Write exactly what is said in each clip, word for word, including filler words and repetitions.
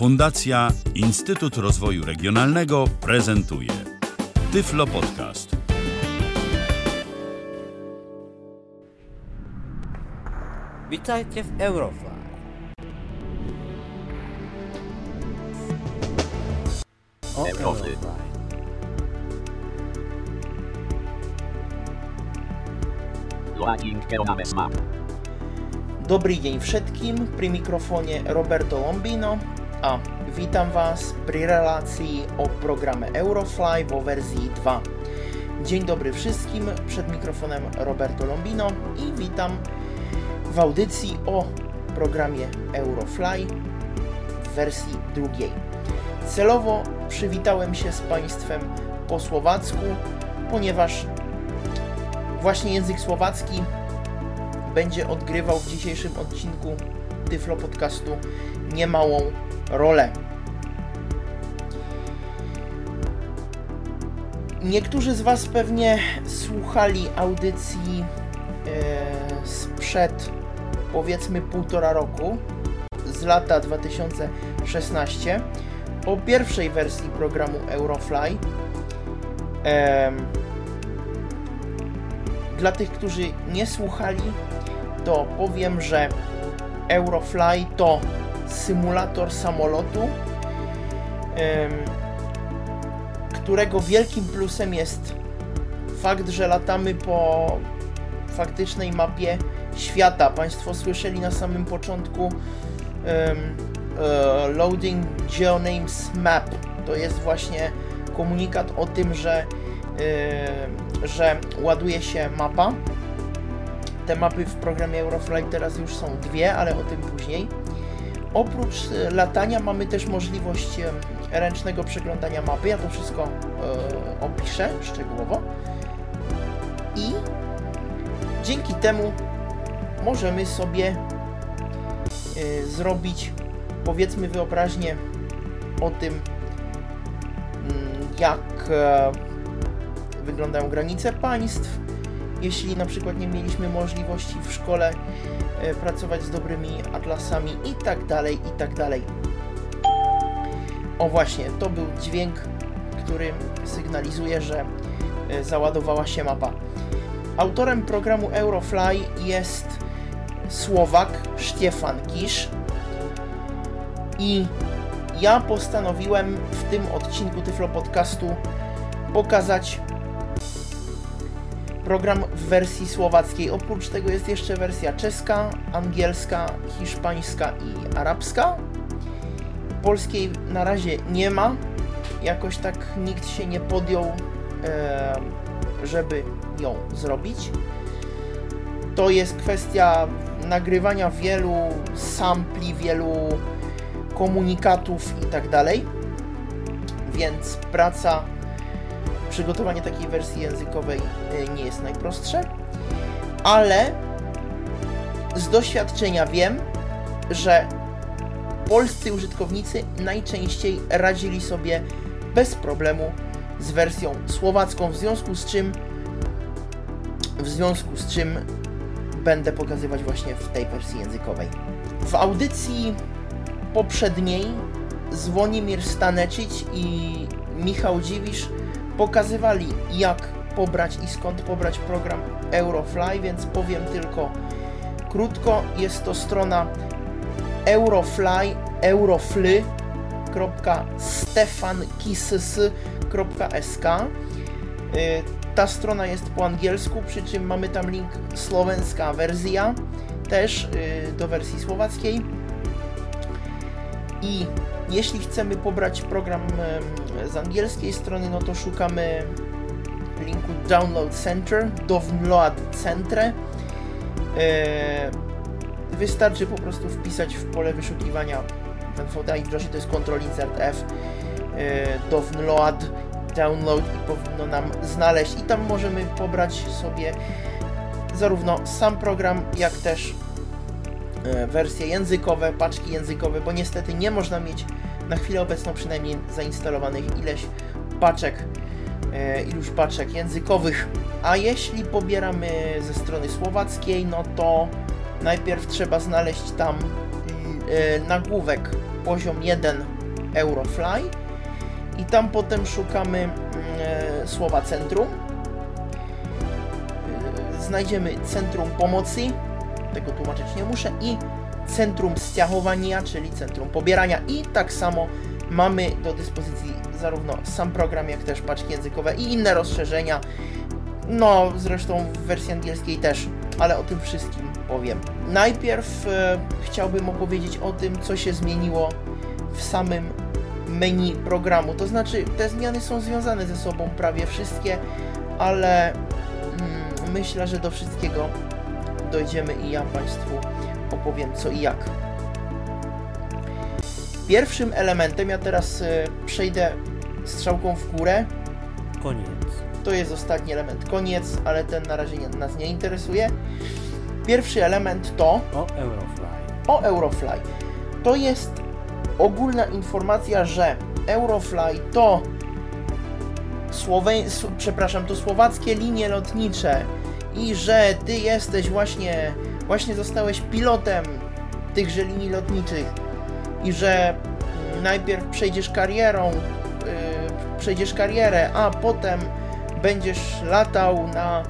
Fundacja Instytut Rozwoju Regionalnego prezentuje Tyflo Podcast. Witajcie w Eurofly. O Eurofly. Dobry dzień wszystkim, przy mikrofonie Roberto Lombino, a witam Was przy relacji o programie Eurofly w wersji dwa. Dzień dobry wszystkim, przed mikrofonem Roberto Lombino i witam w audycji o programie Eurofly w wersji drugiej. Celowo przywitałem się z Państwem po słowacku, ponieważ właśnie język słowacki będzie odgrywał w dzisiejszym odcinku Tyflo Podcastu niemałą rolę. Niektórzy z Was pewnie słuchali audycji e, sprzed powiedzmy półtora roku, z lata dwa tysiące szesnastego, o pierwszej wersji programu Eurofly. E, Dla tych, którzy nie słuchali, to powiem, że Eurofly to symulator samolotu, którego wielkim plusem jest fakt, że latamy po faktycznej mapie świata. Państwo słyszeli na samym początku um, uh, Loading GeoNames Map. To jest właśnie komunikat o tym, że, yy, że ładuje się mapa. Te mapy w programie Eurofly teraz już są dwie, ale o tym później. Oprócz latania mamy też możliwość ręcznego przeglądania mapy. Ja to wszystko yy, opiszę szczegółowo. I dzięki temu możemy sobie yy, zrobić, powiedzmy, wyobraźnię o tym, jak yy, wyglądają granice państw. Jeśli na przykład nie mieliśmy możliwości w szkole y, pracować z dobrymi atlasami i tak dalej, i tak dalej. O właśnie, to był dźwięk, który sygnalizuje, że y, załadowała się mapa. Autorem programu Eurofly jest Słowak Stefan Kisz i ja postanowiłem w tym odcinku Tyflo Podcastu pokazać program w wersji słowackiej. Oprócz tego jest jeszcze wersja czeska, angielska, hiszpańska i arabska. Polskiej na razie nie ma. Jakoś tak nikt się nie podjął, żeby ją zrobić. To jest kwestia nagrywania wielu sampli, wielu komunikatów i tak dalej. Więc praca Przygotowanie takiej wersji językowej nie jest najprostsze, ale z doświadczenia wiem, że polscy użytkownicy najczęściej radzili sobie bez problemu z wersją słowacką, w związku z czym w związku z czym będę pokazywać właśnie w tej wersji językowej. W audycji poprzedniej Zwonimir Staneczyć i Michał Dziwisz pokazywali, jak pobrać i skąd pobrać program Eurofly, więc powiem tylko krótko. Jest to strona eurofly, eurofly kropka stefankisys kropka es ka. Ta strona jest po angielsku, przy czym mamy tam link słowenska wersja, też do wersji słowackiej. I jeśli chcemy pobrać program z angielskiej strony, no to szukamy linku Download Center, Download Centre. Wystarczy po prostu wpisać w pole wyszukiwania ten V D A i wdroży, to jest Ctrl Insert F, Download, Download i powinno nam znaleźć. I tam możemy pobrać sobie zarówno sam program, jak też wersje językowe, paczki językowe, bo niestety nie można mieć na chwilę obecną przynajmniej zainstalowanych ileś paczek, e, iluś paczek językowych. A jeśli pobieramy ze strony słowackiej, no to najpierw trzeba znaleźć tam nagłówek poziom jeden Eurofly i tam potem szukamy y, słowa centrum. Y, znajdziemy centrum pomocy, tego tłumaczyć nie muszę, i centrum stiahowania, czyli centrum pobierania, i tak samo mamy do dyspozycji zarówno sam program, jak też paczki językowe i inne rozszerzenia. No, zresztą w wersji angielskiej też, ale o tym wszystkim powiem. Najpierw e, chciałbym opowiedzieć o tym, co się zmieniło w samym menu programu. To znaczy, te zmiany są związane ze sobą prawie wszystkie, ale mm, myślę, że do wszystkiego dojdziemy i ja Państwu opowiem co i jak. Pierwszym elementem, ja teraz e, przejdę strzałką w górę. Koniec. To jest ostatni element, koniec, ale ten na razie nie, nas nie interesuje. Pierwszy element to O Eurofly. o Eurofly. To jest ogólna informacja, że Eurofly to Słowe... S- przepraszam, to słowackie linie lotnicze i że ty jesteś właśnie, właśnie zostałeś pilotem tychże linii lotniczych i że najpierw przejdziesz karierą, yy, przejdziesz karierę, a potem będziesz latał na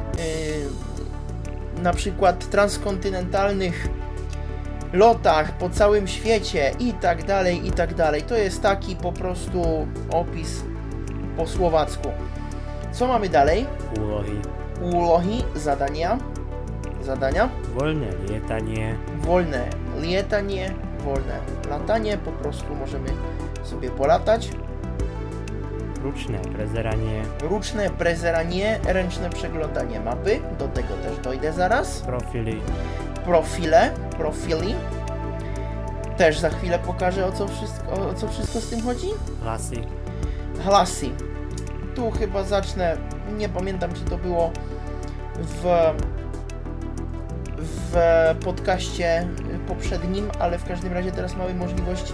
yy, na przykład transkontynentalnych lotach po całym świecie i tak dalej, i tak dalej. To jest taki po prostu opis po słowacku. Co mamy dalej? Úlohy. Úlohy, zadania, zadania, Wolne lietanie. wolne lietanie, wolne latanie, po prostu możemy sobie polatać. Ruczne prezeranie. Ruczne prezeranie, ręczne przeglądanie mapy, do tego też dojdę zaraz. Profily. Profile, profili, też za chwilę pokażę o co wszystko, o co wszystko z tym chodzi. Hlasy. Hlasy. Tu chyba zacznę, nie pamiętam czy to było w, w podcaście poprzednim, ale w każdym razie teraz mamy możliwość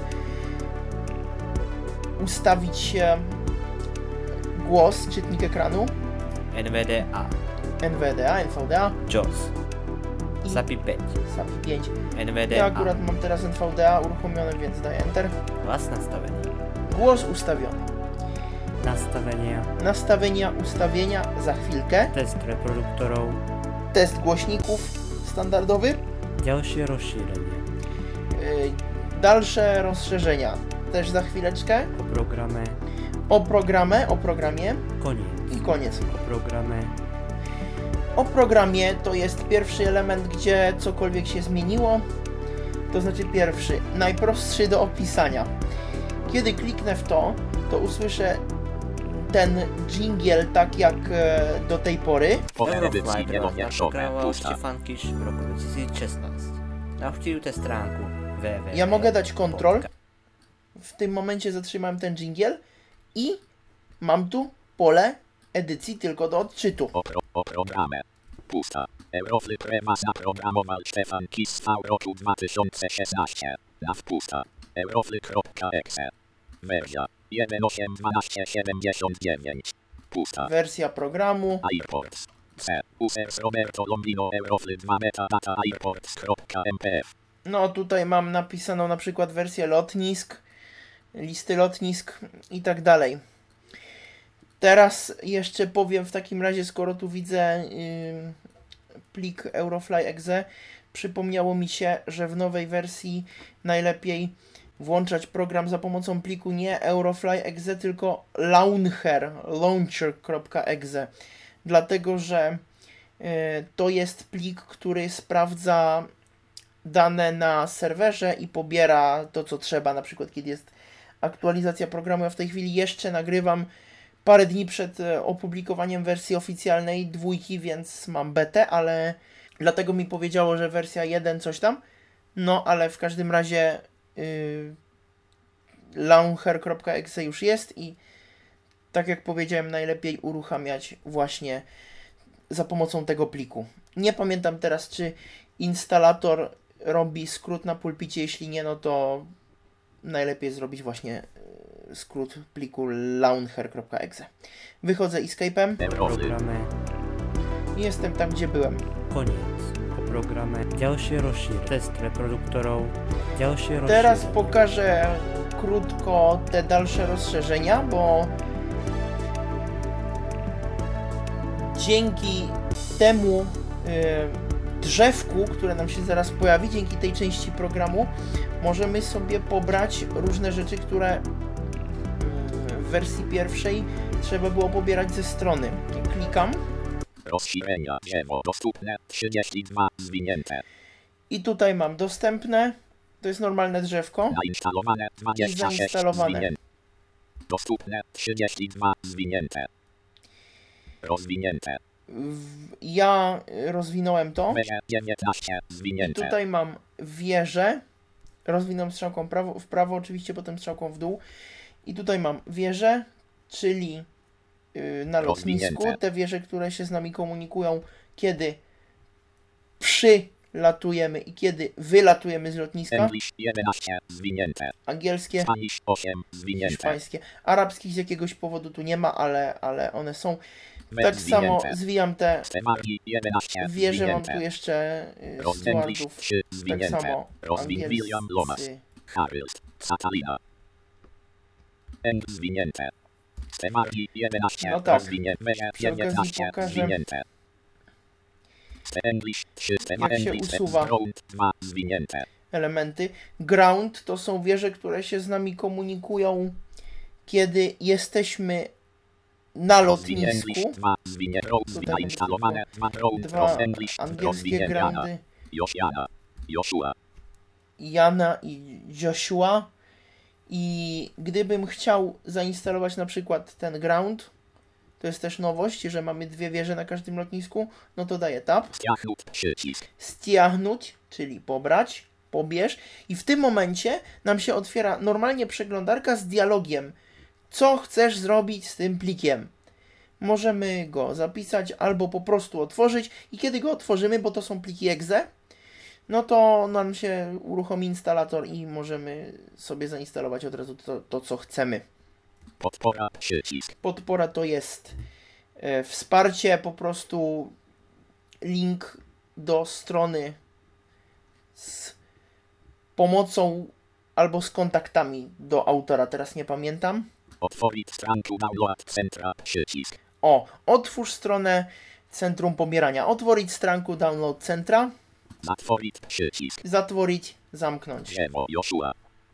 ustawić głos, czytnik ekranu, N V D A. N V D A, N V D A JAWS. i SAPI pięć. SAPI pięć. N V D A. Ja akurat mam teraz N V D A uruchomione, więc daję Enter. Hlas nastawienia. Głos ustawiony. Nastawienia. Nastawienia, ustawienia za chwilkę. Test reproduktorów. Test głośników standardowy. Dalsze rozszerzenie. Yy, dalsze rozszerzenia też za chwileczkę. O programie. O programie, o programie Koniec. i koniec. O programie. O programie to jest pierwszy element, gdzie cokolwiek się zmieniło. To znaczy pierwszy, najprostszy do opisania. Kiedy kliknę w to, to usłyszę ten dżingiel tak jak e, do tej pory. Eurofly nagrała Štěpánkyš v roku dwa tysiące szesnastym. Navštívte stránku w w w. Ja mogę dać Ctrl. W tym momencie zatrzymałem ten dżingiel i mam tu pole edycji tylko do odczytu. O, pro, o programie. Pusta. Eurofly Prema zaprogramował Štěpánkyš w roku dwa tysiące szesnastym. Nav pusta. Eurofly.exe. Wersja jeden osiem dwanaście siedemdziesiąt dziewięć. Pusta. Wersja programu. Airports. C. Users Roberto Lombino Eurofly dwa metadata airports.mpf. No tutaj mam napisaną na przykład wersję lotnisk, listy lotnisk i tak dalej. Teraz jeszcze powiem w takim razie, skoro tu widzę yy, plik Eurofly.exe, przypomniało mi się, że w nowej wersji najlepiej włączać program za pomocą pliku nie Eurofly.exe, tylko launcher, launcher.exe, dlatego że yy, to jest plik, który sprawdza dane na serwerze i pobiera to, co trzeba, na przykład kiedy jest aktualizacja programu. Ja w tej chwili jeszcze nagrywam parę dni przed opublikowaniem wersji oficjalnej dwójki, więc mam betę, ale dlatego mi powiedziało, że wersja jeden coś tam. No, ale w każdym razie yy, launcher.exe już jest i tak jak powiedziałem, najlepiej uruchamiać właśnie za pomocą tego pliku. Nie pamiętam teraz, czy instalator robi skrót na pulpicie, jeśli nie, no to najlepiej zrobić właśnie skrót pliku launcher.exe. Wychodzę escape'em O programie. i jestem tam, gdzie byłem. Koniec. O programy działo się rozszerzy. Test reproduktorów działo się rozszerzy. Teraz pokażę krótko te dalsze rozszerzenia, bo dzięki temu y, drzewku, które nam się zaraz pojawi, dzięki tej części programu, możemy sobie pobrać różne rzeczy, które y, w wersji pierwszej trzeba było pobierać ze strony. Klikam. Rozszerzenia dzieło dostępne trzydzieści dwa zwinięte. I tutaj mam dostępne. To jest normalne drzewko. Zainstalowane dwadzieścia sześć zainstalowane. zwinięte. Dostępne trzydzieści dwa zwinięte. Rozwinięte. W- Ja rozwinąłem to. Wieże dziewiętnaście I zwinięte. tutaj mam wieżę. Rozwinąłem strzałką prawo, w prawo, oczywiście, potem strzałką w dół. I tutaj mam wieżę, czyli yy, na lotnisku. Rozwinięte. Te wieże, które się z nami komunikują, kiedy przylatujemy i kiedy wylatujemy z lotniska. English jedenaście zwinięte. Angielskie, Spanish osiem zwinięte. hiszpańskie. Arabskich z jakiegoś powodu tu nie ma, ale, ale one są. Bez Tak samo zwinięte. zwijam te Stemari jedenaście wieże. Mam zwinięte. tu jeszcze yy, Rozenglish stewardów. trzy Tak zwinięte. samo Rozwin William Lomas. angielscy. Harold Catalina. End zwinięte. Stemari jedenaście No tak. rozwinięte. Wieże Przy okazji dziewiętnaście pokażę, zwinięte. Ste English trzy Stema jak się English usuwa. Ground dwa zwinięte. elementy. Ground to są wieże, które się z nami komunikują, kiedy jesteśmy na Rozwin lotnisku. English dwa zwinięte. Road Tutaj zainstalowane. Dwa Ground Dwa Road English angielskie rozwinięte. groundy, Josiana. Joshua. Jana i Joshua. I gdybym chciał zainstalować na przykład ten ground, to jest też nowość, że mamy dwie wieże na każdym lotnisku, no to daję tab. Stiachnąć przycisk. Stiachnąć, czyli pobrać, pobierz. I w tym momencie nam się otwiera normalnie przeglądarka z dialogiem. Co chcesz zrobić z tym plikiem? Możemy go zapisać albo po prostu otworzyć i kiedy go otworzymy, bo to są pliki exe, no to nam się uruchomi instalator i możemy sobie zainstalować od razu to, to co chcemy. Podpora przycisk. Podpora to jest e, wsparcie, po prostu link do strony z pomocą albo z kontaktami do autora, teraz nie pamiętam. Otworzyć stronę download centra przycisk. O, otwórz stronę Centrum Pobierania. Otworzyć stronę Download Centra. Zatworzyć przycisk. Zatworzyć, zamknąć. Dzieło Joshua.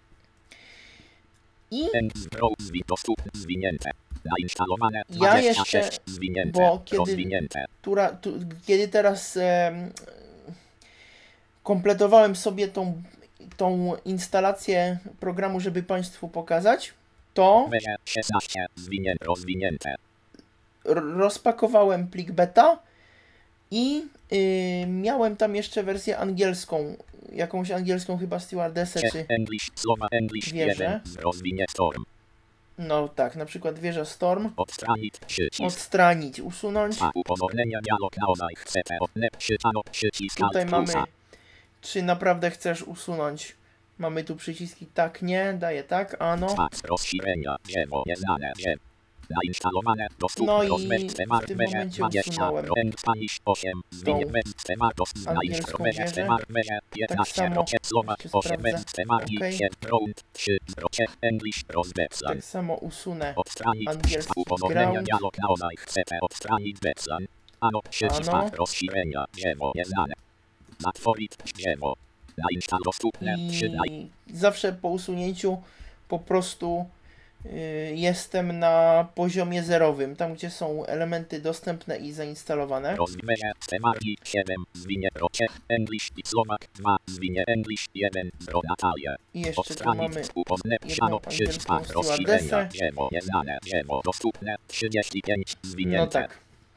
I End Grow zwi dostępne zwinięte. Zainstalowane Ja dwadzieścia jeszcze, sześć zwinięte. bo kiedy- Rozwinięte. która, tu, kiedy teraz em, kompletowałem sobie tą, tą instalację programu, żeby Państwu pokazać, to Wieże szesnaście zwinięte. Rozwinięte. r- rozpakowałem plik beta i y, miałem tam jeszcze wersję angielską, jakąś angielską chyba stewardessę, czy English słowa English Wieże. jeden. Rozwinie storm. no tak, na przykład wieża Storm, Odstranić przycisk. odstranić, usunąć. A upozornienia dialog na odaj chcete odne przyciano przycisk Tutaj alt mamy, plusa. czy naprawdę chcesz usunąć. Mamy tu przyciski tak, nie, daję tak, ano. Fax rozszerzenia dzieło nieznane dzieło. Zainstalowane dostępne No i rozwęd w temar tym wieże momencie dwadzieścia. usunąłem End Spanish osiem. Zwinie tą węd temar dos. angielską Zainstalowane wieżę. temar wieże piętnaście. samo Rocie słowa jeszcze osiem. sprawdzę. Węd temar i Okej. siedem. Round trzy. Rocie English rozbepsan. Tak samo usunę Odstranić angielski upozornienia ground. dialog na odaj chcete odstranić bepsan. Ano przycisk Ano. rozszerzenia dzieło nieznane. Zatworzyć dzieło. Zainstalować dostępne trzy. I zawsze po usunięciu po prostu y, jestem na poziomie zerowym, tam gdzie są elementy dostępne i zainstalowane. Rozwijanie Stemari siedem, zwinie Rocie, English i Słowak dwa, zwinie English jeden, Bro Natalia. I jeszcze tu Odstranić mamy upozne jedną psiano przycisk angielską rozszerzenia, stewardessę. dzieło nieznane, dzieło dostępne, trzydzieści pięć, zwinięte. No tak.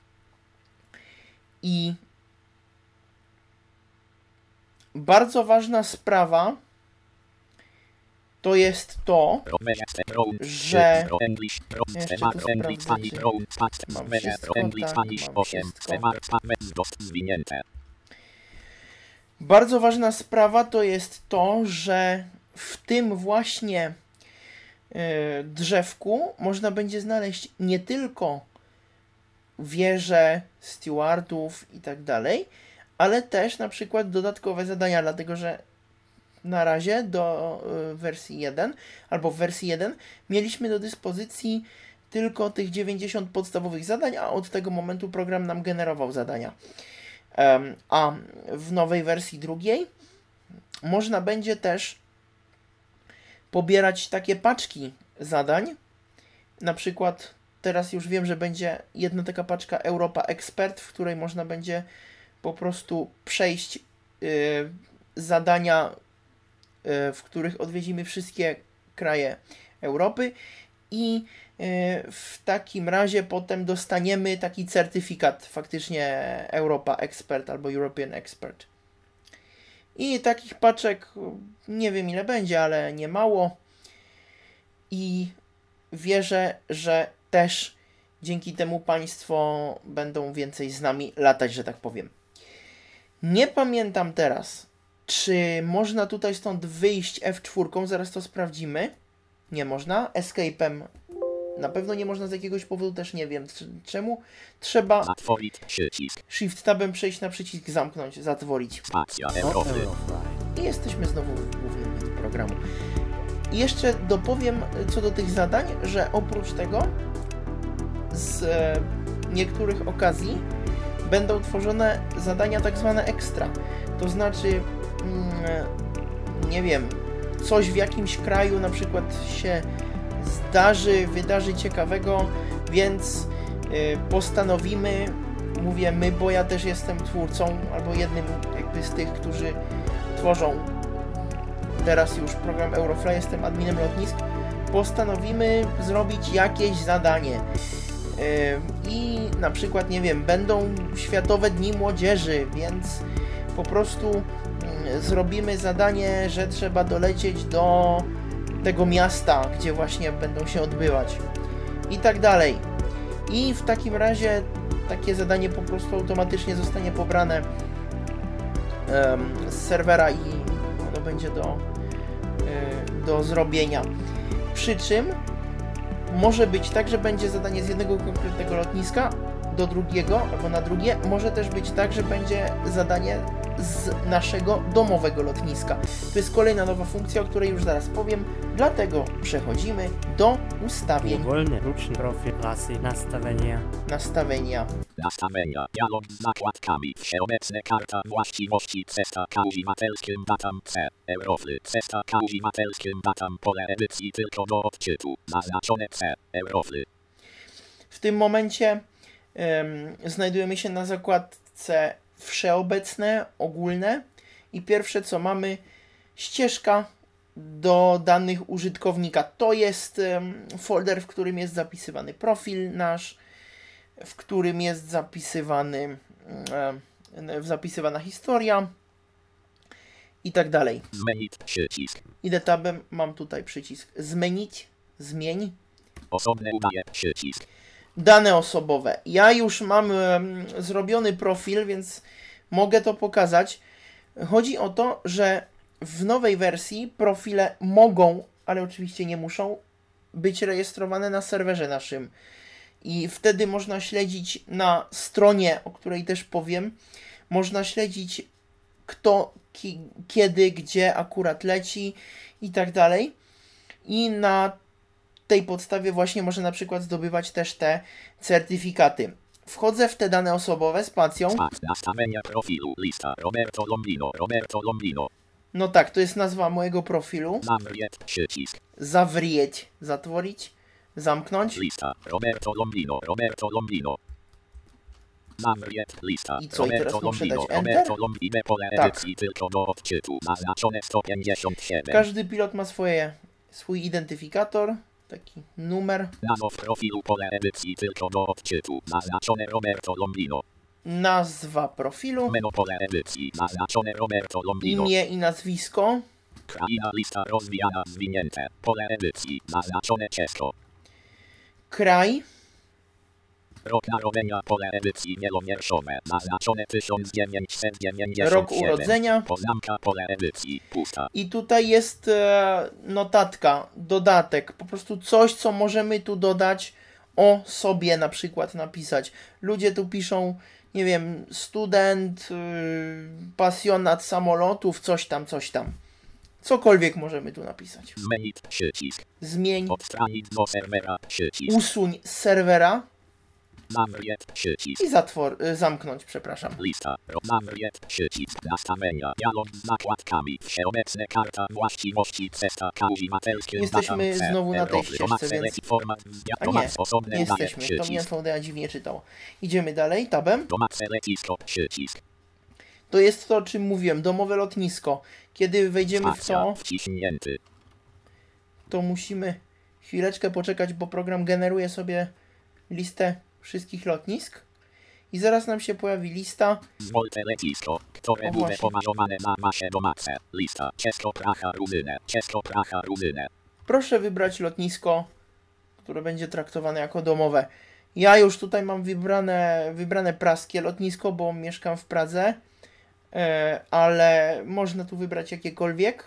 I bardzo ważna sprawa to jest to, Romeja Stebrown, że- Pro English, Pro Jeszcze Stemar, tu Pro English, sprawdzę, Spanish, czy Brown, Fast, mam Meja, wszystko, Pro English, tak, Spanish, mam osiem, wszystko. Stemar, Spamec, dost, zwinięte. bardzo ważna sprawa to jest to, że w tym właśnie e, drzewku można będzie znaleźć nie tylko wieże, stewardów i tak dalej, ale też na przykład dodatkowe zadania, dlatego że na razie do y, wersji jeden albo w wersji jeden mieliśmy do dyspozycji tylko tych dziewięćdziesiąt podstawowych zadań, a od tego momentu program nam generował zadania. Um, a w nowej wersji drugiej można będzie też pobierać takie paczki zadań. Na przykład teraz już wiem, że będzie jedna taka paczka Europa Expert, w której można będzie po prostu przejść y, zadania, y, w których odwiedzimy wszystkie kraje Europy i w takim razie potem dostaniemy taki certyfikat, faktycznie Europa Expert albo European Expert. I takich paczek nie wiem ile będzie, ale nie mało. I wierzę, że też dzięki temu Państwo będą więcej z nami latać, że tak powiem. Nie pamiętam teraz, czy można tutaj stąd wyjść F cztery, zaraz to sprawdzimy. Nie można. Escape'em na pewno nie można z jakiegoś powodu, też nie wiem czemu. Trzeba Shift Tabem przejść na przycisk zamknąć, zatworić. I jesteśmy znowu w głównym menu programu. I jeszcze dopowiem co do tych zadań, że oprócz tego z e, niektórych okazji będą tworzone zadania tak zwane ekstra. To znaczy, mm, nie wiem, coś w jakimś kraju na przykład się zdarzy, wydarzy ciekawego, więc y, postanowimy, mówię my, bo ja też jestem twórcą, albo jednym jakby z tych, którzy tworzą teraz już program Eurofly, jestem adminem lotnisk, postanowimy zrobić jakieś zadanie. Y, I na przykład, nie wiem, będą Światowe Dni Młodzieży, więc po prostu y, zrobimy zadanie, że trzeba dolecieć do tego miasta, gdzie właśnie będą się odbywać i tak dalej. I w takim razie takie zadanie po prostu automatycznie zostanie pobrane um, z serwera i ono będzie do, y, do zrobienia. Przy czym może być tak, że będzie zadanie z jednego konkretnego lotniska do drugiego, albo na drugie. Może też być tak, że będzie zadanie z naszego domowego lotniska. To jest kolejna nowa funkcja, o której już zaraz powiem, dlatego przechodzimy do ustawień. Wolny, ruczny profil klasy, nastawienia. Nastawienia. Nastawienia. Dialog z zakładkami. Wszeobecne karta właściwości cesta używateľským datam C. Eurofly. Cesta używateľským datam pole edycji tylko do odczytu. Zaznaczone C. Eurofly. W tym momencie um, znajdujemy się na zakładce wszeobecne, ogólne i pierwsze co mamy, ścieżka do danych użytkownika. To jest um, folder, w którym jest zapisywany profil nasz, w którym jest zapisywany um, zapisywana historia i tak dalej. Zmienić przycisk. Idę tabem, mam tutaj przycisk zmienić, zmień. Osobne udaje przycisk. Dane osobowe. Ja już mam um, zrobiony profil, więc mogę to pokazać. Chodzi o to, że w nowej wersji profile mogą, ale oczywiście nie muszą, być rejestrowane na serwerze naszym. I wtedy można śledzić na stronie, o której też powiem, można śledzić kto, ki, kiedy, gdzie akurat leci i tak dalej. I na tej podstawie właśnie można na przykład zdobywać też te certyfikaty. Wchodzę w te dane osobowe spacją. Nastawienia profilu, lista, Roberto Lombino, Roberto Lombino. No tak, to jest nazwa mojego profilu. Zawrzeć przycisk. Zawrzeć, zatworzyć, zamknąć. Lista, Roberto Lombino, Roberto Lombino. Zawrzeć lista. I co, i teraz Roberto muszę dać Lombino, Enter? Roberto Lombino, pole Tak. edycji tylko do odczytu. Zaznaczone sto pięćdziesiąt siedem. Każdy pilot ma swoje, swój identyfikator, taki numer. Nazwa profilu, pole edycji tylko do odczytu. Zaznaczone Roberto Lombino. Nazwa profilu, Menu pole edycji. Zaznaczone Roberto Lombino. imię i nazwisko, Kraina lista rozwijana zwinięte. Pole edycji. Zaznaczone ciężko. kraj, Rok narodzenia. Pole edycji wielowierszowe. Zaznaczone tysiąc dziewięćset dziewięćdziesiąt rok siedem. urodzenia. Poznámka. Pole edycji. Pusta. I tutaj jest e, notatka, dodatek, po prostu coś, co możemy tu dodać o sobie na przykład napisać. Ludzie tu piszą nie wiem, student, yy, pasjonat samolotów, coś tam, coś tam. Cokolwiek możemy tu napisać. Zmienić przycisk. Zmień, Odstranit do serwera przycisk. usuń z serwera Zamknięć przycisk. i zatwor, y, zamknąć, przepraszam. Lista. Zamknięć przycisk. Nastawienia. Dialog z zakładkami. Wszeobecne karta właściwości. Cesta. Używateľské. Jesteśmy znowu na tej ścieżce, więc... Format. A nie, nie jesteśmy. To mnie F D A dziwnie czytało. Idziemy dalej, tabem. Domace letisko. Przycisk. To jest to, o czym mówiłem, domowe lotnisko. Kiedy wejdziemy w Stacja. to, Wciśnięty. to musimy chwileczkę poczekać, bo program generuje sobie listę wszystkich lotnisk. I zaraz nam się pojawi lista. Zwolte letisko, które O, bude właśnie. poważowane za wasze domace. Lista. Česko Praha Ruzynę. Česko Praha Ruzynę. Proszę wybrać lotnisko, które będzie traktowane jako domowe. Ja już tutaj mam wybrane, wybrane praskie lotnisko, bo mieszkam w Pradze, e, ale można tu wybrać jakiekolwiek.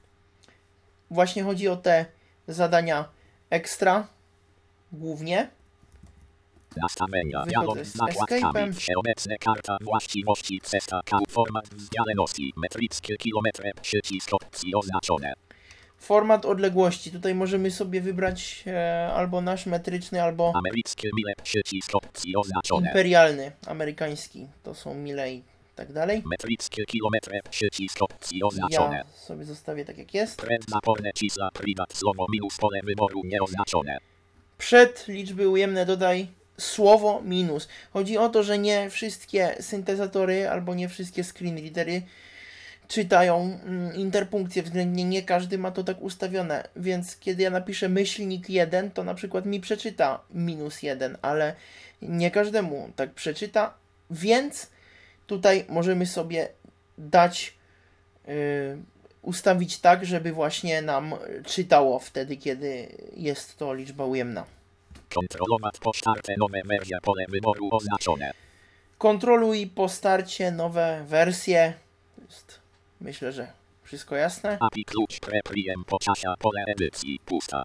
Właśnie chodzi o te zadania ekstra, głównie. Nastawienia. Wychodzę Dialog z z zakładkami. escape'em. Wszeobecne karta właściwości. Cesta. Format vzdialenosti. Metrickie kilometry. Przycisk opcji oznaczone. Format odległości. Tutaj możemy sobie wybrać e, albo nasz metryczny, albo Ameryckie mile. Przycisk opcji oznaczone. imperialny, amerykański. To są mile i tak dalej. Metrickie kilometry. Przycisk opcji oznaczone. Ja sobie zostawię tak jak jest. Trend zaporne cisla. Privat słowo minus pole wyboru nieoznaczone. Przed liczby ujemne dodaj słowo minus. Chodzi o to, że nie wszystkie syntezatory albo nie wszystkie screenreadery czytają mm, interpunkcję względnie, nie każdy ma to tak ustawione, więc kiedy ja napiszę myślnik jeden, to na przykład mi przeczyta minus jeden, ale nie każdemu tak przeczyta, więc tutaj możemy sobie dać, yy, ustawić tak, żeby właśnie nam czytało wtedy, kiedy jest to liczba ujemna. Kontrolować po starcie nowe wersje pole wyboru oznaczone. Kontroluj po starcie nowe wersje. To jest, myślę, że wszystko jasne. A P I klucz prepriem po czasie pole edycji pusta.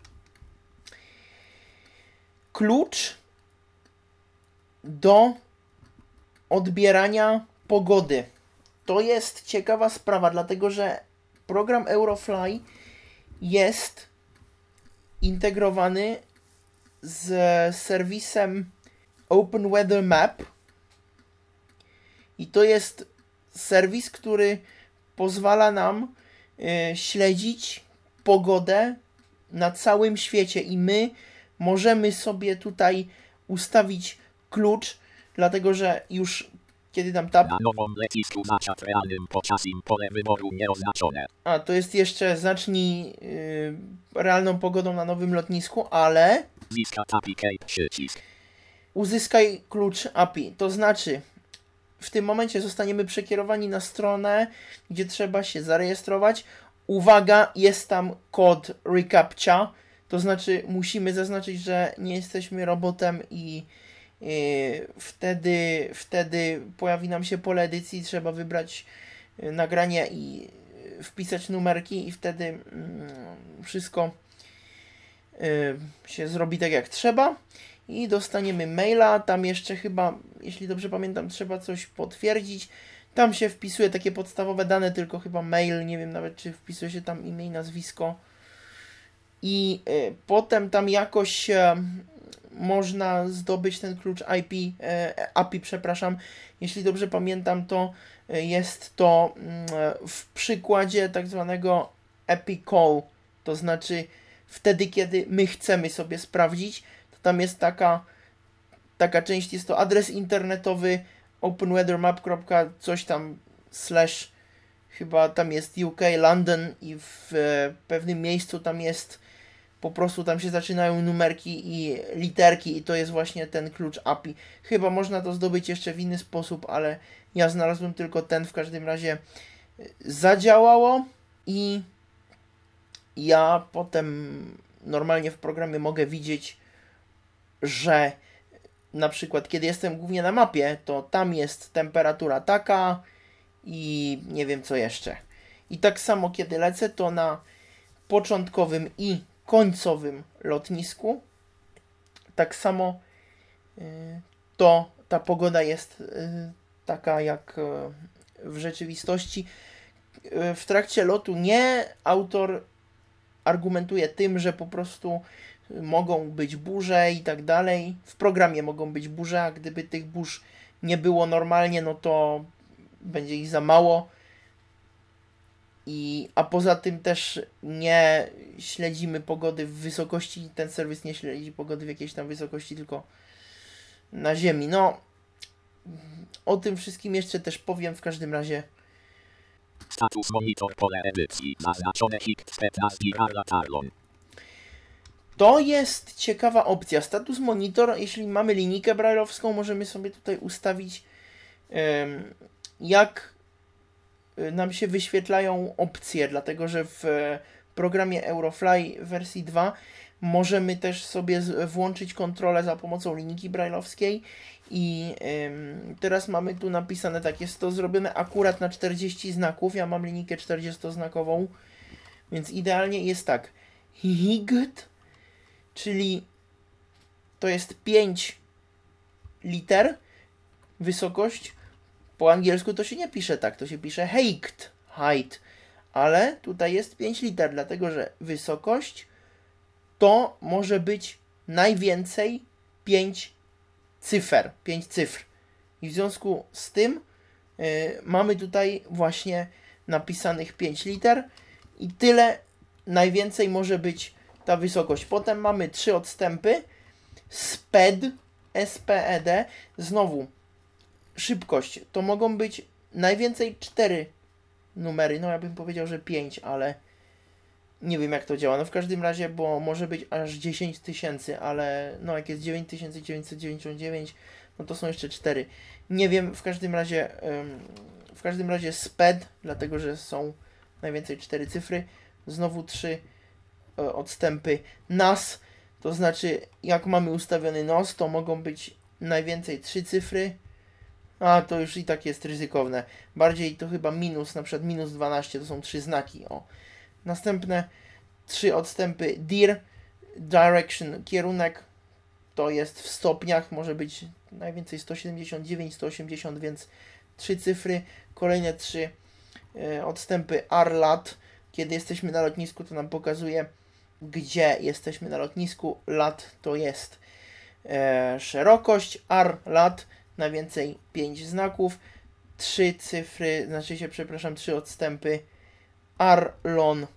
Klucz do odbierania pogody. To jest ciekawa sprawa, dlatego że program Eurofly jest integrowany z serwisem Open Weather Map i to jest serwis, który pozwala nam y, śledzić pogodę na całym świecie i my możemy sobie tutaj ustawić klucz, dlatego że już kiedy dam tab, Na nowym letisku za czas realnym po czasim pole wyboru nieoznaczone. a to jest jeszcze zacznij y, realną pogodą na nowym lotnisku, ale Zyskać A P I przycisk. uzyskaj klucz A P I. To znaczy, w tym momencie zostaniemy przekierowani na stronę, gdzie trzeba się zarejestrować. Uwaga, jest tam kod reCAPTCHA, to znaczy musimy zaznaczyć, że nie jesteśmy robotem i yy, wtedy, wtedy pojawi nam się pole edycji, trzeba wybrać yy, nagranie i yy, wpisać numerki i wtedy yy, wszystko yy, się zrobi tak jak trzeba. I dostaniemy maila, tam jeszcze chyba, jeśli dobrze pamiętam, trzeba coś potwierdzić. Tam się wpisuje takie podstawowe dane, tylko chyba mail, nie wiem nawet czy wpisuje się tam imię i nazwisko. I y, potem tam jakoś y, można zdobyć ten klucz I P, y, A P I, przepraszam. Jeśli dobrze pamiętam, to y, jest to y, w przykładzie tak zwanego A P I call, to znaczy wtedy, kiedy my chcemy sobie sprawdzić. Tam jest taka, taka część, jest to adres internetowy openweathermap. coś tam slash, chyba tam jest U K, London i w e, pewnym miejscu tam jest, po prostu tam się zaczynają numerki i literki i to jest właśnie ten klucz A P I. Chyba można to zdobyć jeszcze w inny sposób, ale ja znalazłem tylko ten, w każdym razie zadziałało i ja potem normalnie w programie mogę widzieć, że na przykład kiedy jestem głównie na mapie, to tam jest temperatura taka i nie wiem co jeszcze. I tak samo kiedy lecę, to na początkowym i końcowym lotnisku tak samo yy, to ta pogoda jest y, taka jak y, w rzeczywistości. Y, w trakcie lotu nie autor argumentuje tym, że po prostu mogą być burze i tak dalej. W programie mogą być burze, a gdyby tych burz nie było normalnie, no to będzie ich za mało. I, a poza tym też nie śledzimy pogody w wysokości, ten serwis nie śledzi pogody w jakiejś tam wysokości, tylko na ziemi. No, o tym wszystkim jeszcze też powiem, w każdym razie. Status monitor pole edycji, zaznaczone hikt piętnaście Tarlon. To jest ciekawa opcja. Status monitor, jeśli mamy linijkę brailleowską, możemy sobie tutaj ustawić, um, jak nam się wyświetlają opcje, dlatego że w programie Eurofly wersji dwa możemy też sobie włączyć kontrolę za pomocą linijki brailleowskiej i ym, teraz mamy tu napisane tak, jest to zrobione akurat na czterdzieści znaków, ja mam linijkę czterdziestoznakową, więc idealnie jest tak, higt, czyli to jest pięć liter, wysokość. Po angielsku to się nie pisze tak, to się pisze height, height, ale tutaj jest pięć liter, dlatego że wysokość to może być najwięcej pięć cyfer, pięć cyfr. I w związku z tym yy, mamy tutaj właśnie napisanych pięć liter i tyle najwięcej może być ta wysokość. Potem mamy trzy odstępy, sped, S P E D, znowu szybkość, to mogą być najwięcej cztery numery, no ja bym powiedział, że pięć, ale nie wiem jak to działa, no w każdym razie, bo może być aż dziesięć tysięcy, ale no jak jest dziewięć tysięcy dziewięćset dziewięćdziesiąt dziewięć, no to są jeszcze cztery. Nie wiem, w każdym razie ym, w każdym razie sped, dlatego że są najwięcej cztery cyfry, znowu trzy y, odstępy nas, to znaczy jak mamy ustawiony nos, to mogą być najwięcej trzy cyfry. A, to już i tak jest ryzykowne. Bardziej to chyba minus, na przykład minus dwanaście, to są trzy znaki. O. Następne trzy odstępy dir, direction, kierunek, to jest w stopniach, może być najwięcej sto siedemdziesiąt dziewięć, sto osiemdziesiąt, więc trzy cyfry. Kolejne trzy y, odstępy ar lat, kiedy jesteśmy na lotnisku, to nam pokazuje, gdzie jesteśmy na lotnisku. Lat to jest y, szerokość, ar lat, najwięcej pięć znaków, trzy cyfry, znaczy się, przepraszam, trzy odstępy, arlon,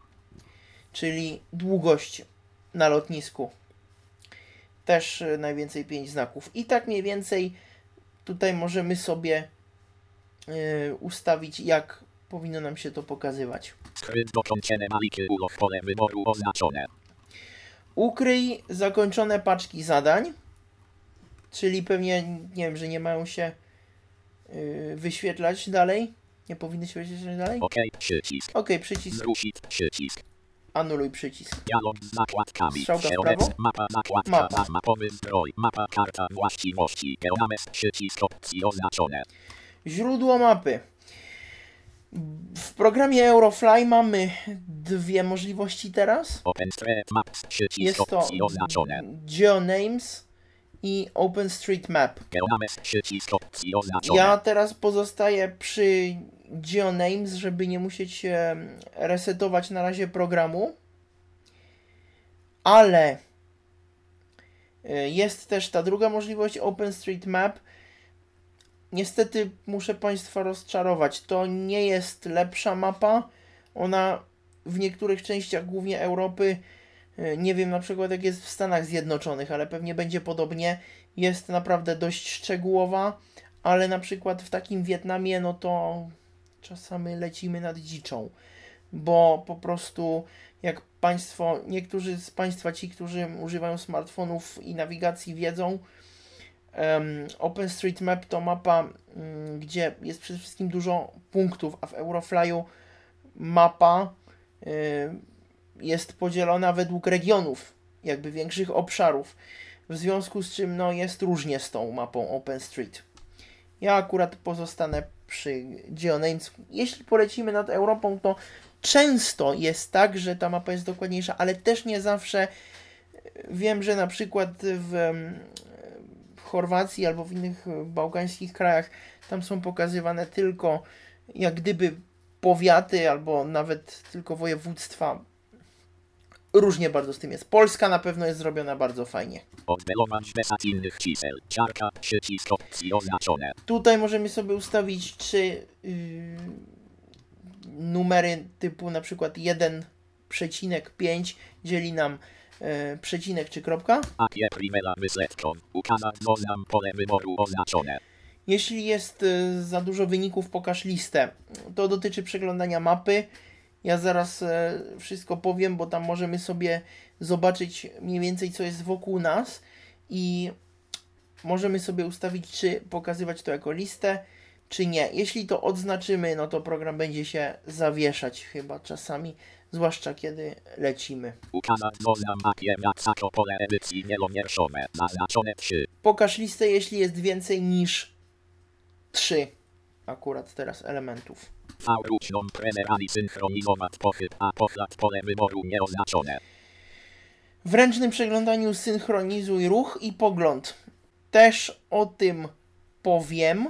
czyli długość na lotnisku, też najwięcej pięć znaków. I tak mniej więcej tutaj możemy sobie yy, ustawić, jak powinno nam się to pokazywać. Skryt dokończone maliki ulow pole wyboru oznaczone. Ukryj zakończone paczki zadań. Czyli pewnie, nie wiem, że nie mają się yy, wyświetlać dalej. Nie powinny się wyświetlać dalej? OK, przycisk. OK, przycisk. Zrušić przycisk. Anuluj przycisk. Dialog z zakładkami. Strzałka w prawo. Mapa, zakładka, Mapa. mapowy zdrój, mapa, karta właściwości. Geoname, przycisk opcji oznaczone. Źródło mapy. W programie Eurofly mamy dwie możliwości teraz. OpenStreetMaps, przycisk Jest to opcji oznaczone. GeoNames i OpenStreetMap. Geoname, przycisk opcji oznaczone. Ja teraz pozostaję przy GeoNames, żeby nie musieć resetować na razie programu. Ale jest też ta druga możliwość, OpenStreetMap. Niestety muszę Państwa rozczarować. To nie jest lepsza mapa. Ona w niektórych częściach, głównie Europy, nie wiem na przykład jak jest w Stanach Zjednoczonych, ale pewnie będzie podobnie. Jest naprawdę dość szczegółowa, ale na przykład w takim Wietnamie, no to czasami lecimy nad dziczą, bo po prostu jak Państwo, niektórzy z Państwa, ci, którzy używają smartfonów i nawigacji wiedzą, um, OpenStreetMap to mapa, um, gdzie jest przede wszystkim dużo punktów, a w Euroflyu mapa um, jest podzielona według regionów, jakby większych obszarów, w związku z czym no, jest różnie z tą mapą OpenStreet. Ja akurat pozostanę przy GeoNames. Jeśli polecimy nad Europą, to często jest tak, że ta mapa jest dokładniejsza, ale też nie zawsze. Wiem, że na przykład w Chorwacji albo w innych bałkańskich krajach, tam są pokazywane tylko jak gdyby powiaty albo nawet tylko województwa. Różnie bardzo z tym jest. Polska na pewno jest zrobiona bardzo fajnie. Odbelować bez innych cisel. Ciarka, przycisk opcji oznaczone. Tutaj możemy sobie ustawić, czy yy, numery typu na przykład jeden przecinek pięć dzieli nam yy, przecinek czy kropka. Apie primera wyzletką. Ukazać nam pole wyboru oznaczone. Jeśli jest yy, za dużo wyników, pokaż listę. To dotyczy przeglądania mapy. Ja zaraz e, wszystko powiem, bo tam możemy sobie zobaczyć mniej więcej, co jest wokół nas i możemy sobie ustawić, czy pokazywać to jako listę, czy nie. Jeśli to odznaczymy, no to program będzie się zawieszać chyba czasami, zwłaszcza kiedy lecimy. Ukazać nam mapie jako pole edycji wielomierzone, naznaczone trzy. Pokaż listę, jeśli jest więcej niż trzy akurat teraz elementów. V-ruczną premerali synchronizować pochyb, a pochlad pole wyboru nieoznaczone. W ręcznym przeglądaniu synchronizuj ruch i pogląd. Też o tym powiem.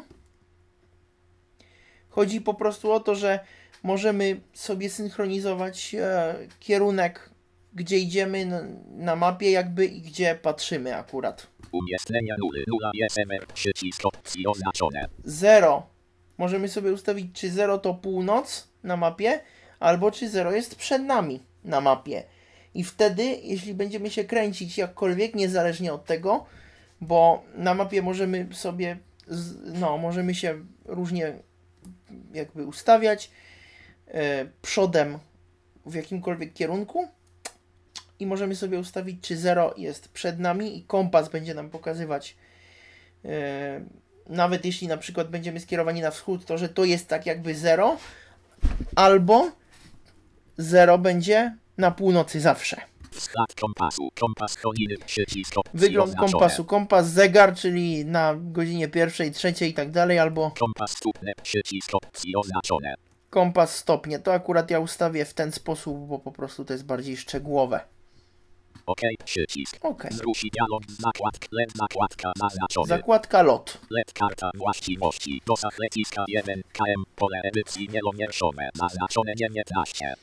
Chodzi po prostu o to, że możemy sobie synchronizować e, kierunek, gdzie idziemy na, na mapie jakby i gdzie patrzymy akurat. Umieszczenia nuly, nula jest M R, przycisk opcji oznaczone. zero. Możemy sobie ustawić, czy zero to północ na mapie, albo czy zero jest przed nami na mapie. I wtedy, jeśli będziemy się kręcić jakkolwiek, niezależnie od tego, bo na mapie możemy sobie, no, możemy się różnie jakby ustawiać yy, przodem w jakimkolwiek kierunku i możemy sobie ustawić, czy zero jest przed nami i kompas będzie nam pokazywać yy, nawet jeśli na przykład będziemy skierowani na wschód, to że to jest tak jakby zero, albo zero będzie na północy zawsze. Wschód kompasu, kompas chodziny, przycisk opcji Wygląd oznaczone. kompasu, kompas zegar, czyli na godzinie pierwszej, trzeciej i tak dalej, albo Kompas stopnie, przycisk opcji oznaczone. kompas stopnie. To akurat ja ustawię w ten sposób, bo po prostu to jest bardziej szczegółowe. OK, przycisk. OK. Zruszy dialog z zakładk, L E D zakładka naznaczony. Zakładka lot. L E D karta właściwości. Dosah leciska jeden K M. Pole edycji wielomierzone. Naznaczone dziewiętnaście.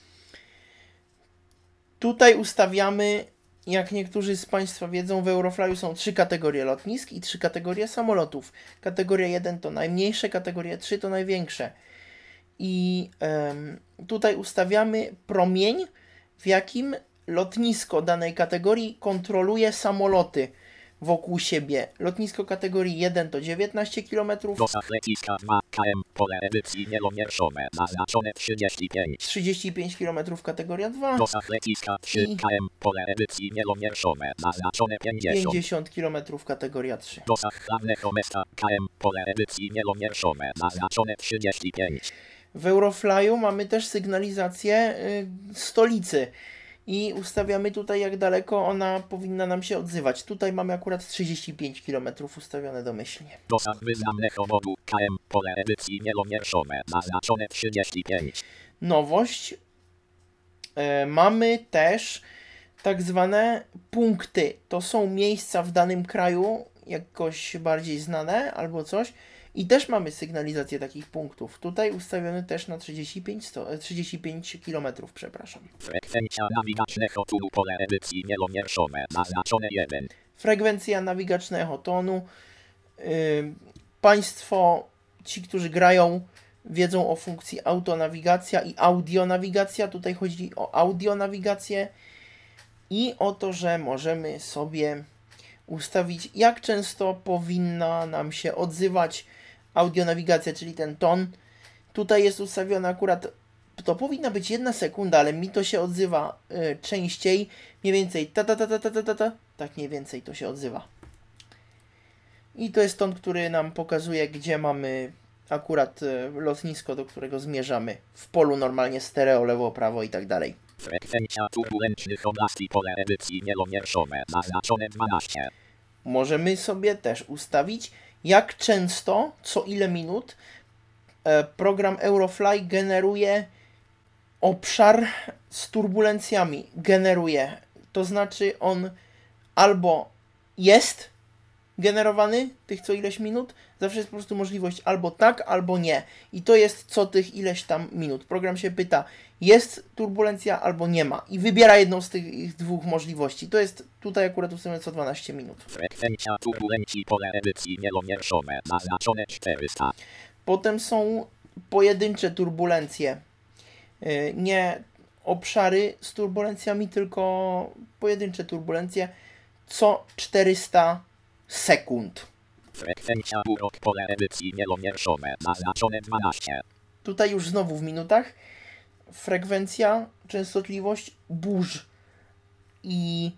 Tutaj ustawiamy, jak niektórzy z Państwa wiedzą, w Euroflyu są trzy kategorie lotnisk i trzy kategorie samolotów. Kategoria jeden to najmniejsze, kategoria trzy to największe. I um, tutaj ustawiamy promień, w jakim lotnisko danej kategorii kontroluje samoloty wokół siebie. Lotnisko kategorii jeden to dziewiętnaście kilometrów. Dosah leciska dwa K M. Pole edycji wielomierzone. Naznaczone trzydzieści pięć. trzydzieści pięć kilometrów kategoria dwa. Dosah leciska trzy K M. Pole edycji wielomierzone. Naznaczone pięćdziesiąt. pięćdziesiąt kilometrów kategoria trzy. Dosah hlavného mesta K M. Pole edycji wielomierzone. Naznaczone trzydzieści pięć. W Euroflyu mamy też sygnalizację y, stolicy. I ustawiamy tutaj, jak daleko ona powinna nam się odzywać. Tutaj mamy akurat trzydzieści pięć kilometrów ustawione domyślnie. Dosah wyznanego modu K M. Pole edycji wielomierzone. Naznaczone trzydzieści pięć. Nowość. E, mamy też tak zwane punkty. To są miejsca w danym kraju, jakoś bardziej znane albo coś. I też mamy sygnalizację takich punktów. Tutaj ustawiony też na trzydzieści pięć, trzydzieści pięć kilometrów, przepraszam. Frekwencja nawigacznego tonu pole edycji wielomierzone. Naznaczone jeden. Frekwencja nawigacznego tonu. Yy, państwo, ci, którzy grają, wiedzą o funkcji autonawigacja i audionawigacja. Tutaj chodzi o audionawigację i o to, że możemy sobie ustawić, jak często powinna nam się odzywać audionawigacja, czyli ten ton. Tutaj jest ustawiona akurat, to powinna być jedna sekunda, ale mi to się odzywa y, częściej, mniej więcej ta ta ta ta ta ta ta ta, tak mniej więcej to się odzywa. I to jest ton, który nam pokazuje, gdzie mamy akurat y, lotnisko, do którego zmierzamy. W polu normalnie stereo, lewo, prawo i tak dalej. Frekwencja turbulentnych oblasti pole edycji wielomierzone. Naznaczone dwanaście. Możemy sobie też ustawić, jak często, co ile minut e, program Eurofly generuje obszar z turbulencjami. Generuje. To znaczy on albo jest generowany, tych co ileś minut, zawsze jest po prostu możliwość albo tak, albo nie. I to jest co tych ileś tam minut. Program się pyta, jest turbulencja albo nie ma. I wybiera jedną z tych dwóch możliwości. To jest tutaj akurat ustawione co dwanaście minut. Frekwencja turbulencji pole edycji nielomierszone, zaznaczone czterysta. Potem są pojedyncze turbulencje. Yy, nie obszary z turbulencjami, tylko pojedyncze turbulencje co czterysta sekund. Frekwencja urok pole edycji nielomierszone, zaznaczone dwanaście. Tutaj już znowu w minutach. Frekwencja, częstotliwość burz. I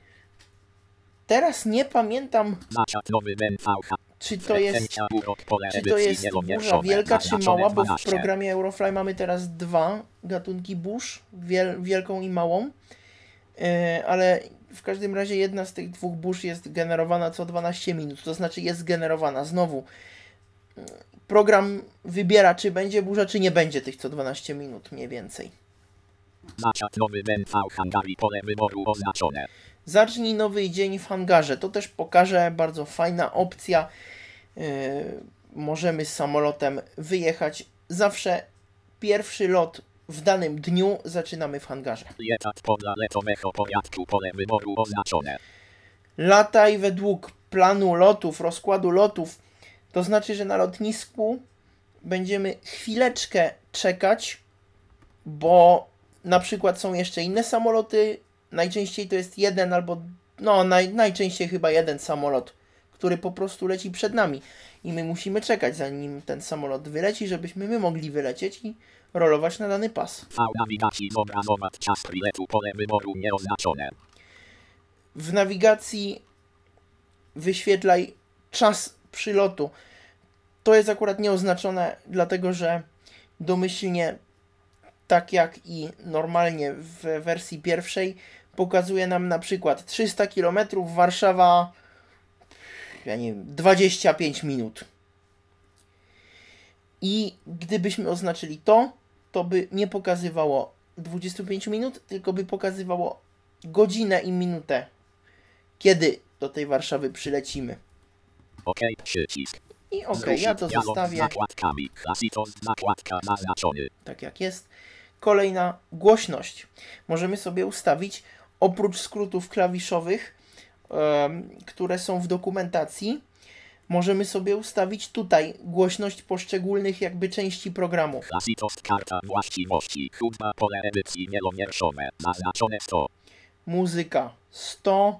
teraz nie pamiętam, Zaczat nowy D V H. czy to jest, Frekwencja urok pole czy to edycji jest burza nielomierszone, wielka czy zaznaczone mała, bo w dwanaście. programie Eurofly mamy teraz dwa gatunki burz, wiel, wielką i małą. Yy, ale w każdym razie jedna z tych dwóch burz jest generowana co dwanaście minut, to znaczy jest generowana. Znowu yy, program wybiera, czy będzie burza, czy nie będzie tych co dwanaście minut mniej więcej. Zaczat nowy D V Hungary pole wyboru oznaczone. Zacznij nowy dzień w hangarze. To też pokażę, bardzo fajna opcja. Yy, możemy z samolotem wyjechać. Zawsze pierwszy lot w danym dniu zaczynamy w hangarze. Letat podla letomego porядku pole wyboru oznaczone. Lataj według planu lotów, rozkładu lotów. To znaczy, że na lotnisku będziemy chwileczkę czekać, bo na przykład są jeszcze inne samoloty. Najczęściej to jest jeden albo, no naj, najczęściej chyba jeden samolot, który po prostu leci przed nami. I my musimy czekać, zanim ten samolot wyleci, żebyśmy my mogli wylecieć i rolować na dany pas. V nawigacji zobrazować czas przyletu pole wyboru nieoznaczone. W nawigacji wyświetlaj czas przylotu. To jest akurat nieoznaczone, dlatego że domyślnie, tak jak i normalnie w wersji pierwszej, pokazuje nam na przykład trzysta kilometrów, Warszawa, ja nie wiem, dwadzieścia pięć minut. I gdybyśmy oznaczyli to, to by nie pokazywało dwadzieścia pięć minut, tylko by pokazywało godzinę i minutę, kiedy do tej Warszawy przylecimy. OK, przycisk. I ok, ja to Dialog z zostawię zakładkami. Klasito z zakładka zaznaczony. tak jak jest. Kolejna głośność. Możemy sobie ustawić, oprócz skrótów klawiszowych, um, które są w dokumentacji, możemy sobie ustawić tutaj głośność poszczególnych jakby części programu. Klasito z karta właściwości. Hudba pole edycji nielomierszone. Zaznaczone sto. Muzyka sto.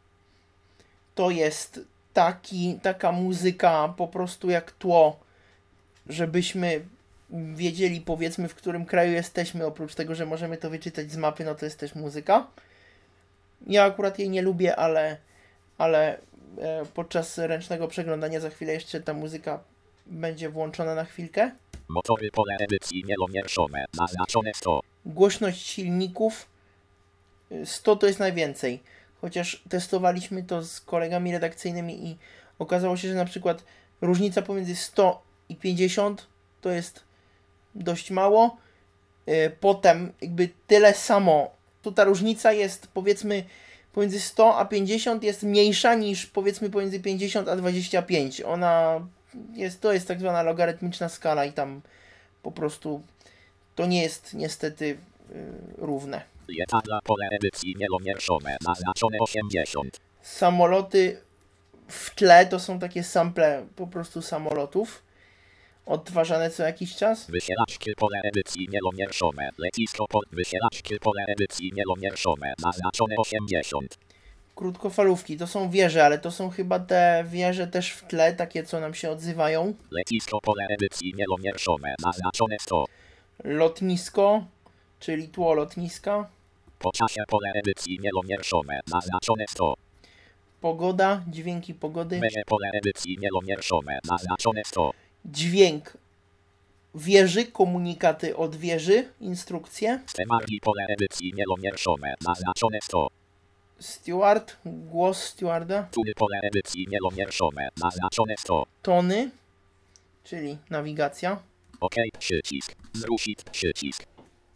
To jest taki, taka muzyka po prostu jak tło, żebyśmy wiedzieli, powiedzmy, w którym kraju jesteśmy. Oprócz tego, że możemy to wyczytać z mapy, no to jest też muzyka. Ja akurat jej nie lubię, ale, ale e, podczas ręcznego przeglądania za chwilę jeszcze ta muzyka będzie włączona na chwilkę. Motory pole edycji nielomierszone. Zaznaczone sto. Głośność silników sto to jest najwięcej. Chociaż testowaliśmy to z kolegami redakcyjnymi i okazało się, że na przykład różnica pomiędzy sto i pięćdziesiąt to jest dość mało. Potem jakby tyle samo. Tu ta różnica jest, powiedzmy, pomiędzy sto a pięćdziesiąt jest mniejsza niż powiedzmy pomiędzy pięćdziesiąt a dwadzieścia pięć. Ona jest, to jest tak zwana logarytmiczna skala i tam po prostu to nie jest niestety yy, równe. Letadla pole edycji nielomierszone. Zaznaczone osiemdziesiąt. Samoloty w tle to są takie sample po prostu samolotów odtwarzane co jakiś czas. Wysielaczki pole edycji nielomierszone. Lecisko pole. Wysielaczki pole edycji nielomierszone. Zaznaczone osiemdziesiąt. Krótkofalówki to są wieże, ale to są chyba te wieże też w tle, takie co nam się odzywają. Lecisko pole edycji nielomierszone. Zaznaczone sto. Lotnisko, czyli tło lotniska. Po czasie pole edycji nielomierszone. Zaznaczone sto. Pogoda, dźwięki pogody. Mezie pole edycji nielomierszone. Zaznaczone sto. Dźwięk wieży, komunikaty od wieży, instrukcje. Stemargi pole edycji nielomierszone. Zaznaczone sto. Steward, głos stewarda. Tuny pole edycji nielomierszone. Zaznaczone sto. Tony, czyli nawigacja. OK, przycisk. Zrusić przycisk.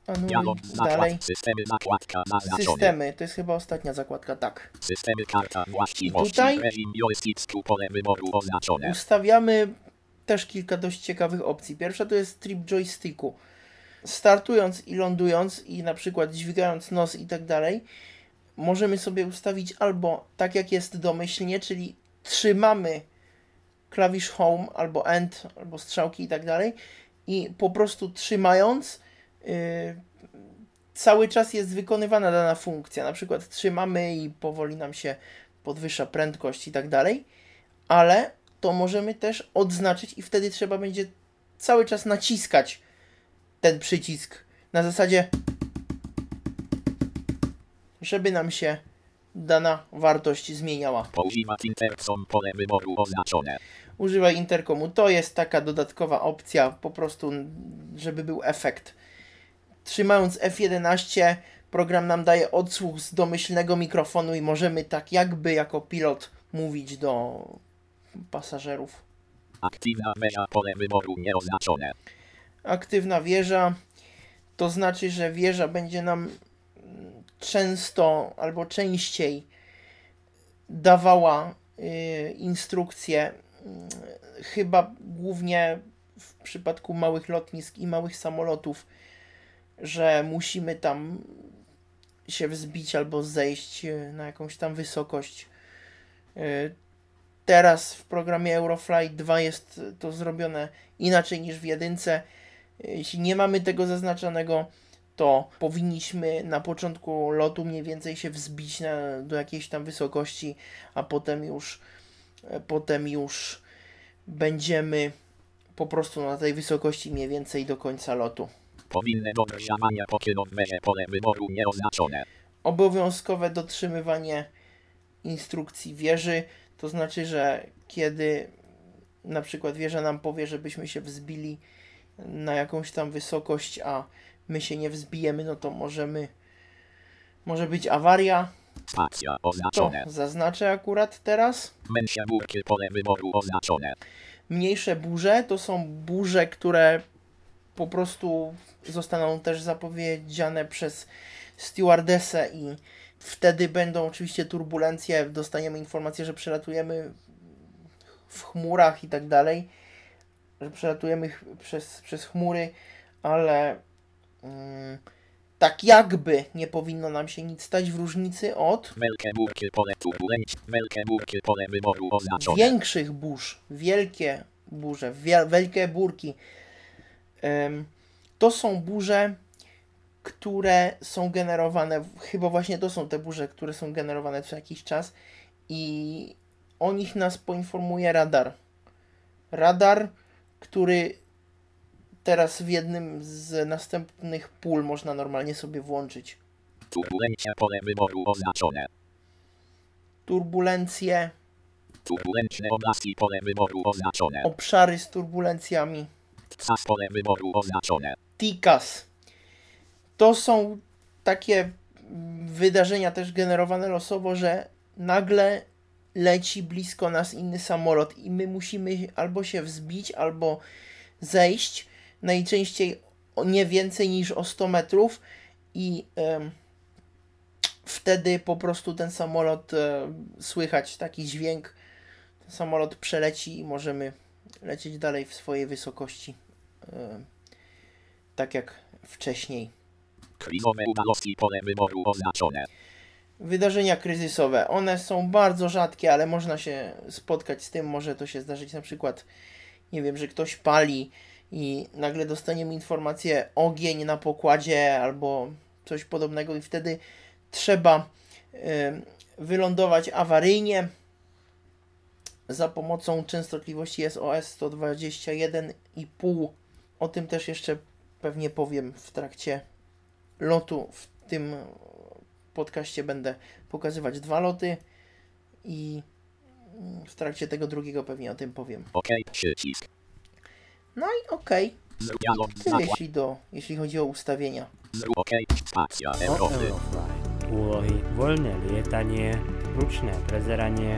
Anuj, Dialog dalej. zakład systemy zakładka zaznaczone. Systemy, to jest chyba ostatnia zakładka, tak. Systemy karta właściwości. Tutaj- Reżim joysticku pole wyboru oznaczone. Ustawiamy też kilka dość ciekawych opcji. Pierwsza to jest tryb joysticku. Startując i lądując i na przykład dźwigając nos i tak dalej, możemy sobie ustawić albo tak jak jest domyślnie, czyli trzymamy klawisz home albo end, albo strzałki i tak dalej i po prostu trzymając yy, cały czas jest wykonywana dana funkcja. Na przykład trzymamy i powoli nam się podwyższa prędkość i tak dalej, ale to możemy też odznaczyć i wtedy trzeba będzie cały czas naciskać ten przycisk na zasadzie, żeby nam się dana wartość zmieniała. Używać intercom pole wyboru oznaczone. Używaj interkomu. To jest taka dodatkowa opcja, po prostu, żeby był efekt. Trzymając F jedenaście, program nam daje odsłuch z domyślnego mikrofonu i możemy tak jakby jako pilot mówić do pasażerów. Aktywna wieża pole wyboru nieoznaczone. Aktywna wieża, to znaczy, że wieża będzie nam często albo częściej dawała y, instrukcje, y, chyba głównie w przypadku małych lotnisk i małych samolotów, że musimy tam się wzbić albo zejść y, na jakąś tam wysokość. Y, teraz w programie Euroflight dwa jest to zrobione inaczej niż w jedynce. Jeśli nie mamy tego zaznaczonego, to powinniśmy na początku lotu mniej więcej się wzbić na, do jakiejś tam wysokości, a potem już, potem już będziemy po prostu na tej wysokości mniej więcej do końca lotu. Powinne dotrzymanie pokynów wieże pole wyboru nieoznaczone. Obowiązkowe dotrzymywanie instrukcji wieży, to znaczy, że kiedy na przykład wieża nam powie, żebyśmy się wzbili na jakąś tam wysokość, a my się nie wzbijemy, no to możemy, może być awaria. Spacja To oznaczone. zaznaczę akurat teraz. Mniejsze burki pole wyboru oznaczone. Mniejsze burze to są burze, które po prostu zostaną też zapowiedziane przez stewardessę i wtedy będą oczywiście turbulencje, dostaniemy informację, że przelatujemy w chmurach i tak dalej, że przelatujemy ch- przez, przez chmury, ale mm, tak jakby nie powinno nam się nic stać w różnicy od Wielkie burki pole turbulencji. Wielkie burki pole wyboru oznaczone. większych burz, wielkie burze, wie, wielkie burki. Ym, to są burze, które są generowane, chyba właśnie to są te burze, które są generowane co jakiś czas i o nich nas poinformuje radar. Radar, który teraz w jednym z następnych pól można normalnie sobie włączyć. Turbulencja pole wyboru oznaczone. Turbulencje, Turbulentne oblasti pole wyboru oznaczone. obszary z turbulencjami. T S A S pole wyboru oznaczone. T I C A S. To są takie wydarzenia też generowane losowo, że nagle leci blisko nas inny samolot i my musimy albo się wzbić, albo zejść. Najczęściej o nie więcej niż o sto metrów i em, wtedy po prostu ten samolot, e, słychać taki dźwięk, ten samolot przeleci i możemy lecieć dalej w swojej wysokości, e, tak jak wcześniej. Krizowe udałości pole wyboru oznaczone. Wydarzenia kryzysowe, one są bardzo rzadkie, ale można się spotkać z tym, może to się zdarzyć na przykład, nie wiem, że ktoś pali i nagle dostaniemy informację ogień na pokładzie albo coś podobnego i wtedy trzeba y, wylądować awaryjnie za pomocą częstotliwości S O S sto dwadzieścia jeden i pół. O tym też jeszcze pewnie powiem w trakcie lotu. W tym podcaście będę pokazywać dwa loty i w trakcie tego drugiego pewnie o tym powiem. OK, przycisk. No i okej, Zrób dialog tyle zakład. jeśli, do, jeśli chodzi o ustawienia. Zrób OK, spacja O Europy. Eurofly. Úlohy, voľné lietanie, ručné prezeranie,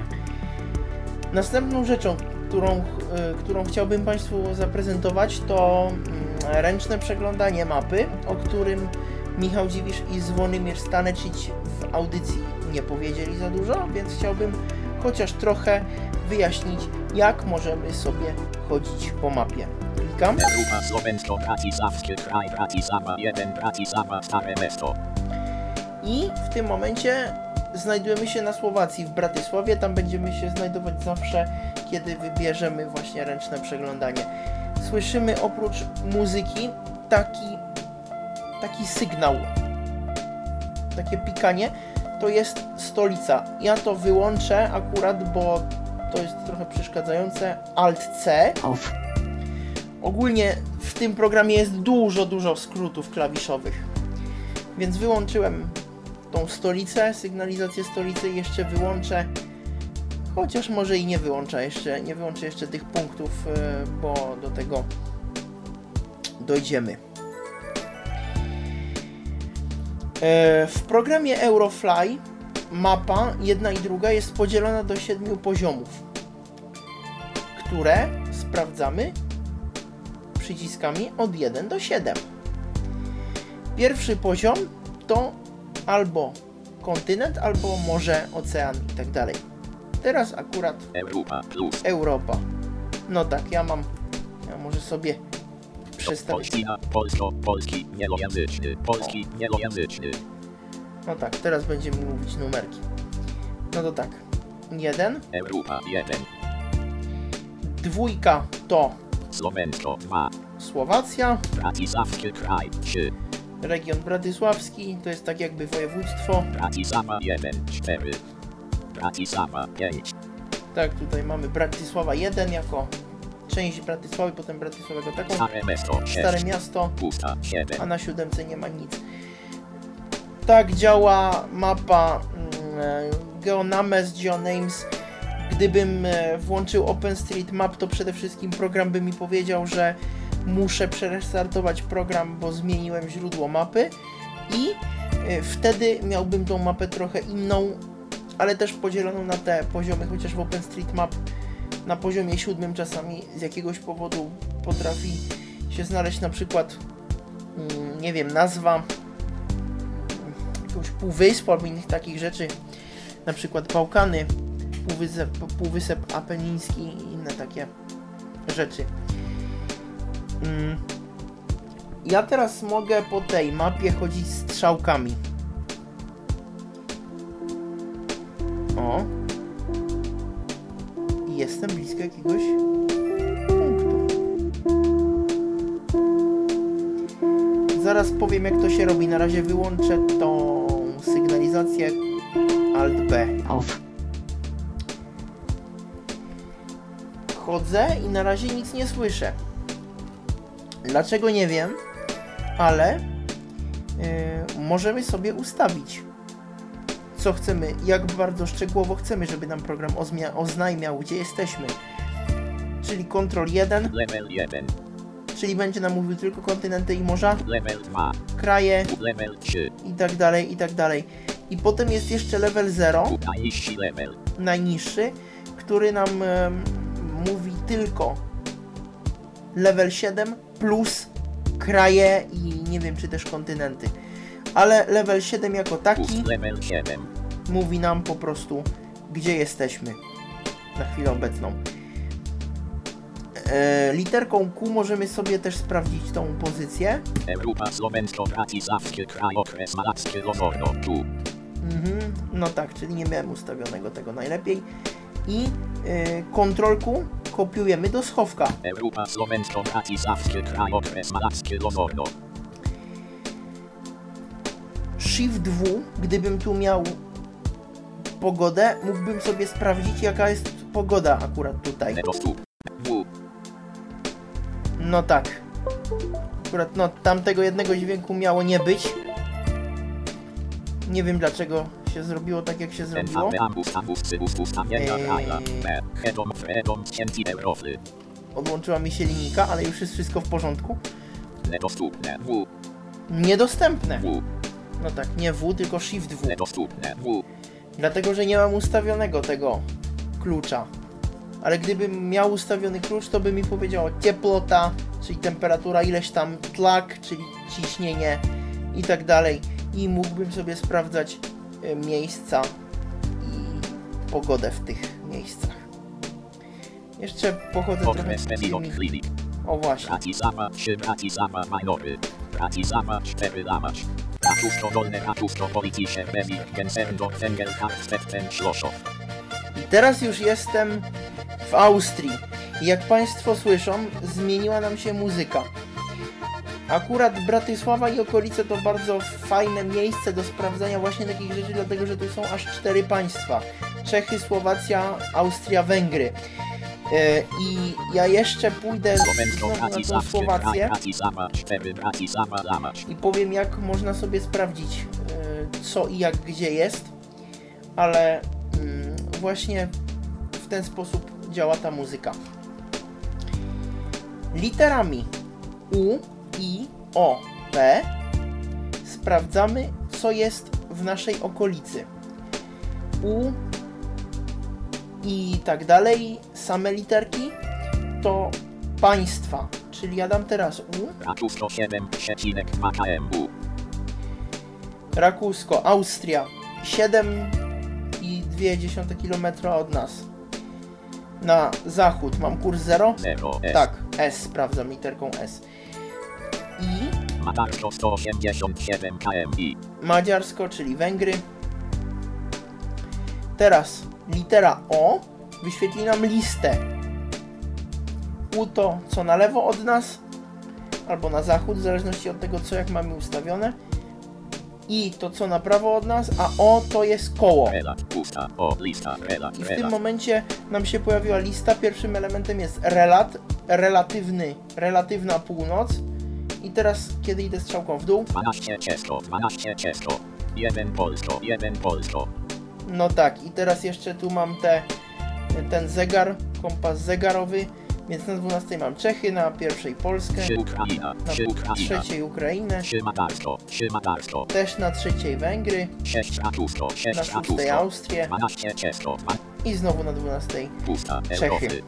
Następną rzeczą, którą, y, którą chciałbym Państwu zaprezentować, to ręczne przeglądanie mapy, o którym Michał Dziwisz i Zwonimir Stanecić w audycji nie powiedzieli za dużo, więc chciałbym chociaż trochę wyjaśnić, jak możemy sobie chodzić po mapie. Klikam. Grupa Słowensko-Bratysławski kraj, Bratislava jeden, Bratislava Stare Miasto. I w tym momencie znajdujemy się na Słowacji, w Bratysławie. Tam będziemy się znajdować zawsze, kiedy wybierzemy właśnie ręczne przeglądanie. Słyszymy oprócz muzyki taki, taki sygnał, takie pikanie. To jest stolica. Ja to wyłączę akurat, bo to jest trochę przeszkadzające. Alt C. Off. Ogólnie w tym programie jest dużo, dużo skrótów klawiszowych. Więc wyłączyłem tą stolicę, sygnalizację stolicy i jeszcze wyłączę, chociaż może i nie wyłączę jeszcze, nie wyłączę jeszcze tych punktów, bo do tego dojdziemy. W programie Eurofly mapa jedna i druga jest podzielona do siedmiu poziomów, które sprawdzamy przyciskami od jeden do siedmiu. Pierwszy poziom to albo kontynent, albo morze, ocean i tak dalej. Teraz akurat Europa plus. Europa. No tak, ja mam, ja może sobie przestawić. Polskia, Polsko, polski, wielojęzyczny, polski, wielojęzyczny. No tak, teraz będziemy mówić numerki. No to tak, jeden. Europa jeden. Dwójka to Słowensko dwa. Słowacja. Bratysławski kraj trzy. Region bratysławski, to jest tak jakby województwo. Bratislava jeden, cztery. Bratislava pięć. Tak, tutaj mamy Bratysława jeden jako część Bratysławy, potem Bratysławę jako taką. Stare Miasto sześć. Stare miasto, Pusta siedem. a na siódemce nie ma nic. Tak działa mapa mm, GeoNames, GeoNames. Gdybym e, włączył OpenStreetMap, to przede wszystkim program by mi powiedział, że muszę przerestartować program, bo zmieniłem źródło mapy i e, wtedy miałbym tą mapę trochę inną, ale też podzieloną na te poziomy, chociaż w OpenStreetMap na poziomie siódmym czasami z jakiegoś powodu potrafi się znaleźć na przykład, mm, nie wiem, nazwa jakiegoś półwyspu albo innych takich rzeczy, na przykład Bałkany, Półwysep, Półwysep Apeniński i inne takie rzeczy. Mm. Ja teraz mogę po tej mapie chodzić strzałkami. O. I jestem blisko jakiegoś punktu. Zaraz powiem, jak to się robi. Na razie wyłączę tą sygnalizację. Alt B. Off. Chodzę i na razie nic nie słyszę. Dlaczego nie wiem, ale yy, możemy sobie ustawić, co chcemy, jak bardzo szczegółowo chcemy, żeby nam program ozmia- oznajmiał, gdzie jesteśmy. Czyli Ctrl jeden, Level jeden. czyli będzie nam mówił tylko kontynenty i morza, Level dwa. kraje Level trzy. i tak dalej, i tak dalej. I potem jest jeszcze level zero, Najniższy level. najniższy, który nam yy, mówi tylko level siedem plus kraje i nie wiem, czy też kontynenty. Ale level siedem jako taki Level siedem. mówi nam po prostu, gdzie jesteśmy na chwilę obecną. E, literką Q możemy sobie też sprawdzić tą pozycję. Europa Słowensko-Bratysławski kraj, okres Malacki, Lozorno, tu. Mhm, no tak, czyli nie miałem ustawionego tego najlepiej. I e, Ctrl Q kopiujemy do schowka. Europa Słowensko-Bratysławski kraj, okres Malacki, Lozorno. Shift W, gdybym tu miał pogodę, mógłbym sobie sprawdzić, jaka jest pogoda akurat tutaj. Nedostęp. W. No tak. Akurat no tamtego jednego dźwięku miało nie być. Nie wiem, dlaczego się zrobiło tak, jak się zrobiło. Eee... Odłączyła mi się linijka, ale już jest wszystko w porządku. Nedostępne. W. Niedostępne. W. No tak, nie W, tylko Shift W. Nedostępne. W. Dlatego, że nie mam ustawionego tego klucza. Ale gdybym miał ustawiony klucz, to by mi powiedziało cieplota, czyli temperatura, ileś tam tlak, czyli ciśnienie i tak dalej. I mógłbym sobie sprawdzać y, miejsca i pogodę w tych miejscach. Jeszcze pochodzę trochę z tymi... O właśnie. Bratislava trzy, Bratislava Minory. Bratislava cztery Lamacz. Ratuszko Dolne, Ratuszko Politische Bewirken Sendor Węgelharstetten Schloszow. I teraz już jestem w Austrii. I jak Państwo słyszą, zmieniła nam się muzyka. Akurat Bratysława i okolice to bardzo fajne miejsce do sprawdzania właśnie takich rzeczy, dlatego że tu są aż cztery państwa. Czechy, Słowacja, Austria, Węgry. Yy, I ja jeszcze pójdę znowu na tą Słowację i powiem, jak można sobie sprawdzić yy, co i jak gdzie jest, ale yy, właśnie w ten sposób działa ta muzyka. Literami U, I, O, P sprawdzamy, co jest w naszej okolicy. U i tak dalej, same literki to państwa, czyli ja dam teraz U. Rakusko siedem przecinek dwa kilometry. Rakusko, Austria siedem i dwie dziesiąte kilometra od nas. Na zachód mam kurs zero? zero S. Tak, S sprawdzam literką S. I Maďarsko sto osiemdziesiąt siedem kilometrów. Madziarsko, czyli Węgry. Teraz litera O wyświetli nam listę. U to co na lewo od nas, albo na zachód, w zależności od tego, co jak mamy ustawione. I to co na prawo od nas, a O to jest koło. Relat, pusta, o, lista, relat, I w relat. tym momencie nam się pojawiła lista. Pierwszym elementem jest relat, relatywny, relatywna północ. I teraz, kiedy idę strzałką w dół, dwanaście Czesko, dwanaście Czesko. jeden Polsko, jeden Polsko. no tak, i teraz jeszcze tu mam te, ten zegar, kompas zegarowy, więc na dwunastej mam Czechy, na pierwszej Polskę, trzy Ukraina, na trzy Ukraina. trzeciej Ukrainę, trzy Maďarsko, trzy Maďarsko. też na trzeciej Węgry, sześć Ratuszko, na sześć szóstej Ratuszko. Austrię dwanaście Czesko, dwa i znowu na dwunastej pusta, Czechy. Europy.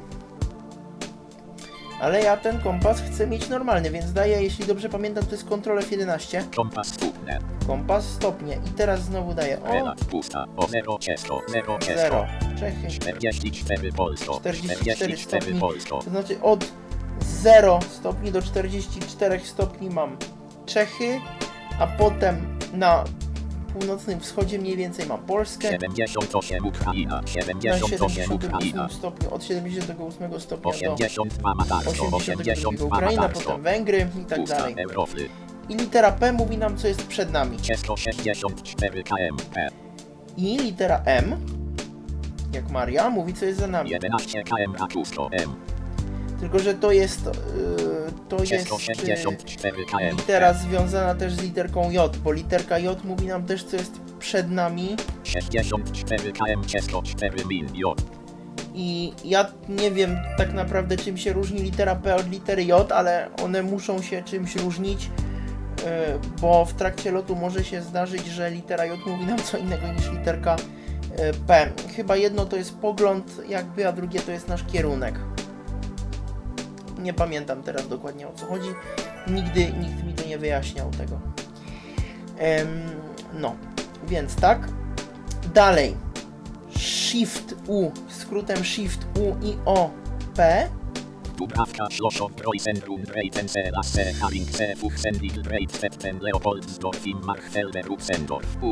Ale ja ten kompas chcę mieć normalny, więc daję, jeśli dobrze pamiętam, to jest kontrol F jedenaście, Kompas stopnie, kompas stopnie i teraz znowu daję O, relat, pusta, o, zero Czesko, zero Czesko. zero, Czechy, czterdzieści cztery Polsko, czterdzieści cztery czterdzieści cztery stopni. Polsko. To znaczy od zero stopni do czterdziestu czterech stopni mam Czechy, a potem na północnym wschodzie mniej więcej mam Polskę. siedemdziesiąt osiem Ukraina, Na siedemdziesiąt osiem siedemdziesiątym Ukraina. ósmym stopniu, od siedemdziesiątego ósmego stopnia do osiemdziesiąt dwa Maďarsko, osiemdziesiątego osiemdziesiąt drugiego dwa Ukraina, Maďarsko. potem Węgry i tak Pusta, dalej. Europy. I litera P mówi nam, co jest przed nami. Czesko sześćdziesiąt cztery kilometry. I litera M, jak Maria, mówi, co jest za nami. jedenaście kilometrów Ratuszko, M. Tylko że to jest, yy, to jest Czesko yy, sześćdziesiąt cztery kilometry. litera związana też z literką J, bo literka J mówi nam też, co jest przed nami. sześćdziesiąt cztery kilometry, Czesko cztery min, J. I ja nie wiem tak naprawdę, czym się różni litera P od litery J, ale one muszą się czymś różnić, yy, bo w trakcie lotu może się zdarzyć, że litera J mówi nam co innego niż literka yy, P. Chyba jedno to jest pogląd jakby, a drugie to jest nasz kierunek. Nie pamiętam teraz dokładnie, o co chodzi. Nigdy nikt mi to nie wyjaśniał tego. Ehm, no, więc tak. Dalej. Shift U, skrótem Shift U i O P. Dubravka, Schloszow, Preußen, Breitense, Lasse, Haringse, Fuchsenwil, Breitstetten, Leopoldsdorf, im Marchfelde, Ruxendorf, U.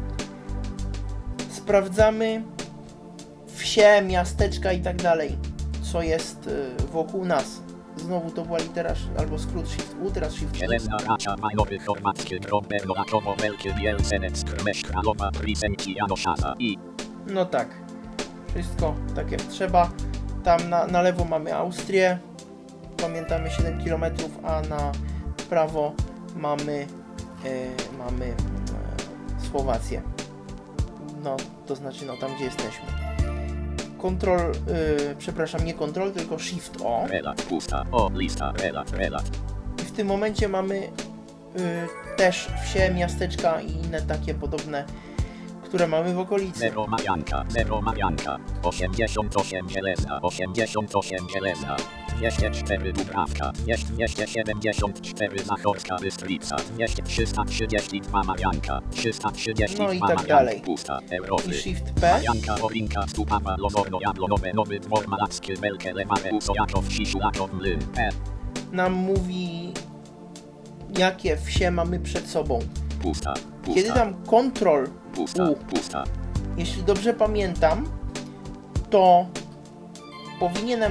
Sprawdzamy wsie, miasteczka i tak dalej, co jest y, wokół nas. Znowu to była litera sz- albo skrót Shift U, teraz Shift U. Zielena Racia, Majnowy, Chorwackie, Gromberno, Rakowo, Wielkie, Bielsenec, Krmesz, Kralowa, Prisenki, Janoszaza, I. No tak, wszystko tak jak trzeba. Tam na, na lewo mamy Austrię, pamiętamy siedem kilometrów, a na prawo mamy, e, mamy e, Słowację. No, to znaczy no tam gdzie jesteśmy. Kontrol, e, przepraszam, nie kontrol, tylko Shift O. Relat, pusta, o, lista, relat, relat. I w tym momencie mamy e, też wsie, miasteczka i inne takie podobne, które mamy w okolicy. zero Marianka, zero Marianka, osiemdziesiąt osiem Żelezna, osiemdziesiąt osiem Żelezna. dwieście cztery Dubrawka, dwieście siedemdziesiąt cztery Zachorska Bystrica, dwieście trzysta trzydzieści dwa Marianka, trzysta trzydzieści dwa No i tak Marianka, dalej. Pusta, Europy. I Shift P. Marianka, Orinka, Stupawa, Lozorno, Jabłonowe, Nowy Dwor, Malackie, Belkę, Leware, Usojakow, Sisiulakow, Mlyn, P. Nam mówi, jakie wsie mamy przed sobą. Pusta, pusta. Kiedy dam Ctrl Pusta, U, pusta. jeśli dobrze pamiętam, to powinienem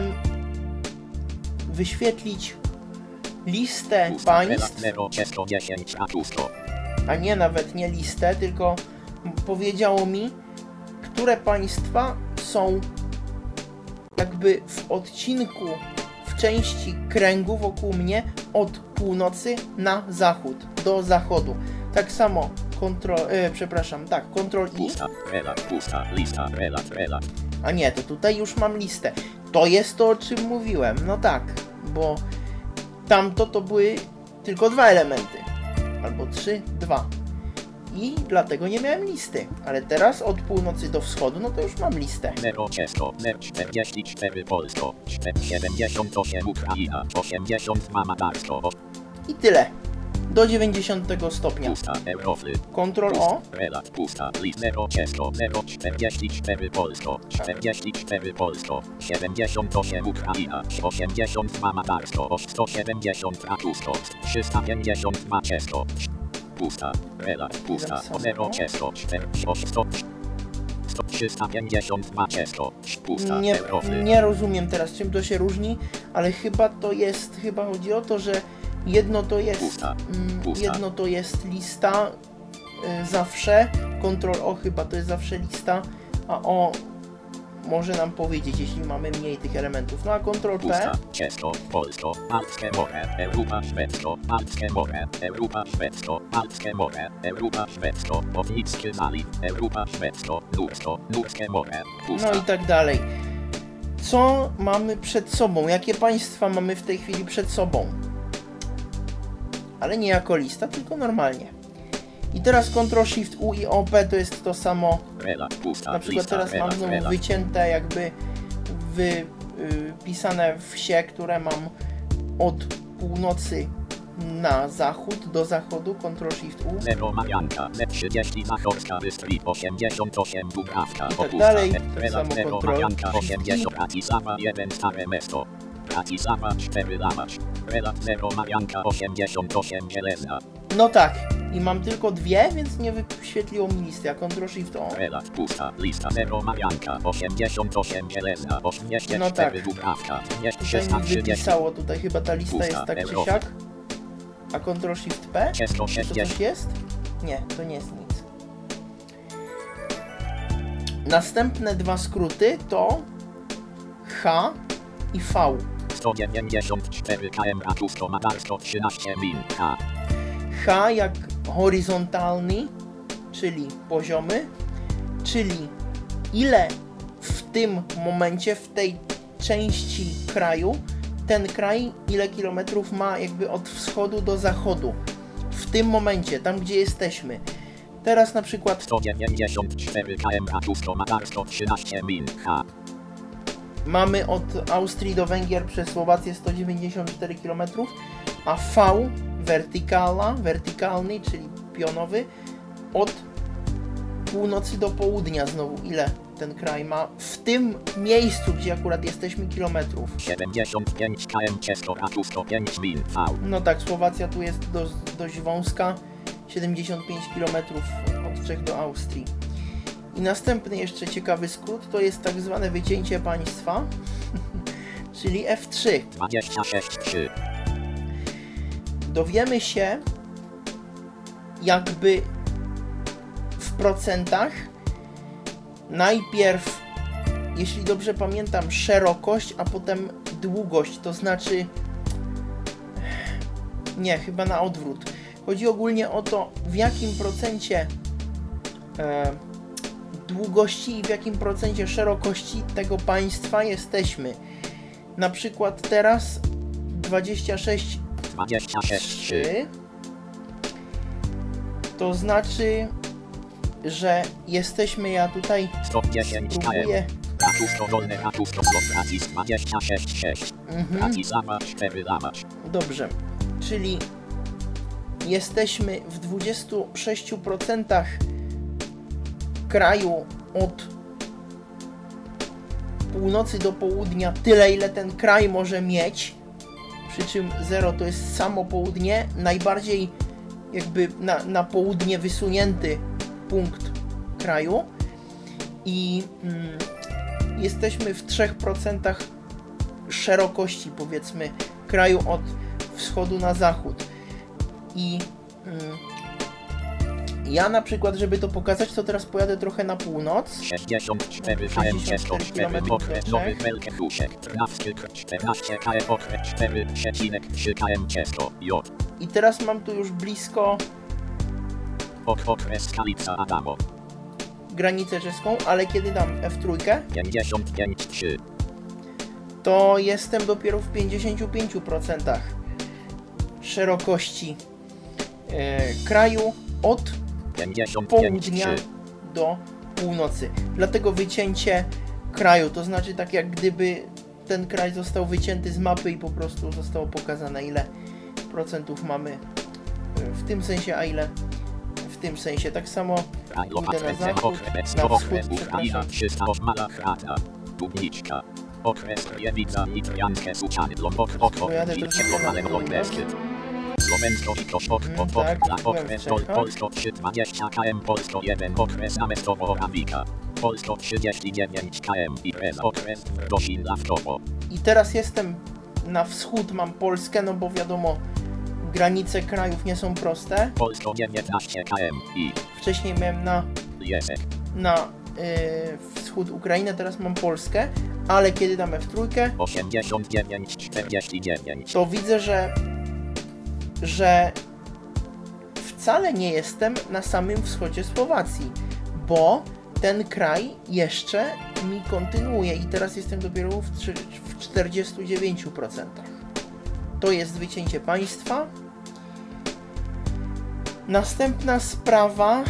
wyświetlić listę Pusta, państw, zero, ciasto, dziesięć, a pusto. a nie nawet nie listę, tylko powiedziało mi, które państwa są jakby w odcinku, w części kręgu wokół mnie od północy na zachód, do zachodu. Tak samo kontrol, e, przepraszam, tak, Ctrl I, Pusta, relat, pusta, lista, relat, relat. a nie, to tutaj już mam listę. To jest to, o czym mówiłem, no tak, bo tamto to były tylko dwa elementy, albo trzy, dwa. I dlatego nie miałem listy, ale teraz od północy do wschodu, no to już mam listę. zero, ciasto, zero, czterdzieści cztery Polsko, siedemdziesiąt osiem Ukraina, osiemdziesiąt dwa Madarsko, I tyle. Do dziewięćdziesiątego stopnia. pusta, Eurofly. Ctrl O. Relat, pusta, list, zero, ciasto, zero, czterdzieści cztery Polsko, czterdzieści cztery Polsko, siedemdziesiąt osiem Ukraina, osiemdziesiąt dwa Madarsko, sto siedemdziesiąt Rakusko, trzysta pięćdziesiąt dwa ciasto. Pusta, relat, pusta, zero, ciasto, sto, trzysta pięćdziesiąt dwa ciasto, pusta, Nie, Eurofly. nie rozumiem teraz, czym to się różni, ale chyba to jest, chyba chodzi o to, że jedno to jest, Pusta, mm, pusta. jedno to jest lista y, zawsze, Ctrl O chyba to jest zawsze lista, a O może nam powiedzieć, jeśli mamy mniej tych elementów. No a Ctrl P, Pusta, ciasto, Polsko, Baltske Morze, Europa, Szwedzko, Baltske Morze, Europa, Szwedzko, Baltske Morze, Europa, Szwedzko, Bałtycki Zaliw, Europa, Szwedzko, Nursko, Nurskie Morze, pusta. no i tak dalej. Co mamy przed sobą? Jakie państwa mamy w tej chwili przed sobą? Ale nie jako lista, tylko normalnie. I teraz Ctrl Shift U i O P to jest to samo. Relat, pusta, Na przykład lista, teraz mam relat, znowu relat. wycięte jakby wypisane wsie, które mam od północy na zachód, do zachodu, Ctrl Shift U. zero Marianka, trzydzieści Zachorska Bystrica, osiemdziesiąt osiem Dubrawka, I tak Opusta, dalej, tak Relat, samo zero Ctrl Marianka, Shift I. osiemdziesiąt Bratislava, jeden Stare Mesto, Bratislava, cztery Lamacz, Relat, zero Marianka, osiemdziesiąt osiem Zielenia, No tak, i mam tylko dwie, więc nie wyświetliło mi listy, a Ctrl Shift O. Relat, pusta, lista, zero Marianka, osiemdziesiąt osiem Zielenia, dwieście No cztery tak. Dubrawka, dwieście Tutaj mi trzydzieści, wypisało, tutaj chyba ta lista Pusta, jest tak czy Europa. siak. A Ctrl Shift P? ciasto, Czy to sześćdziesiąt, coś jest? Nie, to nie jest nic. Następne dwa skróty to H i V. sto dziewięćdziesiąt cztery kilometrów Rakusko, Madarsko, trzynaście mil, H, H jak horyzontalny, czyli poziomy, czyli ile w tym momencie, w tej części kraju, ten kraj, ile kilometrów ma jakby od wschodu do zachodu. W tym momencie, tam gdzie jesteśmy. Teraz na przykład sto dziewięćdziesiąt cztery kilometrów Rakusko, Madarsko, trzynaście mil, H, mamy od Austrii do Węgier przez Słowację sto dziewięćdziesiąt cztery kilometry, a V wertykala, wertykalny, czyli pionowy, od północy do południa znowu, ile ten kraj ma w tym miejscu, gdzie akurat jesteśmy, kilometrów. siedemdziesiąt pięć kilometrów Czesko, Rakusko, pięć mil, V, No tak, Słowacja tu jest dość, dość wąska, siedemdziesiąt pięć kilometrów od Czech do Austrii. I następny jeszcze ciekawy skrót to jest tak zwane wycięcie państwa, czyli F trzy. dwadzieścia sześć trzy, Dowiemy się jakby w procentach najpierw, jeśli dobrze pamiętam, szerokość, a potem długość, to znaczy nie, chyba na odwrót. Chodzi ogólnie o to, w jakim procencie e, długości i w jakim procencie szerokości tego państwa jesteśmy. Na przykład teraz dwadzieścia sześć dwadzieścia sześć trzy, trzy to znaczy, że jesteśmy, ja tutaj sto dziesięć spróbuję kilometrów Ratuszko dolne ratuszko Bratis dwadzieścia sześć sześć. Mhm. Bratislava cztery lamacz. Dobrze, czyli jesteśmy w dwudziestu sześciu procentach kraju od północy do południa, tyle ile ten kraj może mieć, przy czym zero to jest samo południe, najbardziej jakby na, na południe wysunięty punkt kraju i mm, jesteśmy w trzech procentach szerokości, powiedzmy, kraju od wschodu na zachód. I mm, ja na przykład, żeby to pokazać, to teraz pojadę trochę na północ. sześćdziesiąt cztery kilometrów cztery okres Nowy Wielkiehuszek, Drawski czternaście kilometrów okres cztery przecinek trzy kilometra Ciesko J. I teraz mam tu już blisko Ok, okres Skalica Adamo. granicę czeską, ale kiedy dam F trzy, pięćdziesiąt pięć trzy. to jestem dopiero w pięćdziesięciu pięciu procentach szerokości e, kraju od pięćdziesiąt pięć południa trzy. do północy. Dlatego wycięcie kraju, to znaczy tak jak gdyby ten kraj został wycięty z mapy i po prostu zostało pokazane, ile procentów mamy w tym sensie, a ile w tym sensie. Tak samo idę na zachód, na wschód, przepraszam. trzysta osiem Chrata. Dubniczka. Okres Kriewica i Trojanskie Suczanydło. Ok, ok, ok. Pojadę troszkę na północ. Słowensko i Koszok, Mm, ok, tak, dla byłem okres w Dol Czechach. Polsko trzysta dwadzieścia kilometrów, Polsko jeden okres Amestowo Orawika. Polsko trzydzieści dziewięć kilometrów i Rez okres Dosin Lawczowo. I teraz jestem na wschód, mam Polskę, no bo wiadomo, granice krajów nie są proste. Polsko dziewiętnaście kilometrów i Wcześniej miałem na, Jesek. na yy, wschód Ukrainę, teraz mam Polskę, ale kiedy dam F trzy, osiemdziesiąt dziewięć czterdzieści dziewięć. to widzę, że, że wcale nie jestem na samym wschodzie Słowacji, bo ten kraj jeszcze mi kontynuuje i teraz jestem dopiero w, trzy, w czterdziestu dziewięciu procentach. To jest wycięcie państwa. Następna sprawa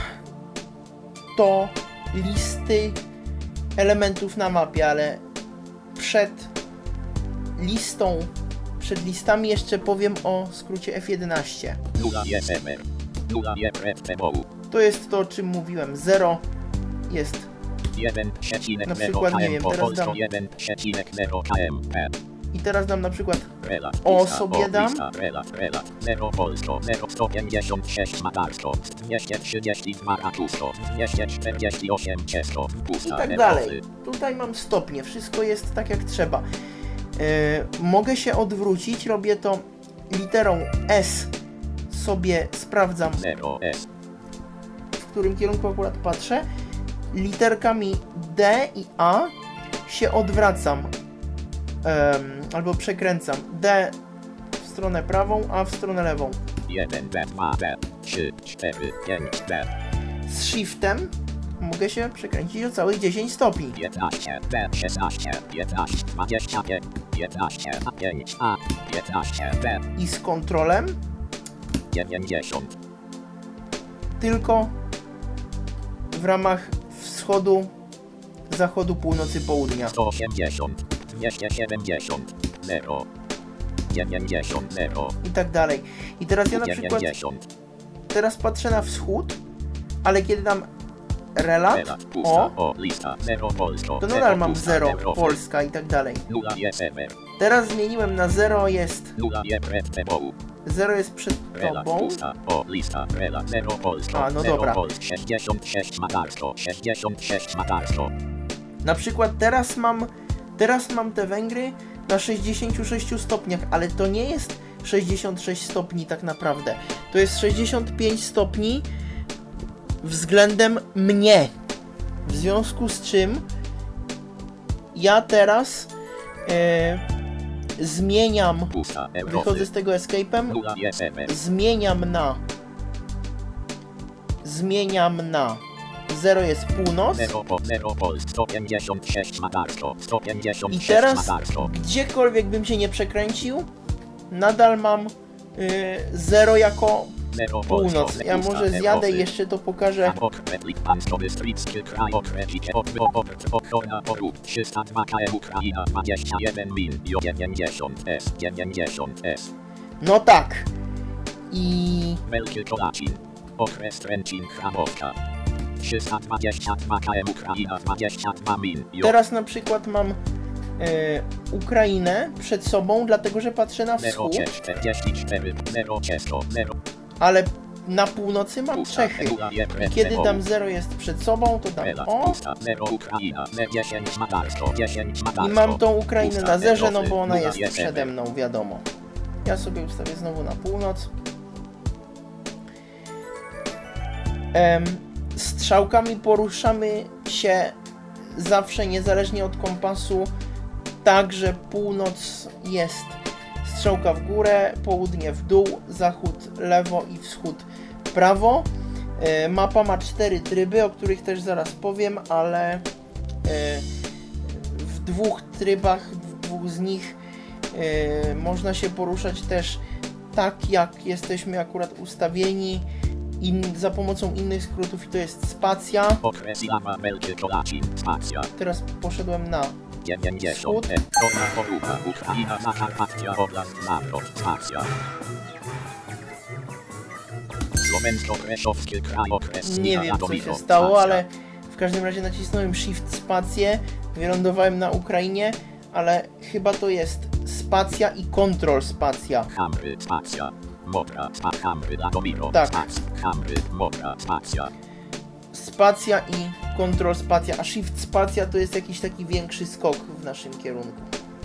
to listy elementów na mapie, ale przed listą, przed listami jeszcze powiem o skrócie F jedenaście. Nula jest M R. Nula jest Red Tebołu. To jest to, o czym mówiłem. zero jest jeden przecinek Na zero przykład, nie wiem, kilometrów, teraz Polsko dam- jeden przecinek zero kilometrów. i teraz dam na przykład Relat, O pusta, sobie dam. lista, Relat, relat, zero Polsko, zero sto pięćdziesiąt sześć Madarsko, dwieście trzydzieści dwa Ratuszko, dwieście czterdzieści osiem Ciesko, i pusta, tak Ewozy. dalej. Tutaj mam stopnie, wszystko jest tak jak trzeba. E, mogę się odwrócić, robię to literą S, sobie sprawdzam, zero S, w którym kierunku akurat patrzę. Literkami D i A się odwracam, em, albo przekręcam. D w stronę prawą, A w stronę lewą. jeden D, dwa D, trzy, cztery, pięć D, Z Shiftem mogę się przekręcić o całych dziesięć stopni. piętnaście D, szesnaście, piętnaście, dwadzieścia pięć, piętnaście A pięć A, piętnaście D, I z kontrolem dziewięćdziesiąt, tylko w ramach wschodu, zachodu, północy, południa. sto osiemdziesiąt, dwieście siedemdziesiąt, zero, dziewięćdziesiąt, zero, I tak dalej. I teraz ja na przykład dziewięćdziesiąt, teraz patrzę na wschód, ale kiedy dam relat, relat, pusta, o, o, lista, zero Polsko, to nadal mam pusta, zero, Euro, Polska i tak dalej. nula jest M R, Teraz zmieniłem na zero, jest nula jest Red Tebołu. zero jest przed Relat, tobą. pusta, o, lista, relat, zero Polsko, A, no zero dobra. Polsk, sześćdziesiąt sześć Madarsko, sześćdziesiąt sześć Madarsko, Na przykład teraz mam, teraz mam te Węgry na sześćdziesięciu sześciu stopniach, ale to nie jest sześćdziesiąt sześć stopni tak naprawdę. To jest sześćdziesiąt pięć stopni względem mnie. W związku z czym ja teraz e, zmieniam, pusta, wychodzę Europy, z tego escape'em, nula jest M R, zmieniam na zmieniam na zero jest północ zero po, zero Polsk, sto pięćdziesiąt sześć Madarsko, sto pięćdziesiąt i sześć teraz Madarsko, gdziekolwiek bym się nie przekręcił, nadal mam y, zero jako północ. Ja może zjadę i jeszcze to pokażę. No tak. I... Okres Tręcin Chramowka. trzysta dwadzieścia dwa kilometry Ukraina dwadzieścia dwa mil. Teraz na przykład mam e, Ukrainę przed sobą, dlatego że patrzę na wschód. Ale na północy mam Czechy. I kiedy dam zero jest przed sobą, to dam o. I mam tą Ukrainę na zerze, no bo ona jest przede mną, wiadomo. Ja sobie ustawię znowu na północ. Em, strzałkami poruszamy się zawsze niezależnie od kompasu, tak że północ jest strzałka w górę, południe w dół, zachód lewo i wschód prawo. E, mapa ma cztery tryby, o których też zaraz powiem, ale e, w dwóch trybach, w dwóch z nich e, można się poruszać też tak, jak jesteśmy akurat ustawieni. In, za pomocą innych skrótów i to jest spacja. Teraz poszedłem na wschód. Nie wiem co się stało, ale w każdym razie nacisnąłem Shift spację, wylądowałem na Ukrainie, ale chyba to jest spacja i Control spacja. Modra, hamry, Ladomiro, tak. Hamry, modra, spacja. Spacja i Control spacja, a Shift spacja to jest jakiś taki większy skok w naszym kierunku.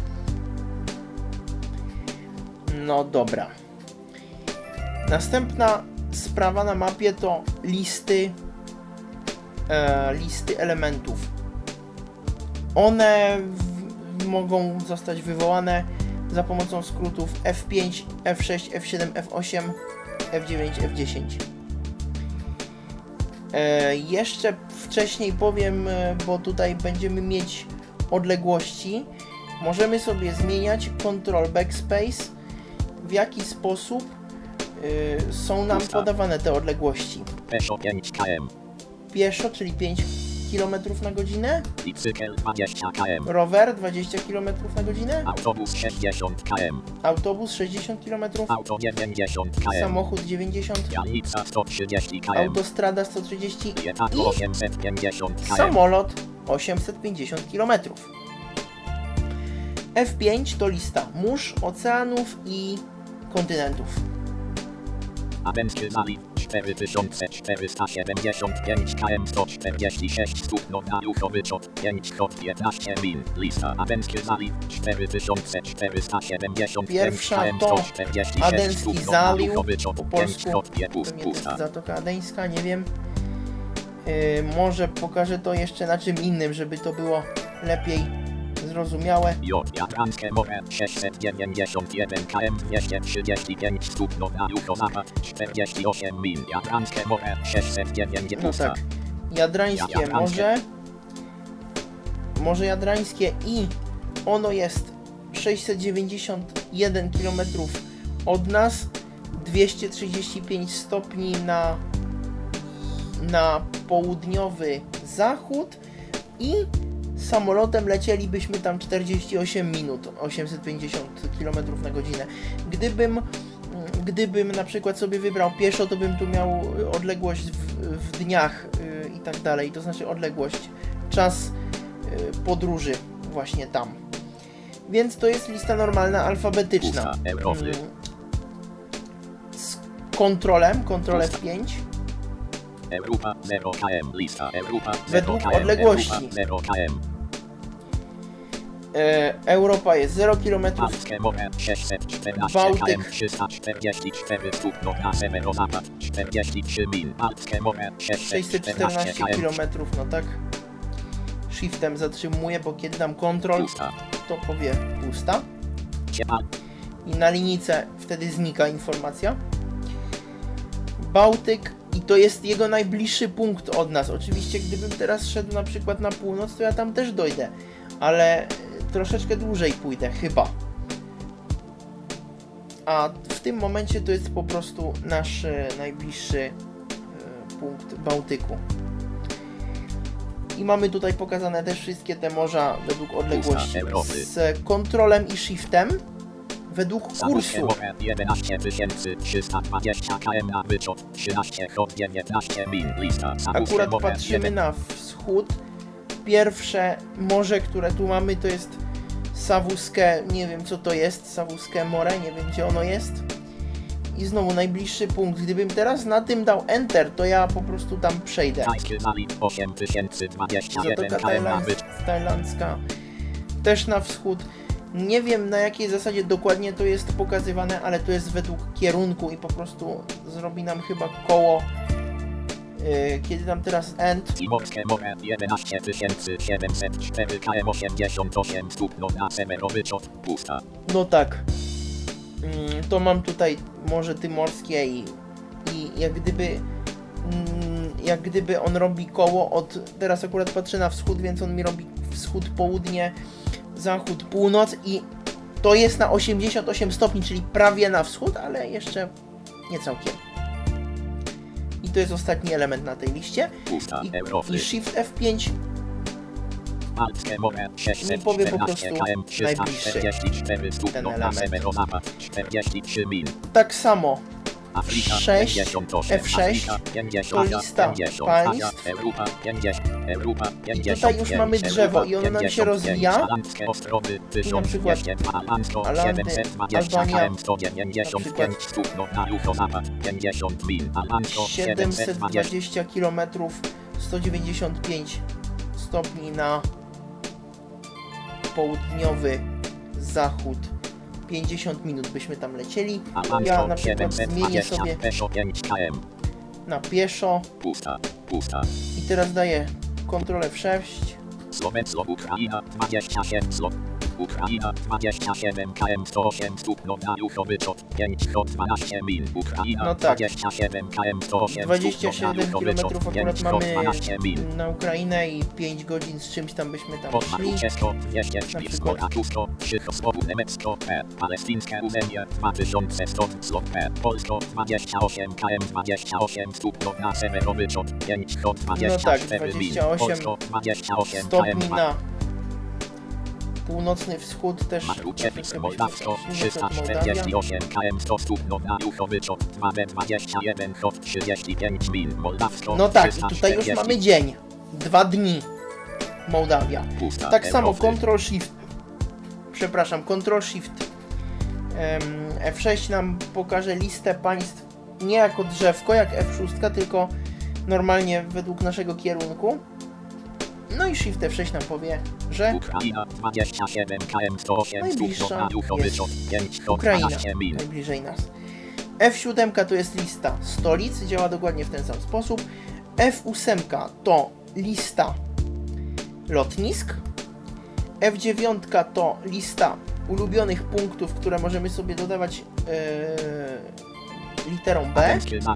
No dobra. Następna sprawa na mapie to listy e, listy elementów. One w, mogą zostać wywołane za pomocą skrótów F pięć, F sześć, F siedem, F osiem, F dziewięć, F dziesięć. E, jeszcze wcześniej powiem, bo tutaj będziemy mieć odległości. Możemy sobie zmieniać Control Backspace, w jaki sposób y, są nam podawane te odległości. Pieszo pięć kilometrów. Pieszo, czyli pięć kilometrów na godzinę. Bicykl dwadzieścia kilometrów. Rower dwadzieścia kilometrów na godzinę. Autobus sześćdziesiąt kilometrów. Autobus sześćdziesiąt kilometrów. Auto dziewięćdziesiąt kilometrów. Samochód dziewięćdziesiąt. Jalnica sto trzydzieści kilometrów. Autostrada sto trzydzieści. I osiemset pięćdziesiąt kilometrów. Samolot osiemset pięćdziesiąt kilometrów. F pięć to lista mórz, oceanów i kontynentów. Abencki Zaliw cztery tysiące czterysta siedemdziesiąt pięć kilometrów sto czterdzieści sześć stóp Nowa Juchowyczot pięć przecinek piętnaście mil. Lista Abencki Zaliw cztery tysiące czterysta siedemdziesiąt pięć kilometrów sto czterdzieści sześć stóp Nowa Juchowyczot po pięć polsku przecinek pusta. Zatoka Adeńska, nie wiem. Yy, może pokażę to jeszcze na czym innym, żeby to było lepiej zrozumiałe. J. Jadranskie Morze sześćset dziewięćdziesiąt jeden kilometrów dwieście trzydzieści pięć stóp Nowa Juchozapad czterdzieści osiem mil. Jadranskie Morze sześćset dziewięćdziesiąt. No tak. Jadrańskie Morze. Morze Jadrańskie i ono jest sześćset dziewięćdziesiąt jeden kilometrów od nas, dwieście trzydzieści pięć stopni na, na południowy zachód i samolotem lecielibyśmy tam czterdzieści osiem minut, osiemset pięćdziesiąt kilometrów na godzinę. Gdybym, gdybym na przykład sobie wybrał pieszo, to bym tu miał odległość w, w dniach yy, i tak dalej, to znaczy odległość, czas yy, podróży właśnie tam. Więc to jest lista normalna, alfabetyczna. Yy, z kontrolem, kontrol F pięć. Europa zero kilometrów, lista Europa według odległości. E, Europa jest zero kilometrów. Bałtyk trzysta czterdzieści cztery stóp na sewerozapad, czterdzieści trzy mil. Baltkie Morze sześćset czternaście kilometrów, no tak. Shiftem zatrzymuję, bo kiedy dam kontrol, to powie pusta. I na linijce wtedy znika informacja. Bałtyk i to jest jego najbliższy punkt od nas. Oczywiście gdybym teraz szedł na przykład na północ, to ja tam też dojdę, ale troszeczkę dłużej pójdę, chyba. a w tym momencie to jest po prostu nasz e, najbliższy e, punkt Bałtyku. I mamy tutaj pokazane też wszystkie te morza według odległości z kontrolem i shiftem według kursu. jedenaście tysięcy trzysta dwadzieścia kilometrów na wyczot, trzynaście hot dziewiętnaście min, lista. Akurat patrzymy na wschód. Pierwsze morze, które tu mamy, to jest Savuskie, nie wiem co to jest, Savuskie More, nie wiem gdzie ono jest. I znowu najbliższy punkt. Gdybym teraz na tym dał Enter, to ja po prostu tam przejdę. Zatoka Tajlandzka też na wschód. Nie wiem na jakiej zasadzie dokładnie to jest pokazywane, ale to jest według kierunku i po prostu zrobi nam chyba koło. Yy, kiedy tam teraz End? Timorskie More jedenaście tysięcy siedemset cztery kilometrów osiemdziesiąt osiem stóp na sewerowyczot, pusta. No tak. Yy, to mam tutaj Morze Tymorskie i, i jak gdyby yy, jak gdyby on robi koło od, teraz akurat patrzę na wschód, więc on mi robi wschód, południe, zachód, północ i to jest na osiemdziesiąt osiem stopni, czyli prawie na wschód, ale jeszcze nie całkiem. I to jest ostatni element na tej liście. I, i Shift F pięć mi powie po prostu najbliższy ten element. Tak samo sześć, F sześć to lista państw i tutaj już mamy drzewo i ono nam się rozwija i na przykład Alandy, Albania na przykład siedemset dwadzieścia kilometrów, sto dziewięćdziesiąt pięć stopni na południowy zachód, pięćdziesiąt minut byśmy tam lecieli. Ja na przykład zmienię sobie na pieszo i teraz daję kontrolę F sześć. Słowencja, Ukraina, dwadzieścia siedem zł. Ukraina, dwadzieścia siedem kilometrów, sto osiem stóp na juchowyczot, pięć hot dwanaście min. Ukraina, no tak. dwadzieścia siedem kilometrów, sto osiem dwadzieścia siedem kilometrów akurat mamy na Ukrainę i pięć godzin z czymś tam byśmy tam szli. Na przykład Palestyńskie urzędzie dwa tysiące sto zł. Polsko, dwadzieścia osiem kilometrów, dwadzieścia osiem stóp na sewerowyczot, pięć hot dwadzieścia cztery min. Polsko, dwadzieścia osiem stopni na północny wschód też Mołdawsko, trzysta czterdzieści osiem kilometrów, sto stóp na juchowyczot, dwa dwadzieścia jeden hot trzydzieści pięć min. Mołdawsko, no tak, i tutaj już mamy dzień, dwa dni. Mołdawia. Tak samo Ctrl Shift, przepraszam, Ctrl Shift F sześć nam pokaże listę państw nie jako drzewko, jak F sześć, tylko normalnie według naszego kierunku. No i Shift F sześć nam powie, że Ukraina, dwadzieścia siedem kilometrów, sto osiem najbliższa jest Ukraina, najbliżej nas. F siedem to jest lista stolic, działa dokładnie w ten sam sposób. F osiem to lista lotnisk. F dziewięć to lista ulubionych punktów, które możemy sobie dodawać yy, literą B.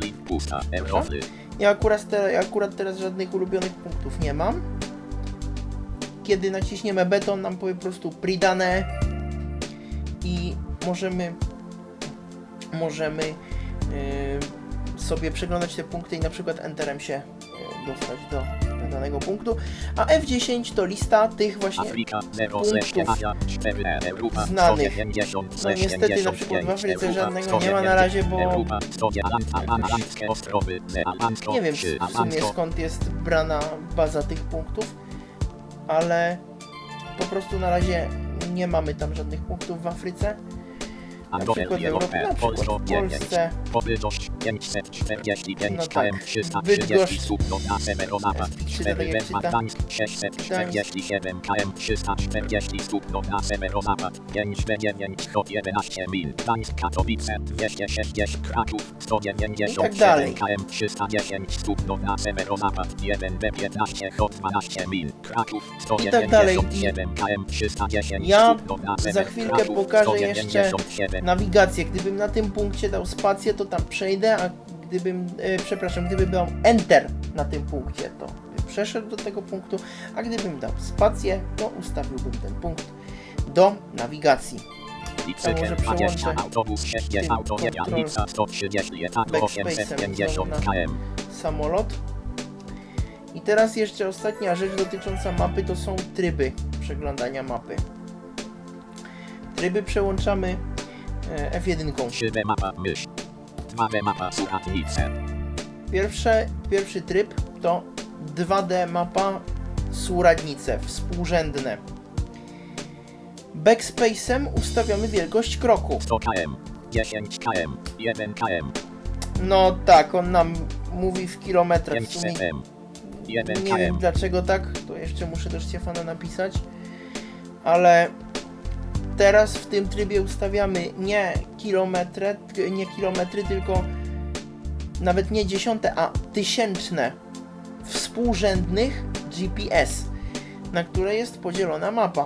Ja akurat, te, ja akurat teraz żadnych ulubionych punktów nie mam. Kiedy naciśniemy B, to on nam powie po prostu pridane i możemy możemy yy, sobie przeglądać te punkty i na przykład Enterem się yy, dostać do danego punktu, a F dziesięć to lista tych właśnie punktów znanych. No niestety na przykład w Afryce żadnego nie ma na razie, bo nie wiem w sumie skąd jest brana baza tych punktów, ale po prostu na razie nie mamy tam żadnych punktów w Afryce. Na przykład w Europie, na przykład w Polsce. pięćset czterdzieści pięć No tak, Bydgoszcz, Spikszyda, tak jak czyta, sześćset czterdzieści siedem kilometrów, trzysta czterdzieści stóp na sewerozapad, pięć B dziewięć hot jedenaście min, Gdańsk, Katowice, dwieście sześćdziesiąt Kraków, sto dziewięćdziesiąt siedem kilometrów, trzysta dziesięć stóp na sewerozapad, jeden B piętnaście hot dwanaście min, Kraków, sto dziewięćdziesiąt siedem kilometrów, trzysta dziesięć ja stóp na sewerozapad, za chwilkę pokażę jeszcze nawigację. Gdybym na tym punkcie dał spację, to tam przejdę, a gdybym, e, przepraszam, gdybym dał Enter na tym punkcie, to bym przeszedł do tego punktu, a gdybym dał spację, to ustawiłbym ten punkt do nawigacji. Bicykl dwadzieścia, autobus sześćdziesiąt, auto Jadwica sto trzydzieści, etat osiemset pięćdziesiąt kilometrów. Samolot. I teraz jeszcze ostatnia rzecz dotycząca mapy to są tryby przeglądania mapy. Tryby przełączamy F jeden. trzy D mapa mysz. dwa D mapa słuchawnice. Pierwsze, pierwszy tryb to dwa D mapa słuradnice, współrzędne. Backspace'em ustawiamy wielkość kroku. sto kilometrów, dziesięć kilometrów, jeden kilometr. No tak, on nam mówi w kilometrach. W sumie pięćset metrów, jeden nie wiem kilometr. dlaczego tak, to jeszcze muszę do Stefana napisać. Ale teraz w tym trybie ustawiamy nie kilometry, nie kilometry, tylko nawet nie dziesiąte, a tysięczne współrzędnych G P S, na które jest podzielona mapa.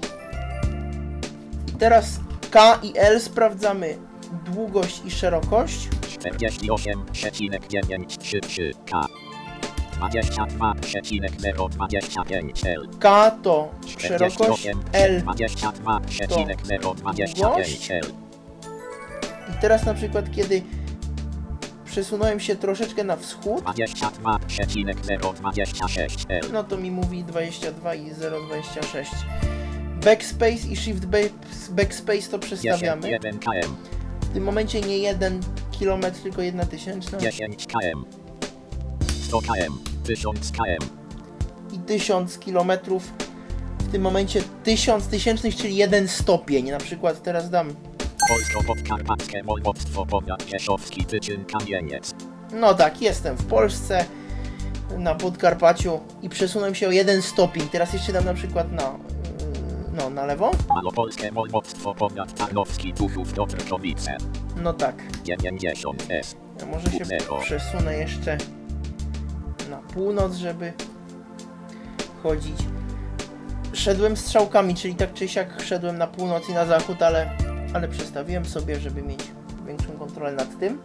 I teraz K i L sprawdzamy długość i szerokość. czterdzieści osiem przecinek dziewięćset trzydzieści trzy K. dwadzieścia dwa przecinek zero dwadzieścia pięć L. K to szerokość, L dwadzieścia dwa przecinek zero dwadzieścia pięć L. i teraz na przykład kiedy przesunąłem się troszeczkę na wschód, dwadzieścia dwa przecinek zero dwadzieścia sześć L. no to mi mówi dwadzieścia dwa i zero dwadzieścia sześć. Backspace i Shift Backspace to przestawiamy. jeden kilometr. W tym momencie nie jeden kilometr, tylko jedna tysięczna. dziesięć kilometrów. sto kilometrów. tysiąc kilometrów. I tysiąc kilometrów. W tym momencie tysiąc tysięcznych, czyli jeden stopień. Na przykład teraz dam. Polsko-podkarpackie województwo, powiat rzeszowski, Tyczyn, Kamieniec. No tak, jestem w Polsce, na Podkarpaciu i przesunąłem się o jeden stopień. Teraz jeszcze dam na przykład na, no, na lewo. Malopolskie województwo, powiat tarnowski, Tuchów, Dobrkowice. No tak. dziewięćdziesiąt S. Ja może się przesunę jeszcze na północ, żeby chodzić. Szedłem strzałkami, czyli tak czy siak szedłem na północ i na zachód, ale, ale przestawiłem sobie, żeby mieć większą kontrolę nad tym.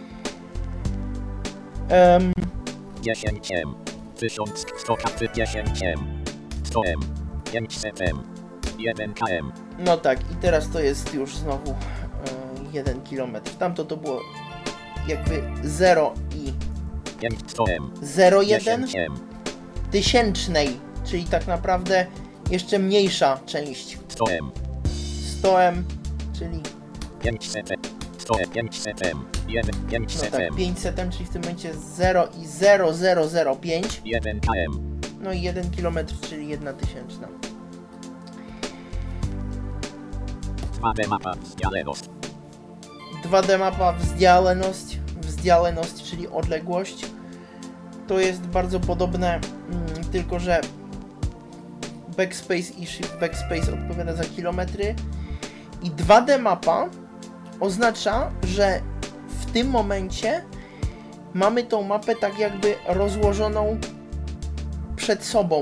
Um, dziesięć M. tysiąc sto dziesięć M. sto M. pięćset M. jeden kilometr. No tak, i teraz to jest już znowu e, jeden kilometr. Tamto to było jakby zero i sto M. zero przecinek jeden M. tysięcznej, czyli tak naprawdę jeszcze mniejsza część. sto M. sto M, czyli pięćset M. sto M. pięćset M. jeden. no pięćset tak, M. pięćset M, czyli w tym momencie zero i zero przecinek zero zero pięć. jeden kilometr. No i jeden kilometr, czyli jedna tysięczna. dwa D mapa vzdialenost. dwa D mapa vzdialenost, vzdialenost, czyli odległość. To jest bardzo podobne, mm, tylko że Backspace i Shift Backspace odpowiada za kilometry. I dwa D mapa oznacza, że w tym momencie mamy tą mapę tak jakby rozłożoną przed sobą.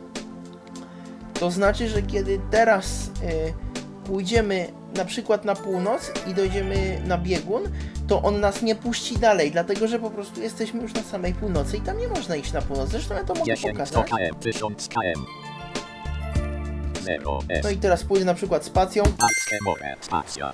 To znaczy, że kiedy teraz y, pójdziemy na przykład na północ i dojdziemy na biegun, to on nas nie puści dalej, dlatego że po prostu jesteśmy już na samej północy i tam nie można iść na północ. Zresztą ja to mogę pokazać. tysiąc kilometrów. zero S. No i teraz pójdę na przykład spacją, Balskie Morze, spacja.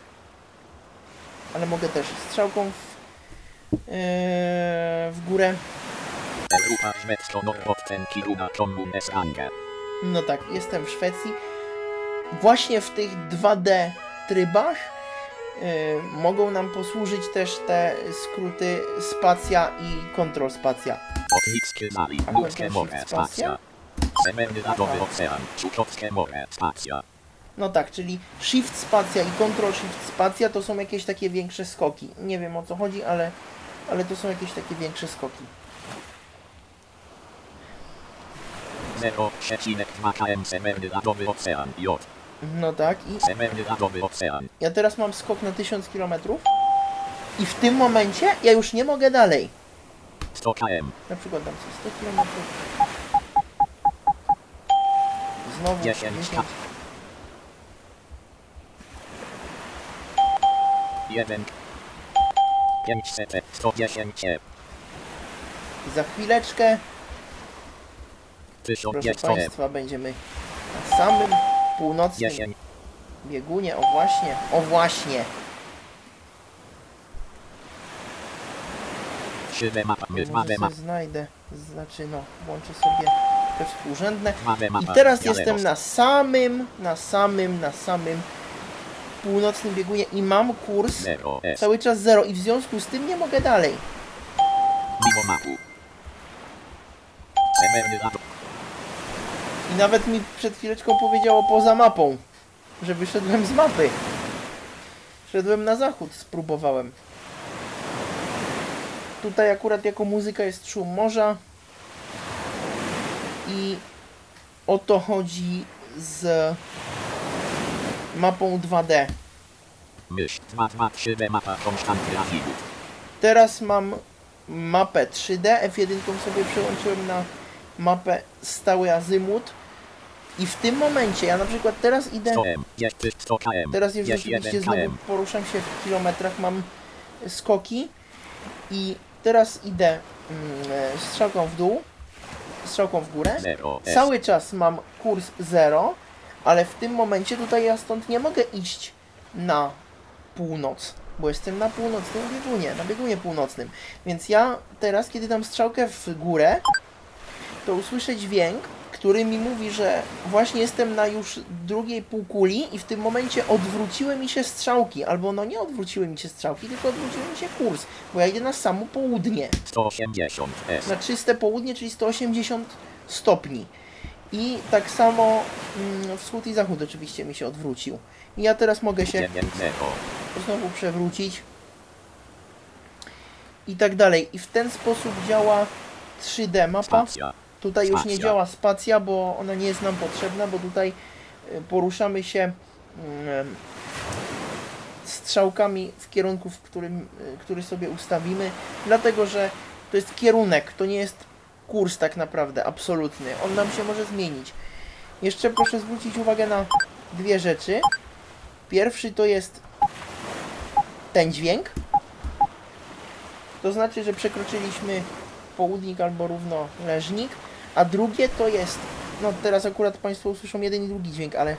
ale mogę też strzałką w, yy, w górę. Europa szwedzko-norwotken kiruna kommunes range. No tak, jestem w Szwecji. Właśnie w tych dwa D trybach yy, mogą nam posłużyć też te skróty spacja i kontrol spacja. Ochnickie Zaliw, Górskie Morze, spacja. Severny Radowy Ocean, Czukowskie Morze, spacja. No tak, czyli Shift spacja i Control Shift spacja to są jakieś takie większe skoki. Nie wiem o co chodzi, ale, ale to są jakieś takie większe skoki. zero przecinek dwa kilometry Severny Radowy Ocean, J. No tak, i Severny Radowy Ocean. ja teraz mam skok na tysiąc kilometrów i w tym momencie ja już nie mogę dalej. sto kilometrów. Na przykład dam sobie sto kilometrów. Znowu dziesięć. dziesięć. jeden. pięćset, sto dziesięć. I za chwileczkę, tysiąc proszę sto. Państwa, będziemy na samym północnym dziesięć. Biegunie, o właśnie, o właśnie. Szybę mapa, my Może mamy sobie mapę. znajdę, znaczy no, włączę sobie te współrzędne. Mamy I mapa. teraz Diabelos. jestem na samym, na samym, na samym północnym biegunie i mam kurs Zero S. cały czas zero i w związku z tym nie mogę dalej. Mimo mapu. Emerny lado. I nawet mi przed chwileczką powiedziało poza mapą, że wyszedłem z mapy. Szedłem na zachód, spróbowałem. Tutaj akurat jako muzyka jest szum morza. I o to chodzi z mapą dwa D. Mysz. dwa dwa szybę mapa konstanty azimut. Teraz mam mapę trzy D. F jeden sobie przełączyłem na mapę stały azymut. I w tym momencie, ja na przykład teraz idę... sto M. Jest sto kilometrów. Teraz już Jest rzeczywiście jeden znowu kilometr. poruszam się w kilometrach, mam skoki. I teraz idę mm, strzałką w dół, strzałką w górę. Zero S. Cały czas mam kurs zero, ale w tym momencie tutaj ja stąd nie mogę iść na północ, bo jestem na północnym biegunie, na biegunie północnym. Więc ja teraz, kiedy dam strzałkę w górę, to usłyszę dźwięk, który mi mówi, że właśnie jestem na już drugiej półkuli i w tym momencie odwróciły mi się strzałki, albo no nie odwróciły mi się strzałki, tylko odwróciły mi się kurs, bo ja idę na samo południe. sto osiemdziesiąt S. Na czyste południe, czyli sto osiemdziesiąt stopni. I tak samo mm, wschód i zachód oczywiście mi się odwrócił. I ja teraz mogę się dziewięć zero. znowu przewrócić. I tak dalej. I w ten sposób działa trzy D mapa. Spacja. Tutaj już nie Spacja. działa spacja, bo ona nie jest nam potrzebna, bo tutaj y, poruszamy się mm, strzałkami w kierunku, w którym, y, który sobie ustawimy, dlatego że to jest kierunek, to nie jest kurs tak naprawdę, absolutny. On nam się może zmienić. Jeszcze proszę zwrócić uwagę na dwie rzeczy. Pierwszy to jest ten dźwięk. To znaczy, że przekroczyliśmy południk albo równoleżnik. A drugie to jest, no teraz akurat Państwo usłyszą jeden i drugi dźwięk, ale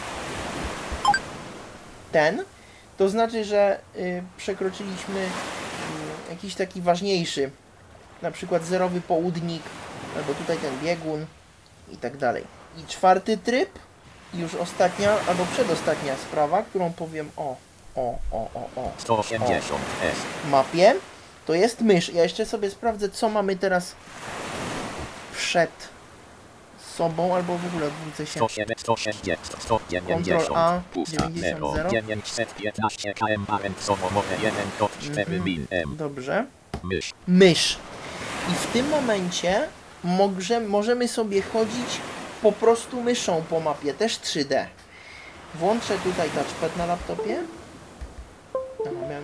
ten, to znaczy, że y, przekroczyliśmy y, jakiś taki ważniejszy, na przykład zerowy południk, albo tutaj ten biegun i tak dalej. I czwarty tryb, już ostatnia, albo przedostatnia sprawa, którą powiem o, o, o, o, o, sto osiemdziesiąt S. mapie, to jest mysz. Ja jeszcze sobie sprawdzę, co mamy teraz przed sobą, albo w ogóle odwrócę się. sto siedem, sto sześćdziesiąt, sto dziewięćdziesiąt. Control A, Pusta. dziewięćdziesiąt zero. zero. dziewięćset piętnaście kilometrów. Parent somowe jeden przecinek cztery Mhm. bin M. Dobrze. Mysz. Mysz. I w tym momencie może, możemy sobie chodzić po prostu myszą po mapie, też trzy D. Włączę tutaj touchpad na laptopie. No, miałem...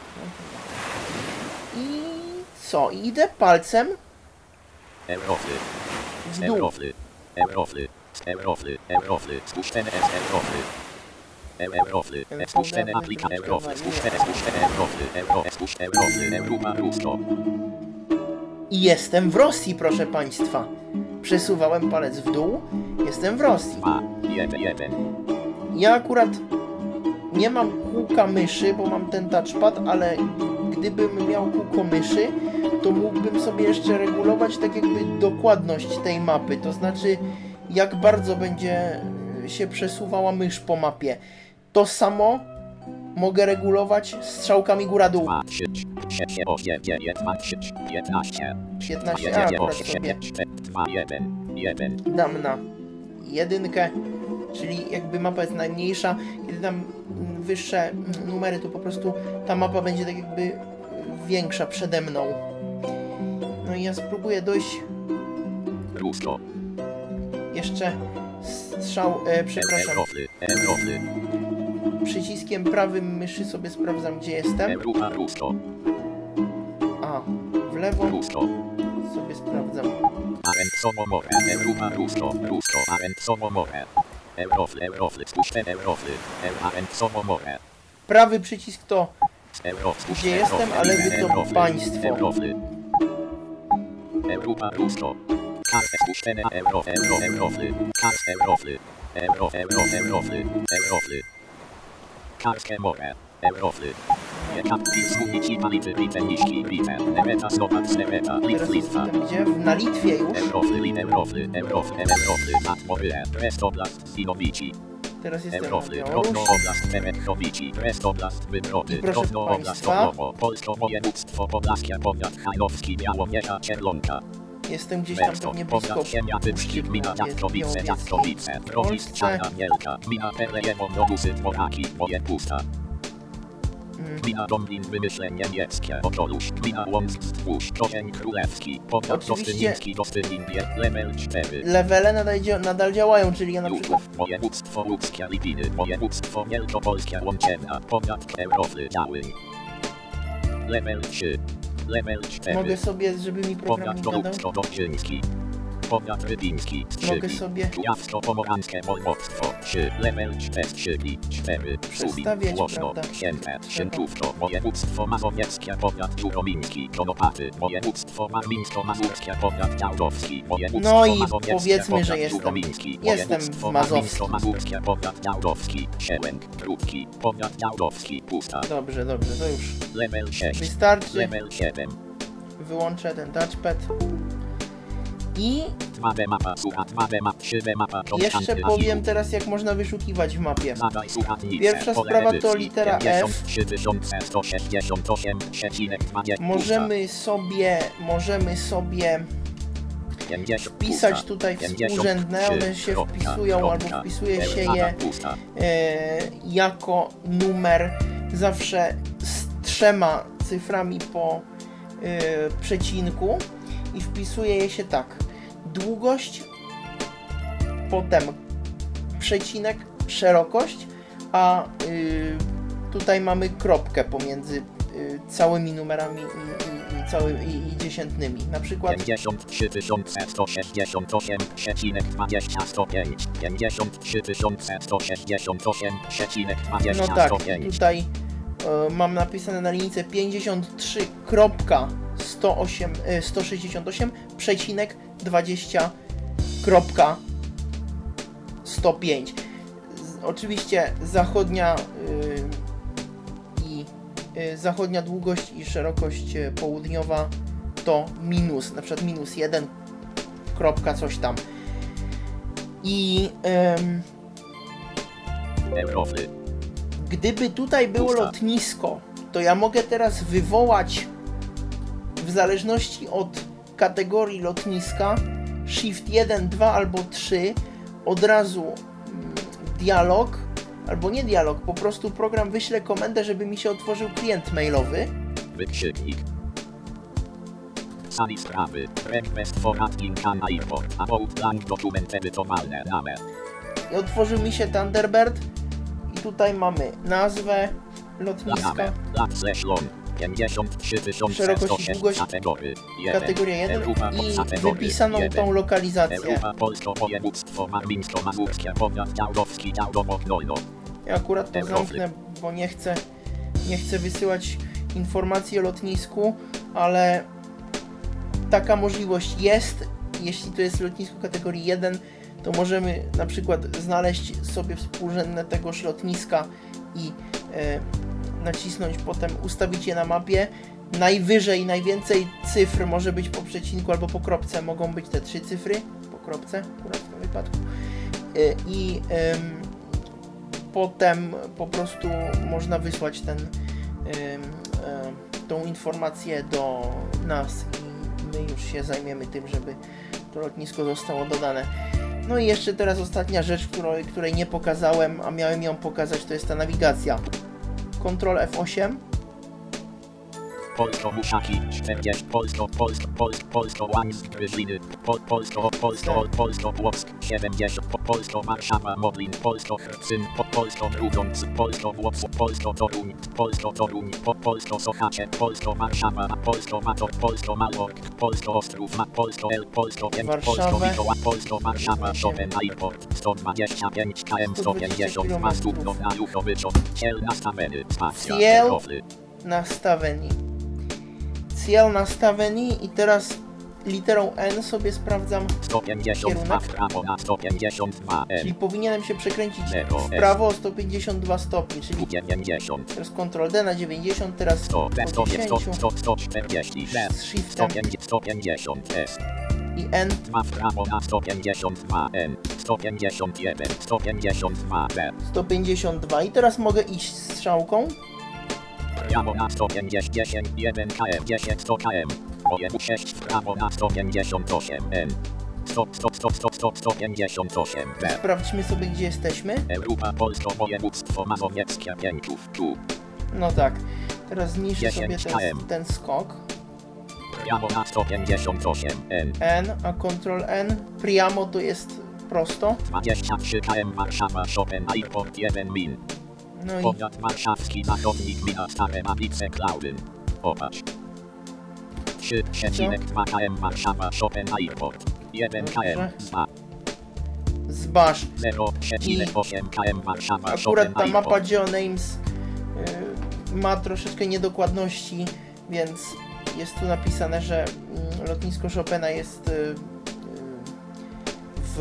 I co? I idę palcem Eurofly. w dół. Eurofly. Eurofly. Eurofly. Eurofly. Spuszczone S. Eurofly. Eurofly. Spuszczone aplika Eurofly. Spuszczone, spuszczone Eurofly. Euro, spuszczone Eurofly. Europa, Rusko. I jestem w Rosji, proszę Państwa. Przesuwałem palec w dół. Jestem w Rosji. dwa, jeden, jeden. Ja akurat nie mam kółka myszy, bo mam ten touchpad, ale gdybym miał kółko myszy, to mógłbym sobie jeszcze regulować tak jakby dokładność tej mapy, to znaczy jak bardzo będzie się przesuwała mysz po mapie. To samo mogę regulować strzałkami góra-dół. dwa, trzy, sześć, osiem, dziewięć, dwa, trzy, piętnaście. piętnaście, a akurat sobie dwa, jeden, jeden. dam na jedynkę, czyli jakby mapa jest najmniejsza, kiedy dam mm, wyższe mm, numery, to po prostu ta mapa będzie tak jakby y, większa przede mną. No i ja spróbuję dojść Rusko. jeszcze strzał, e, przepraszam, Eurofly. Eurofly. przyciskiem prawym myszy sobie sprawdzam, gdzie jestem. Europa, Rusko. A, w lewo Rusko. sobie sprawdzam. Parent somowe. Europa, Rusko. Rusko. Parent somowe. Eurofly. Eurofly. Spuszczone Eurofly. Parent somowe. Prawy przycisk to Eurofly. gdzie jestem, ale wy to państwo. Eurofly. Europa, Rusko. Kartę spuszczone Euro, Euro, Eurofly. Kartę Eurofly. Euro, Euro, Eurofly. Eurofly. Karskie more. Eurofly. Współnici pality brite niżki brite. Nereta znowa znereta. Teraz Litwa. jestem gdzie? Na Litwie już. Eurofly, lin, eurofly, eurofly, eurofly, atmoryę. Prestoblast, Sinowici. Teraz jestem na Eurofly, Białoruś. Drobno oblast, Terechowici. Prestoblast, Wybroty. I proszę Drobno oblast, państwa. Orłowo. Polsko województwo podlaskie, powiat hajnowski, Białowieża, Cierlonka. Jestem gdzieś tam Werso, pewnie blisko powiat Siemiatycki, gmina Jastrowice, Jastrowice. w Rowic, Polsce. Czarna Wielka, gmina Perlejewo, Nowusy, Dworaki, Województwa. Mm. Gmina Dąblin, Wymyśle Niemieckie, Oczoluś, gmina Łomsk-Dwóż, Kozień Królewski, powiat Oczywiście- Gostyniński, Gostyninie, Level cztery. Levele nadal, dzia- nadal działają, czyli ja na przykład Lubów, województwo łódzkie, Lipiny, województwo wielkopolskie, Łączewna, powiat Eurofly, Działyń. Level trzy, level cztery, mogę sobie, żeby mi program powiat nie gadał, Golubsko-Dobrzyński, powiat Rybiński, mogę Strzygi, sobie Kujawsko-Pomorańskie województwo, trzy, level cztery, Strzygi, cztery, Słubin, Przestawiać, Głoszno, prawda? Księte, Świętówko, województwo mazowieckie, powiat Juromiński, Konopaty, województwo warmińsko-mazurskie, powiat Działdowski, województwo No i mazowieckie, powiedzmy, powiat że jestem- Juromiński, jestem województwo w Mazowskim. warmińsko-mazurskie, powiat Działdowski, Siełęk, Krótki, powiat Działdowski, Pusta, Dobrze, dobrze, to już level sześć, wystarczy. level siedem, Wyłączę ten touchpad. I dwa D mapa, słuchacz, dwa D map, trzy D mapa, jeszcze Konstanty, powiem Asiu. teraz, jak można wyszukiwać w mapie. Zadaj słuchawnicę, Pierwsza pole sprawa to edycji, litera F. pięćdziesiąt trzy tysiące sto sześćdziesiąt osiem przecinek dwadzieścia. Możemy sobie, możemy sobie pięćdziesiąt, wpisać pusta, tutaj pięćdziesiąt współrzędne, one trzy, się kropka, wpisują kropka, albo wpisuje się euro, je pusta. e, jako numer zawsze z trzema cyframi po e, przecinku i wpisuje je się tak. Długość, potem przecinek, szerokość, a y, tutaj mamy kropkę pomiędzy y, całymi numerami i, i, i, cały, i, i dziesiętnymi. Na przykład pięćdziesiąt trzy tysiące sto sześćdziesiąt osiem przecinek dwadzieścia sto pięć, pięćdziesiąt trzy tysiące sto sześćdziesiąt osiem przecinek no dwadzieścia tak, sto i pięć. tutaj y, mam napisane na linijce pięćdziesiąt trzy kropka sto osiem, y, sto sześćdziesiąt osiem przecinek dwadzieścia kropka sto pięć. Z, oczywiście zachodnia y, i y, zachodnia długość i szerokość y, południowa to minus, na przykład minus jeden kropka coś tam. I ym, Eurofly, gdyby tutaj było Pusta. lotnisko, to ja mogę teraz wywołać w zależności od kategorii lotniska Shift jeden, dwa albo trzy od razu mm, dialog, albo nie dialog, po prostu program wyśle komendę, żeby mi się otworzył klient mailowy. wykrzyknik. Sali sprawy, request for admin can airport, about blank dokument edytowalne, rame. I otworzył mi się Thunderbird i tutaj mamy nazwę lotniska, Rame, lat zeszłon, pięćdziesiąt trzy tysiące sto Szerokość i sześć długość, kategorii, jeden. kategorię jeden Europa i podkategorii, wypisaną jeden. tą lokalizację. Europa, Polsko, województwo warmińsko-mazurskie, powiat Działdowski, Działdowo-Gnojno. Ja akurat to Eurofly. zamknę, bo nie chcę, nie chcę wysyłać informacji o lotnisku, ale taka możliwość jest. Jeśli to jest lotnisko kategorii jeden, to możemy na przykład znaleźć sobie współrzędne tegoż lotniska i e, nacisnąć potem, ustawić je na mapie. Najwyżej, najwięcej cyfr może być po przecinku albo po kropce. Mogą być te trzy cyfry po kropce, akurat w tym wypadku. E, I em, potem po prostu można wysłać ten, ym, y, tą informację do nas i my już się zajmiemy tym, żeby to lotnisko zostało dodane. No i jeszcze teraz ostatnia rzecz, której, której nie pokazałem, a miałem ją pokazać, to jest ta nawigacja. Ctrl F osiem. Polsko Muszaki, czterdzieści, Polsko, Polsko, Polsko, Polsko, Łańsk, Gryźliny, Pol, Polsko, Polsko, Polsko, Płock, siedemdziesiąt, po, Polsko, Warszawa, Modlin, Polsko, Hrcyn, po, Polsko, Grudziądz, Polsko, Włocław, Polsko, Toruń, Polsko, Toruń, po, Polsko, Sochacie, Polsko, Warszawa, Polsko, Mator, Polsko, Malbork, Polsko, Ostrów, Ma, Polsko, El, Polsko, Pięć, Polsko, Warszawę. Mikołaj, Polsko, Warszawa, Szowen, Airport, sto dwadzieścia pięć kilometrów, sto pięćdziesiąt, Mastudno, na Juchowyczo, Ciel nastawiony, spacja, Ciel. Eurofly. Nastawieni. Cel nastawieni i teraz literą N sobie sprawdzam sto pięćdziesiąt dwa kierunek. w prawo na sto pięćdziesiąt dwa Czyli N. powinienem się przekręcić Zero w S. prawo o sto pięćdziesiąt dwa stopni, czyli dziewięćdziesiąt. teraz kontrol D na dziewięćdziesiąt, teraz sto, po sto, sto, dziesięć sto, sto czterdzieści, z shiftem sto pięćdziesiąt S. i N. dwa w prawo na sto pięćdziesiąt dwa N. sto pięćdziesiąt jeden, sto pięćdziesiąt dwa B. sto pięćdziesiąt dwa i teraz mogę iść strzałką. Prawo na sto pięćdziesiąt, dziesięć, jeden kilometr, dziesięć, sto kilometrów. Moje sześć w prawo na sto pięćdziesiąt osiem N. sto, sto, sto, sto, sto, sto pięćdziesiąt osiem B. Sprawdźmy sobie, gdzie jesteśmy. Europa, Polsko, województwo mazowieckie, Pięciów, tu. No tak, teraz zniszczę dziesięć sobie ten, kilometrów. ten skok. Prawo na sto pięćdziesiąt osiem N. N, a Ctrl N. Priamo to jest prosto. dwadzieścia trzy kilometry Warszawa, Chopin, Airport jeden min. No i Powiat warszawski, Zachodnik, gmina Stare Babice, Klaudyn. Popatrz. trzy przecinek dwa kilometry Warszawa, Chopin, Airport. jeden kilometr, dwa. Zbasz. zero przecinek osiem kilometry Warszawa, Akurat Chopin, ta mapa Airport. GeoNames yy, ma troszeczkę niedokładności, więc jest tu napisane, że mm, lotnisko Chopina jest yy, yy, w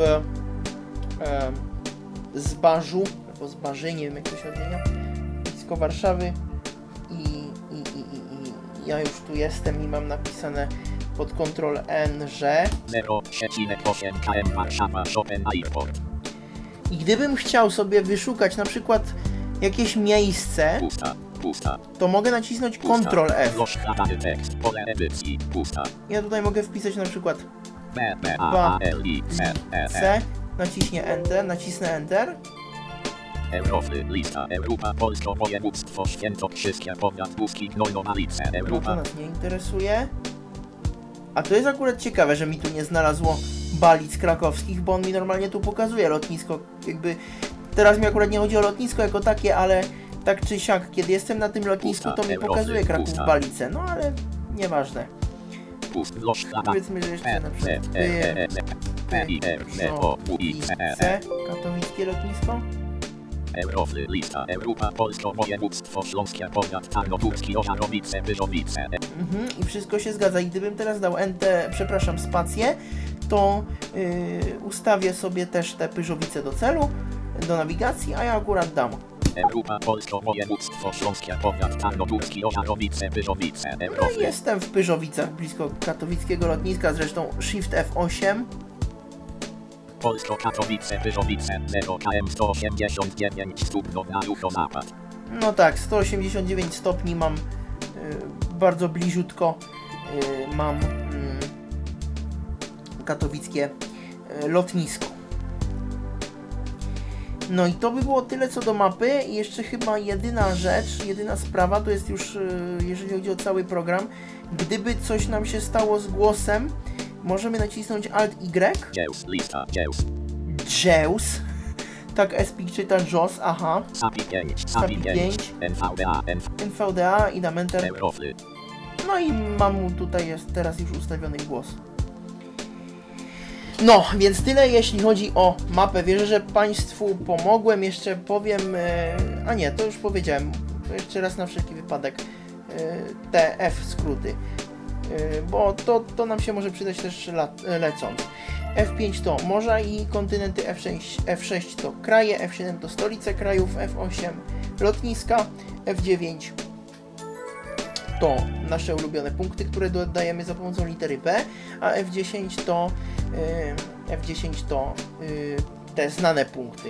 yy, Zbarzu, albo Zbarzy, nie wiem jak to się odmienia, blisko Warszawy i, i, i, i, i ja już tu jestem i mam napisane pod Ctrl N, że zero przecinek osiem kilometry Warszawa, Chopin, Airport. i gdybym chciał sobie wyszukać na przykład jakieś miejsce, Pusta, pusta. to mogę nacisnąć Pusta. Ctrl F. Rozkładany tekst, pole edycji, pusta. Ja tutaj mogę wpisać na przykład B, B, A, A, L, I, C, E, E. C, naciśnie Enter, nacisnę Enter. Europy, lista, Europa, Polsko, województwo świętokrzyskie, powiat buski, Gnojnowalice, No to Europa. nas nie interesuje. A to jest akurat ciekawe, że mi tu nie znalazło Balic krakowskich, bo on mi normalnie tu pokazuje lotnisko. Jakby teraz mi akurat nie chodzi o lotnisko jako takie, ale tak czy siak, kiedy jestem na tym lotnisku, to mi Europy, pokazuje Kraków pusta. Balice. No ale nieważne. Pust, rozkładany. Powiedzmy, że jeszcze na przykład P, I, R, Z, O, U, I, C, E, C, katowickie lotnisko. Europy, lista, Europa, Polsko, województwo śląskie, powiat tarnogórski, Ożarowice, Wyżowice. Mhm, i wszystko się zgadza. I gdybym teraz dał Enter, przepraszam, spację, to yy, ustawię sobie też te Pyżowice do celu, do nawigacji, a ja akurat dam. Europa, Polsko, województwo śląskie, powiat tarnogórski, Ożarowice, Wyżowice. No i Europy. jestem w Pyżowicach, blisko katowickiego lotniska, zresztą Shift F osiem. Polsko, Katowice, Wyżowice, zero kilometr sto osiemdziesiąt dziewięć stopni na juchozapad. No tak, sto osiemdziesiąt dziewięć stopni mam yy, bardzo bliziutko. Yy, mam yy, katowickie yy, lotnisko. No i to by było tyle co do mapy. I jeszcze chyba jedyna rzecz, jedyna sprawa to jest już, yy, jeżeli chodzi o cały program, gdyby coś nam się stało z głosem, możemy nacisnąć Alt Y. Dzieus, lista, dzieus. Zeus. Tak, Espik czyta Jaws, aha. Sapi pięć, Sapi Sapi pięć. pięć, N V D A, N N V D A i dam Enter. Eurofly. No i mam mu tutaj jest teraz już ustawiony głos. No, więc tyle jeśli chodzi o mapę. Wierzę, że Państwu pomogłem. Jeszcze powiem... E, a nie, to już powiedziałem. Jeszcze raz na wszelki wypadek. E, te F skróty. E, bo to, to nam się może przydać też lat, lecąc. F pięć to morza i kontynenty, F sześć, F sześć to kraje, F siedem to stolice krajów, F osiem lotniska, F dziewięć to nasze ulubione punkty, które dodajemy za pomocą litery B, a F dziesięć to yy, F dziesięć to yy, te znane punkty.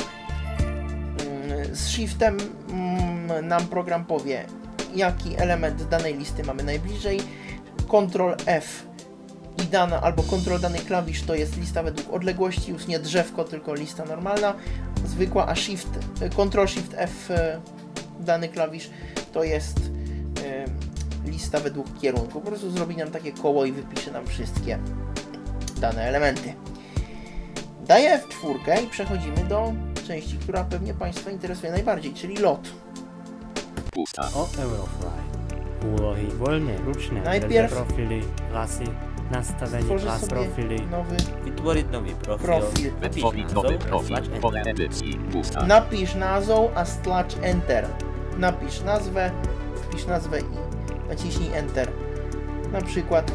Yy, z Shiftem yy, nam program powie, jaki element danej listy mamy najbliżej. Ctrl F i dana, albo Ctrl dany klawisz to jest lista według odległości, już nie drzewko, tylko lista normalna, zwykła, a Shift, Ctrl Shift F dany klawisz to jest y, lista według kierunku. Po prostu zrobi nam takie koło i wypisze nam wszystkie dane elementy. Daję F cztery i przechodzimy do części, która pewnie Państwa interesuje najbardziej, czyli lot. Pusta. O Eurofly. Úlohy voľné, ručné, Najpierw profily, hlasy, nastavenie stworzę hlas sobie profily. nowy Wytworzyć nowy profil. profil. Napisz Wytworzyć nazwę, nowy profil, slash pole enter. edycji, pusta. Napisz nazwę, a slash enter. Napisz nazwę, wpisz nazwę i naciśnij enter. Na przykład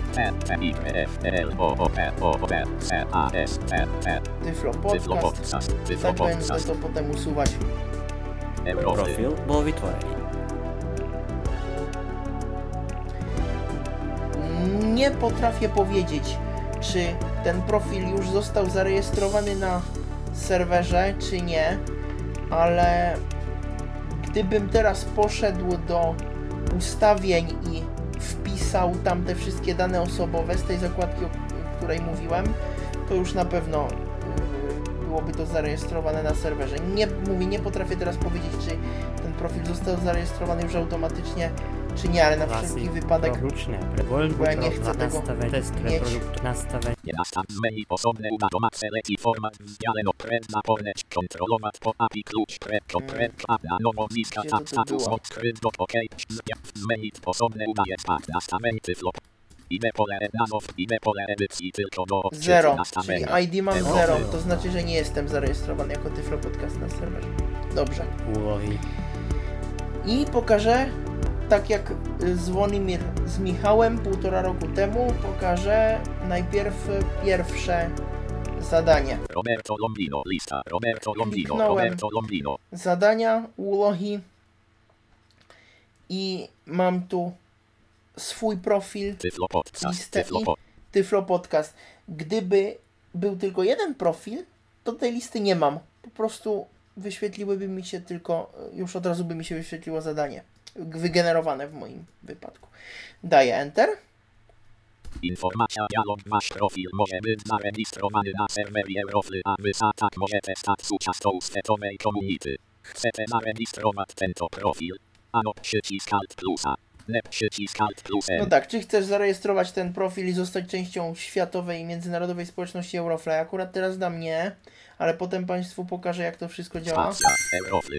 Tyflo Podcast. Tak będę to potem usuwać. Profil bol vytvorený. Nie potrafię powiedzieć, czy ten profil już został zarejestrowany na serwerze, czy nie, ale gdybym teraz poszedł do ustawień i wpisał tam te wszystkie dane osobowe z tej zakładki, o której mówiłem, to już na pewno byłoby to zarejestrowane na serwerze. Nie mówię, nie potrafię teraz powiedzieć, czy ten profil został zarejestrowany już automatycznie, czy nie, ale na wszelki wypadek, bo ja nie chcę tego mieć. Nie nastaw zmeni osobne umadomace leci format wzdialeno pred zaporneć kontrolować po A P I klucz pred to pred na nowo bliska tab status odkryt do OK zmienić osobne udaje spak nastawnicy flop. Idę pole nazw, idę pole edycji tylko do odczytu zero, nastawienia. czyli I D mam zero, to znaczy, że nie jestem zarejestrowany jako Tyflo Podcast na serwerze. Dobrze. Úlohy. I pokażę, tak jak Zwonimir z Michałem półtora roku temu, pokażę najpierw pierwsze zadanie. Roberto Lombino, lista, Roberto Lombino, Kliknąłem. Roberto Lombino. Zadania, úlohy i mam tu swój profil, Tyflo Podcast, listę Tyflo i Pod. Tyflo Podcast. Gdyby był tylko jeden profil, to tej listy nie mam. Po prostu wyświetliłyby mi się tylko, już od razu by mi się wyświetliło zadanie. Wygenerowane w moim wypadku. Daję Enter. Informacja dialog wasz profil może być zarejestrowany na serwerie Eurofly, a wy tak możecie stać się częstą światowej community. Chcecie zarejestrować ten to profil? Ano przycisk Alt plusa. Lep przycisk Alt plusem. No tak, czy chcesz zarejestrować ten profil i zostać częścią światowej i międzynarodowej społeczności Eurofly? Akurat teraz dam nie, ale potem Państwu pokażę, jak to wszystko działa. Spacja, Eurofly.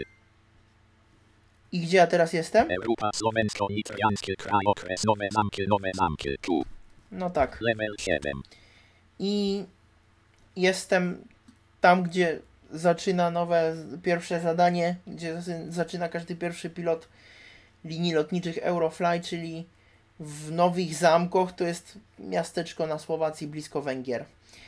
I gdzie ja teraz jestem? Europa Słowensko-Nitriański kraj okres nowe zamki, nowe zamki, tu. No tak. Level siedem. I jestem tam, gdzie zaczyna nowe, pierwsze zadanie, gdzie zaczyna każdy pierwszy pilot linii lotniczych Eurofly, czyli w Nowych Zamkoch, to jest miasteczko na Słowacji blisko Węgier.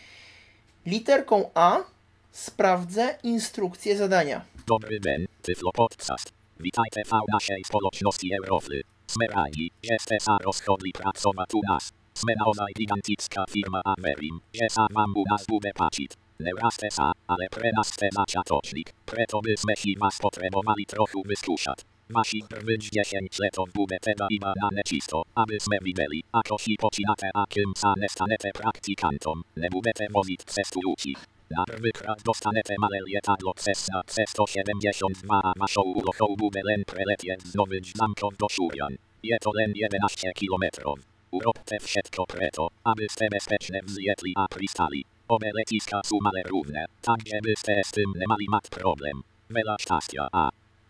Literką A sprawdzę instrukcję zadania. Dobry Ben, Tyflo Podcast. Witajcie w naszej społeczności Eurofly. Sme radi, że ste sa rozchodli pracować u nas. Sme naozaj gigantyczna firma a verím, že sa vám u nás bude páčiť. Neurazte sa, ale pre nás ste začiatočník, preto by sme si vás potrebovali trochu vyskúšať. Vašich prvých desať letov bude teda iba na nečisto, aby sme videli, ako si počínate a kým sa nestanete praktikantom, nebudete voziť cestujúcich. Na prvýkrát dostanete malé lietadlo Cessna C sto sedemdesiatdva a vašou úlohou bude len preletieť z Nových Zamkov do Šurian. Je to len jedenásť kilometrov. Urobte všetko preto, aby ste bezpečne vzlietli a pristali. Obe letiska sú malé równe, takže by ste s tym nemali mať problém. Veľa šťastia a...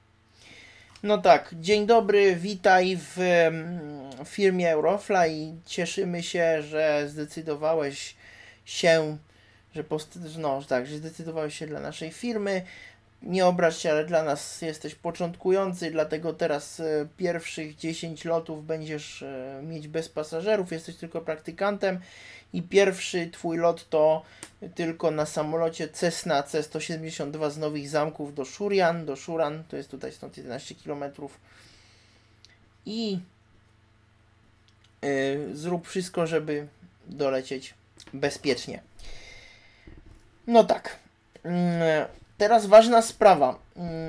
No tak, dzień dobry, witaj w mm, firmie Eurofly i cieszymy się, że zdecydowałeś się, że, post- no, tak, że zdecydowałeś się dla naszej firmy. Nie obraź się, ale dla nas jesteś początkujący, dlatego teraz e, pierwszych dziesięć lotów będziesz e, mieć bez pasażerów, jesteś tylko praktykantem i pierwszy twój lot to tylko na samolocie Cessna C sto siedemdziesiąt dwa z Nowych Zamków do Szurian, do Szuran, to jest tutaj stąd jedenaście kilometrów i e, zrób wszystko, żeby dolecieć bezpiecznie. No tak. Mm, Teraz ważna sprawa.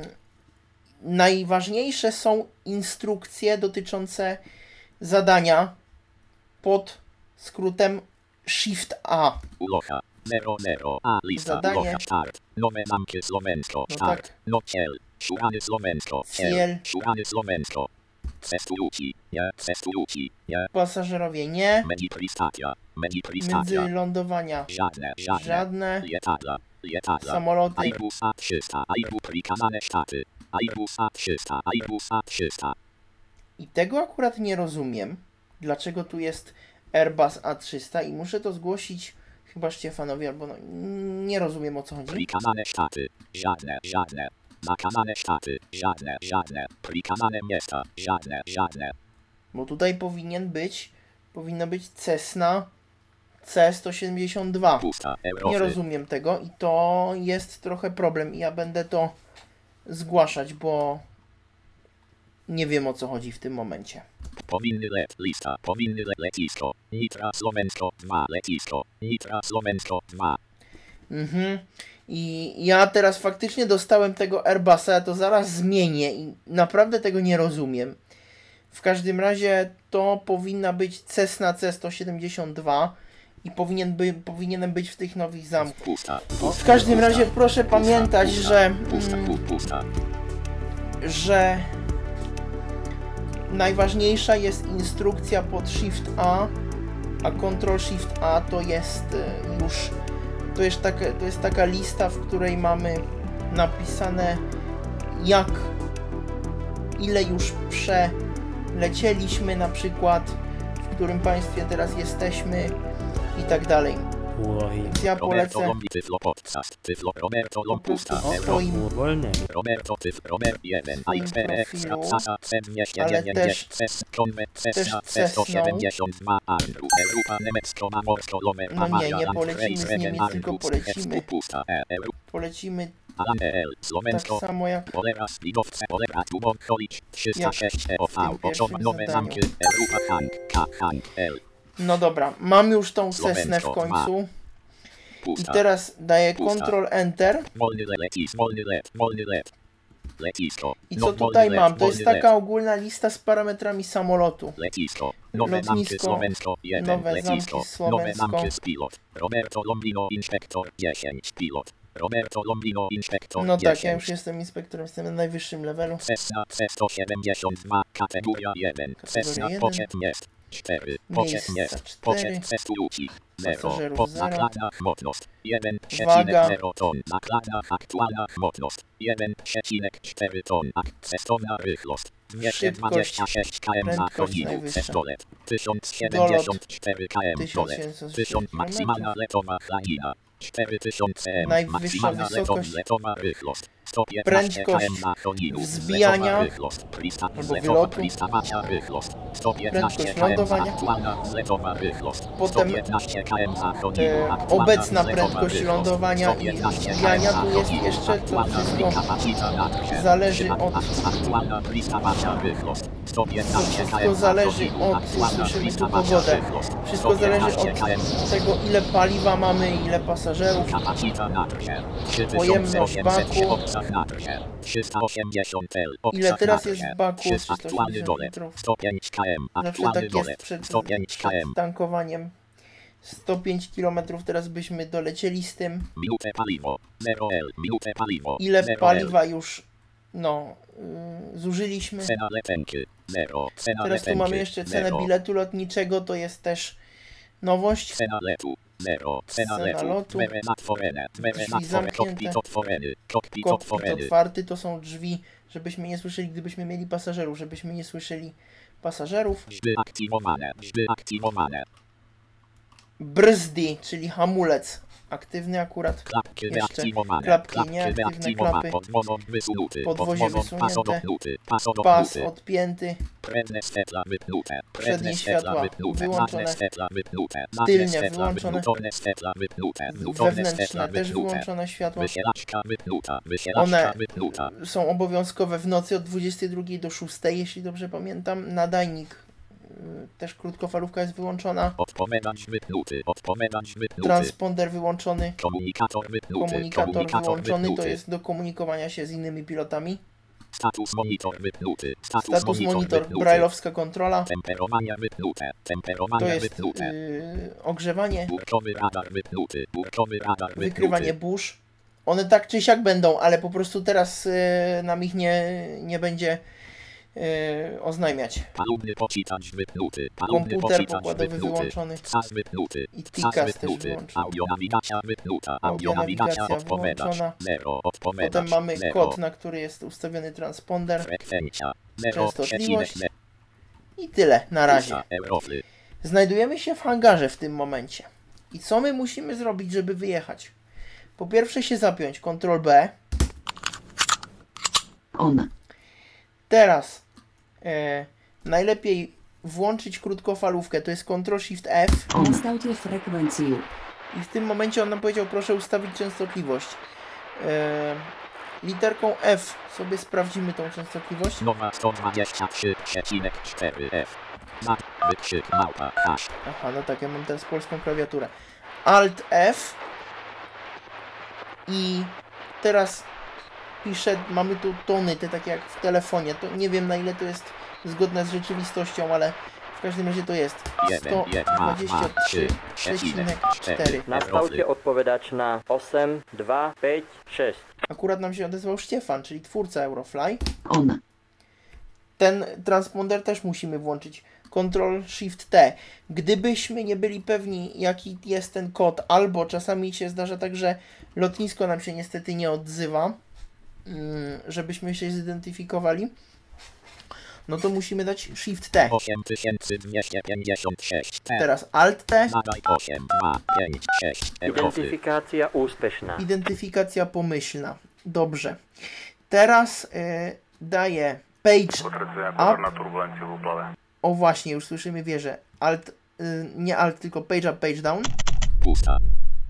Najważniejsze są instrukcje dotyczące zadania pod skrótem Shift A. Ulocha zero zero A lista Zadanie. ulocha start. Nowe zamki Słowensko No start. tak. No ciel. Szurany Słowensko Ciel. ciel. Szurany Słowensko. Cestujuci. Je. Cestujuci. Je. Pasażerowie nie. Medi pristacja. Medi pristacja. Międzylądowania Żadne. Żadne. żadne. Lietadla. Lietadla. Samoloty Airbus A trzysta. Airbus prikazane sztaty. Airbus A trzysta. Airbus A trzysta. i tego akurat nie rozumiem. Dlaczego tu jest Airbus A trzysta i muszę to zgłosić chyba Szczefanowi, albo no, nie rozumiem, o co chodzi. Prikazane sztaty. Żadne. Żadne. Zakazane sztaty. Żadne. Żadne. Prikazane miasta. Żadne. Żadne. Bo tutaj powinien być Powinno być Cessna C sto siedemdziesiąt dwa. Pusta. Nie Eurofly. rozumiem tego i to jest trochę problem i ja będę to zgłaszać, bo nie wiem, o co chodzi w tym momencie. Powinny let. Lista. Powinny let. Letisko. Nitra Slovensko dwa. Letisko. Nitra Slovensko dwa. Mhm. I ja teraz faktycznie dostałem tego Airbusa, ja to zaraz zmienię i naprawdę tego nie rozumiem. W każdym razie to powinna być Cessna C sto siedemdziesiąt dwa i powinien by, powinienem być w tych nowych zamkach. Pusta. W każdym razie proszę pamiętać, że, Pusta. mm, Pusta. że najważniejsza jest instrukcja pod Shift A, a Ctrl Shift A to jest y, już to jest, taka, to jest taka lista, w której mamy napisane jak ile już przelecieliśmy, na przykład w którym państwie teraz jesteśmy i tak dalej. Úlohy. Więc ja Roberto polecę Lombi Tyflo Podcast. Tyflo Roberto po Lom prostu Pusta. w Euro. swoim, Wolne. Roberto Tyf Robert jeden. swoim A X P X profilu, Sasa C dwieście ale dziewięćdziesiąt też- Ces Convent Cessa też C sto Cessną. siedemdziesiąt dwa Andrew Europa Nemecko Mamorsko Lomer No nie, Bavaria nie Land polecimy z Freis Niemiec, Regen tylko Argus polecimy. Hesku Pusta E Euro polecimy Alan E L tak Slovensko samo jak Polera Spidowce Polera Tubor Kolicz trzysta sześć E O V w tym Oczom pierwszym Nowe zadaniu. Zamki Europa Hank K Hank L no dobra, mam już tą Cessnę w Słowensko końcu i Pusta teraz daję Pusta. Ctrl Enter. Molny le- letis, molny let, molny let. Letisko. I No, co molny tutaj let, mam? To jest molny taka let. ogólna lista z parametrami samolotu. Letisko. Nowe zamki Lotnisko. Słowensko jeden. Nowe Letisko. zamki Nowe Słowensko. zamki pilot. Roberto Lombino inspektor dziesięć pilot. Roberto Lombino inspektor No tak, ja dziesięć. już jestem inspektorem, jestem na najwyższym levelu. Cessna C sto siedemdziesiąt dwa kategoria jeden. Cessna jeden. poczet jest cztery. Poczet Miejsca jest. cztery. Poczet testujących zero. Pasażerów Pod zero. nakładna chmotność jeden Waga. przecinek zero ton. Nakładna aktualna chmotność jeden przecinek cztery ton. Akcesowna rychlość dwieście dwadzieścia sześć kilometrów na prędkość koniku. najwyższa. Cestolet tysiąc siedemdziesiąt cztery kilometry. tysiąc Dolet siedemset tysiąc maksymalna letowa chlina cztery tysiące m. Najwyższa Maksymalna wysokość. letowa, letowa rychlość sto piętnaście Prędkość kilometrów na koniku. wzbijania Zletowa rychlość. Prista- albo zletowa- wylotu. pristawania rychlość sto piętnaście Prędkość kilometrów. lądowania. Aktualna zletowa rychlość Potem, sto piętnaście kilometrów na koniku. E, Aktualna obecna zletowa prędkość rychlość lądowania sto i piętnaście wzbijania, kilometrów tu na jest koniku. jeszcze to Aktualna wszystko kapacita na drzewie. zależy od- Aktualna pristawania rychlość sto piętnaście wszystko kilometrów na zależy koniku. od, Aktualna słyszymy tu pristawania pogodę. rychlość Wszystko sto zależy piętnaście od kilometrów. tego, ile paliwa mamy, ile pasażerów. Kapacita na drzewie. Pojemność baku. Obcach na drzewie. trzysta osiemdziesiąt L. Ile obcach teraz na jest drzewie. w baku? trzysta Aktualny trzysta osiemdziesiąt dolet. litrów. sto pięć kilometrów. Zawsze Aktualny tak jest dolet. przed, sto pięć przed kilometrów. tankowaniem. sto pięć kilometrów teraz byśmy dolecieli z tym. Minutę paliwo. zero L. Minutę paliwo. Ile zero L. paliwa już, no, yy, zużyliśmy. Cena letenki. zero. Cena Teraz tu letenki. mamy jeszcze cenę zero. biletu lotniczego, to jest też nowość. Cena letu. zero. Cena Cena letu. lotu. Drzwi otworzone. Drzwi Drzwi otworzone. zamknięte. Kokpit otworzony. Kokpit Kokpit otworzony. otwarty to są drzwi, żebyśmy nie słyszeli, gdybyśmy mieli pasażerów, żebyśmy nie słyszeli pasażerów. Drzwi aktywowane. Drzwi aktywowane. Brzdy, czyli hamulec, aktywny akurat. Klapki Jeszcze wyaktywowane. klapki Klapki nieaktywne, wyaktywowane. klapy. Podwozok wysunuty. Podwozie Podwozok pas wysunięte. odopnuty. Pas Pas odopnuty. odpięty, Przednie światła wypnute. Przednie Przednie światła światła wypnute. wyłączone. Tylne światła wypnute. Tylnie światła wyłączone. wypnute. światła wypnute. Górne wewnętrzne światła też wypnute. wyłączone światła. Wysielaczka wypnuta. Wysielaczka One wypnuta. są obowiązkowe w nocy od dwudziestej drugiej do szóstej, jeśli dobrze pamiętam. Nadajnik, y, też krótkofalówka jest wyłączona. Odpowiadać wypnuty. Odpowiadać wypnuty. Transponder wyłączony. Komunikator wypnuty. Komunikator wyłączony, to wypnuty. jest do komunikowania się z innymi pilotami. Status monitor wypnuty. Status, Status monitor, wypnuty. brajlowska kontrola. Temperowania wypnute. Temperowania To jest wypnute. y, ogrzewanie, Burczowy radar wypnuty. Burczowy radar wypnuty. wykrywanie burz. One tak czy siak będą, ale po prostu teraz y, nam ich nie, nie będzie y, oznajmiać. Palubny poczytacz wypnuty. Palubny Komputer poczytacz pokładowy wypnuty. wyłączony. Psas wypnuty. I Psas Tikas też wypnuty. wyłączony. Audionawigacja wypnuta. Audionawigacja Audionawigacja odpowiadać. wyłączona. Zero. Odpowiadać. Potem mamy Zero. kod, na który jest ustawiony transponder. Frekwencja. Zero. Częstotliwość. Przecinek. I tyle na razie. Pusta. Eurofly. Znajdujemy się w hangarze w tym momencie. I co my musimy zrobić, żeby wyjechać? Po pierwsze się zapiąć, kontrol B. On. Teraz e, najlepiej włączyć krótkofalówkę, to jest Ctrl Shift F. Nastavte frekwencję. I w tym momencie on nam powiedział, proszę ustawić częstotliwość. E, literką F sobie sprawdzimy tą częstotliwość. Nowa sto dwadzieścia trzy przecinek cztery F. Za wykrzyk małpa hash. Aha, no tak, ja mam teraz polską klawiaturę. Alt F. I teraz piszę, mamy tu tony, te takie jak w telefonie. To nie wiem, na ile to jest zgodne z rzeczywistością, ale w każdym razie to jest sto dwadzieścia trzy przecinek cztery. Nastavte odpowiadać na osiem, dwa, pięć, sześć. Akurat nam się odezwał Štefan, czyli twórca Eurofly. On. Ten transponder też musimy włączyć. Ctrl Shift T. Gdybyśmy nie byli pewni, jaki jest ten kod, albo czasami się zdarza tak, że lotnisko nam się niestety nie odzywa, żebyśmy się zidentyfikowali, no to musimy dać Shift T. osiem tysięcy dwieście pięćdziesiąt sześć. Teraz Alt T. Zadaj osiem, dwa, pięć, sześć. Identyfikacja úspěšná. Identyfikacja pomyślna. Dobrze. Teraz y, daję Page Up. O właśnie, już słyszymy wieżę. Alt, y, nie Alt, tylko Page Up, Page Down. Pusta.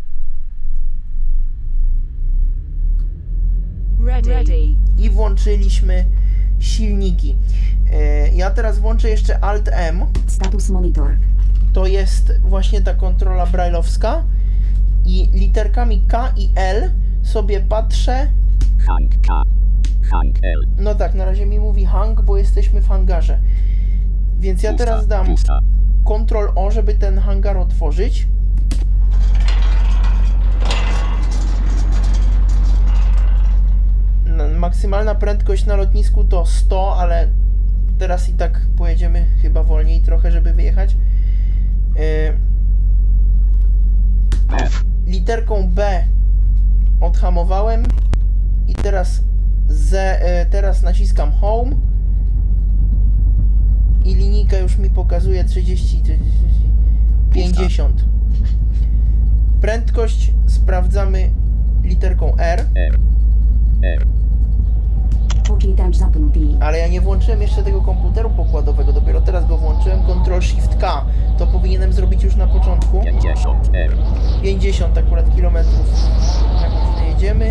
Ready. I włączyliśmy silniki. Y, ja teraz włączę jeszcze Alt M. Status monitor. To jest właśnie ta kontrola brajlowska. I literkami K i L sobie patrzę. Hang K. Hang L. No tak, na razie mi mówi hang, bo jesteśmy w hangarze. Więc ja teraz dam Ctrl O, żeby ten hangar otworzyć. Maksymalna prędkość na lotnisku to sto, ale teraz i tak pojedziemy chyba wolniej trochę, żeby wyjechać. Yy, literką B odhamowałem i teraz, z, yy, teraz naciskam Home i linijka już mi pokazuje trzydzieści, pięćdziesiąt. Prędkość sprawdzamy literką R. R. R. Počítač zapnutý. Ale ja nie włączyłem jeszcze tego komputeru pokładowego, dopiero teraz go włączyłem. Ctrl Shift K. To powinienem zrobić już na początku. pięćdziesiąt R. pięćdziesiąt akurat kilometrów na godzinę jedziemy.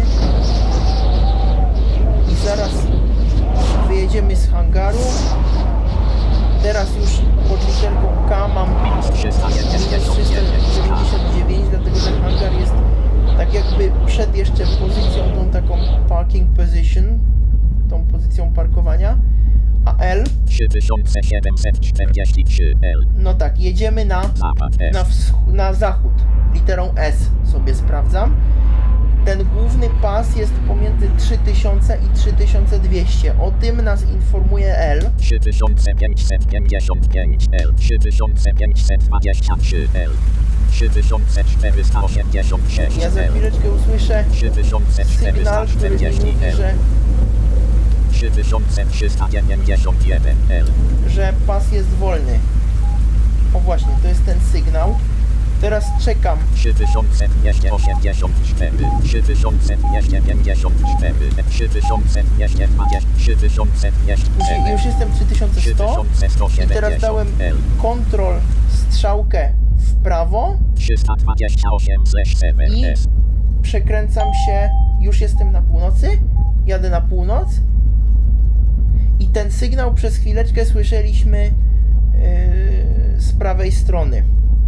I zaraz wyjedziemy z hangaru. Teraz już pod literką K mam minus trzysta dziewięćdziesiąt dziewięć, dlatego że hangar jest tak jakby przed jeszcze pozycją tą taką parking position, tą pozycją parkowania, a L, trzy tysiące siedemset czterdzieści trzy L. no tak, jedziemy na, na, wsch- na zachód, literą S sobie sprawdzam. Ten główny pas jest pomiędzy trzy tysiące i trzy tysiące dwieście, o tym nas informuje L. trzy tysiące pięćset pięćdziesiąt pięć L, trzy tysiące pięćset dwadzieścia trzy L, trzy tysiące czterysta osiemdziesiąt sześć Ja za L, chwileczkę usłyszę trzy tysiące sygnał, czterysta który mi czterdzieści mówi, L, że, trzy tysiące trzysta dziewięćdziesiąt jeden L. że pas jest wolny. O właśnie, to jest ten sygnał. Teraz czekam. trzy tysiące dwieście osiemdziesiąt cztery, trzy tysiące dwieście pięćdziesiąt cztery, trzy tysiące dwieście dwadzieścia, trzy tysiące dwieście Już, już jestem trzy tysiące sto i teraz dałem Ctrl strzałkę w prawo trzysta dwadzieścia osiem siedem i S. przekręcam się. Już jestem na północy. Jadę na północ. I ten sygnał przez chwileczkę słyszeliśmy yy, z prawej strony.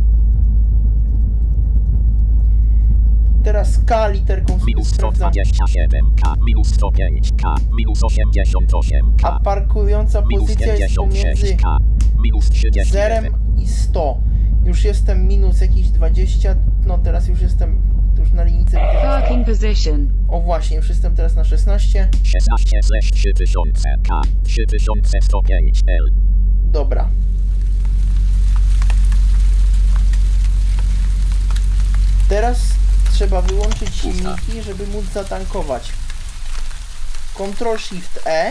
Teraz K literką Minus sto sprawdzam. dwadzieścia siedem K, minus sto pięć K, minus osiemdziesiąt osiem K, A parkująca minus pozycja jest pięćdziesiąt pomiędzy sześć K, minus trzydzieści jeden. zerem i sto. Już jestem minus jakieś dwadzieścia. No teraz już jestem już na linijce. Parking position. O właśnie, już jestem teraz na szesnaście. szesnaście slash trzy tysiące K, trzy tysiące sto pięć L. Dobra. Teraz trzeba wyłączyć silniki, żeby móc zatankować. Ctrl Shift E.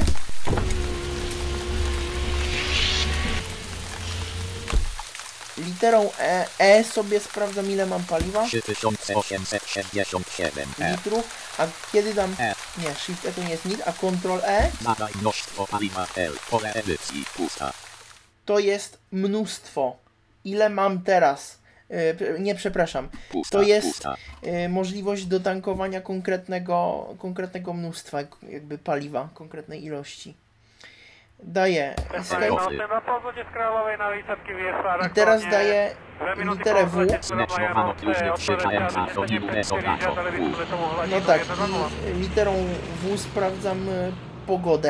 Literą E, e sobie sprawdzam, ile mam paliwa. trzy tysiące osiemset sześćdziesiąt siedem E. Litrów. A kiedy dam... E. Nie, Shift E to nie jest nic, a Ctrl E. Zadaj mnóstwo paliwa L. Pole edycji pusta. to jest mnóstwo. Ile mam teraz? Yy, nie, przepraszam. Pusta, To jest pusta. yy, możliwość dotankowania konkretnego, konkretnego mnóstwa jakby paliwa, konkretnej ilości. Daję escape i teraz daję literę W. Zneczowano plus nie trzy K M A Soniu Desonato. No tak, i literą W sprawdzam y, pogodę.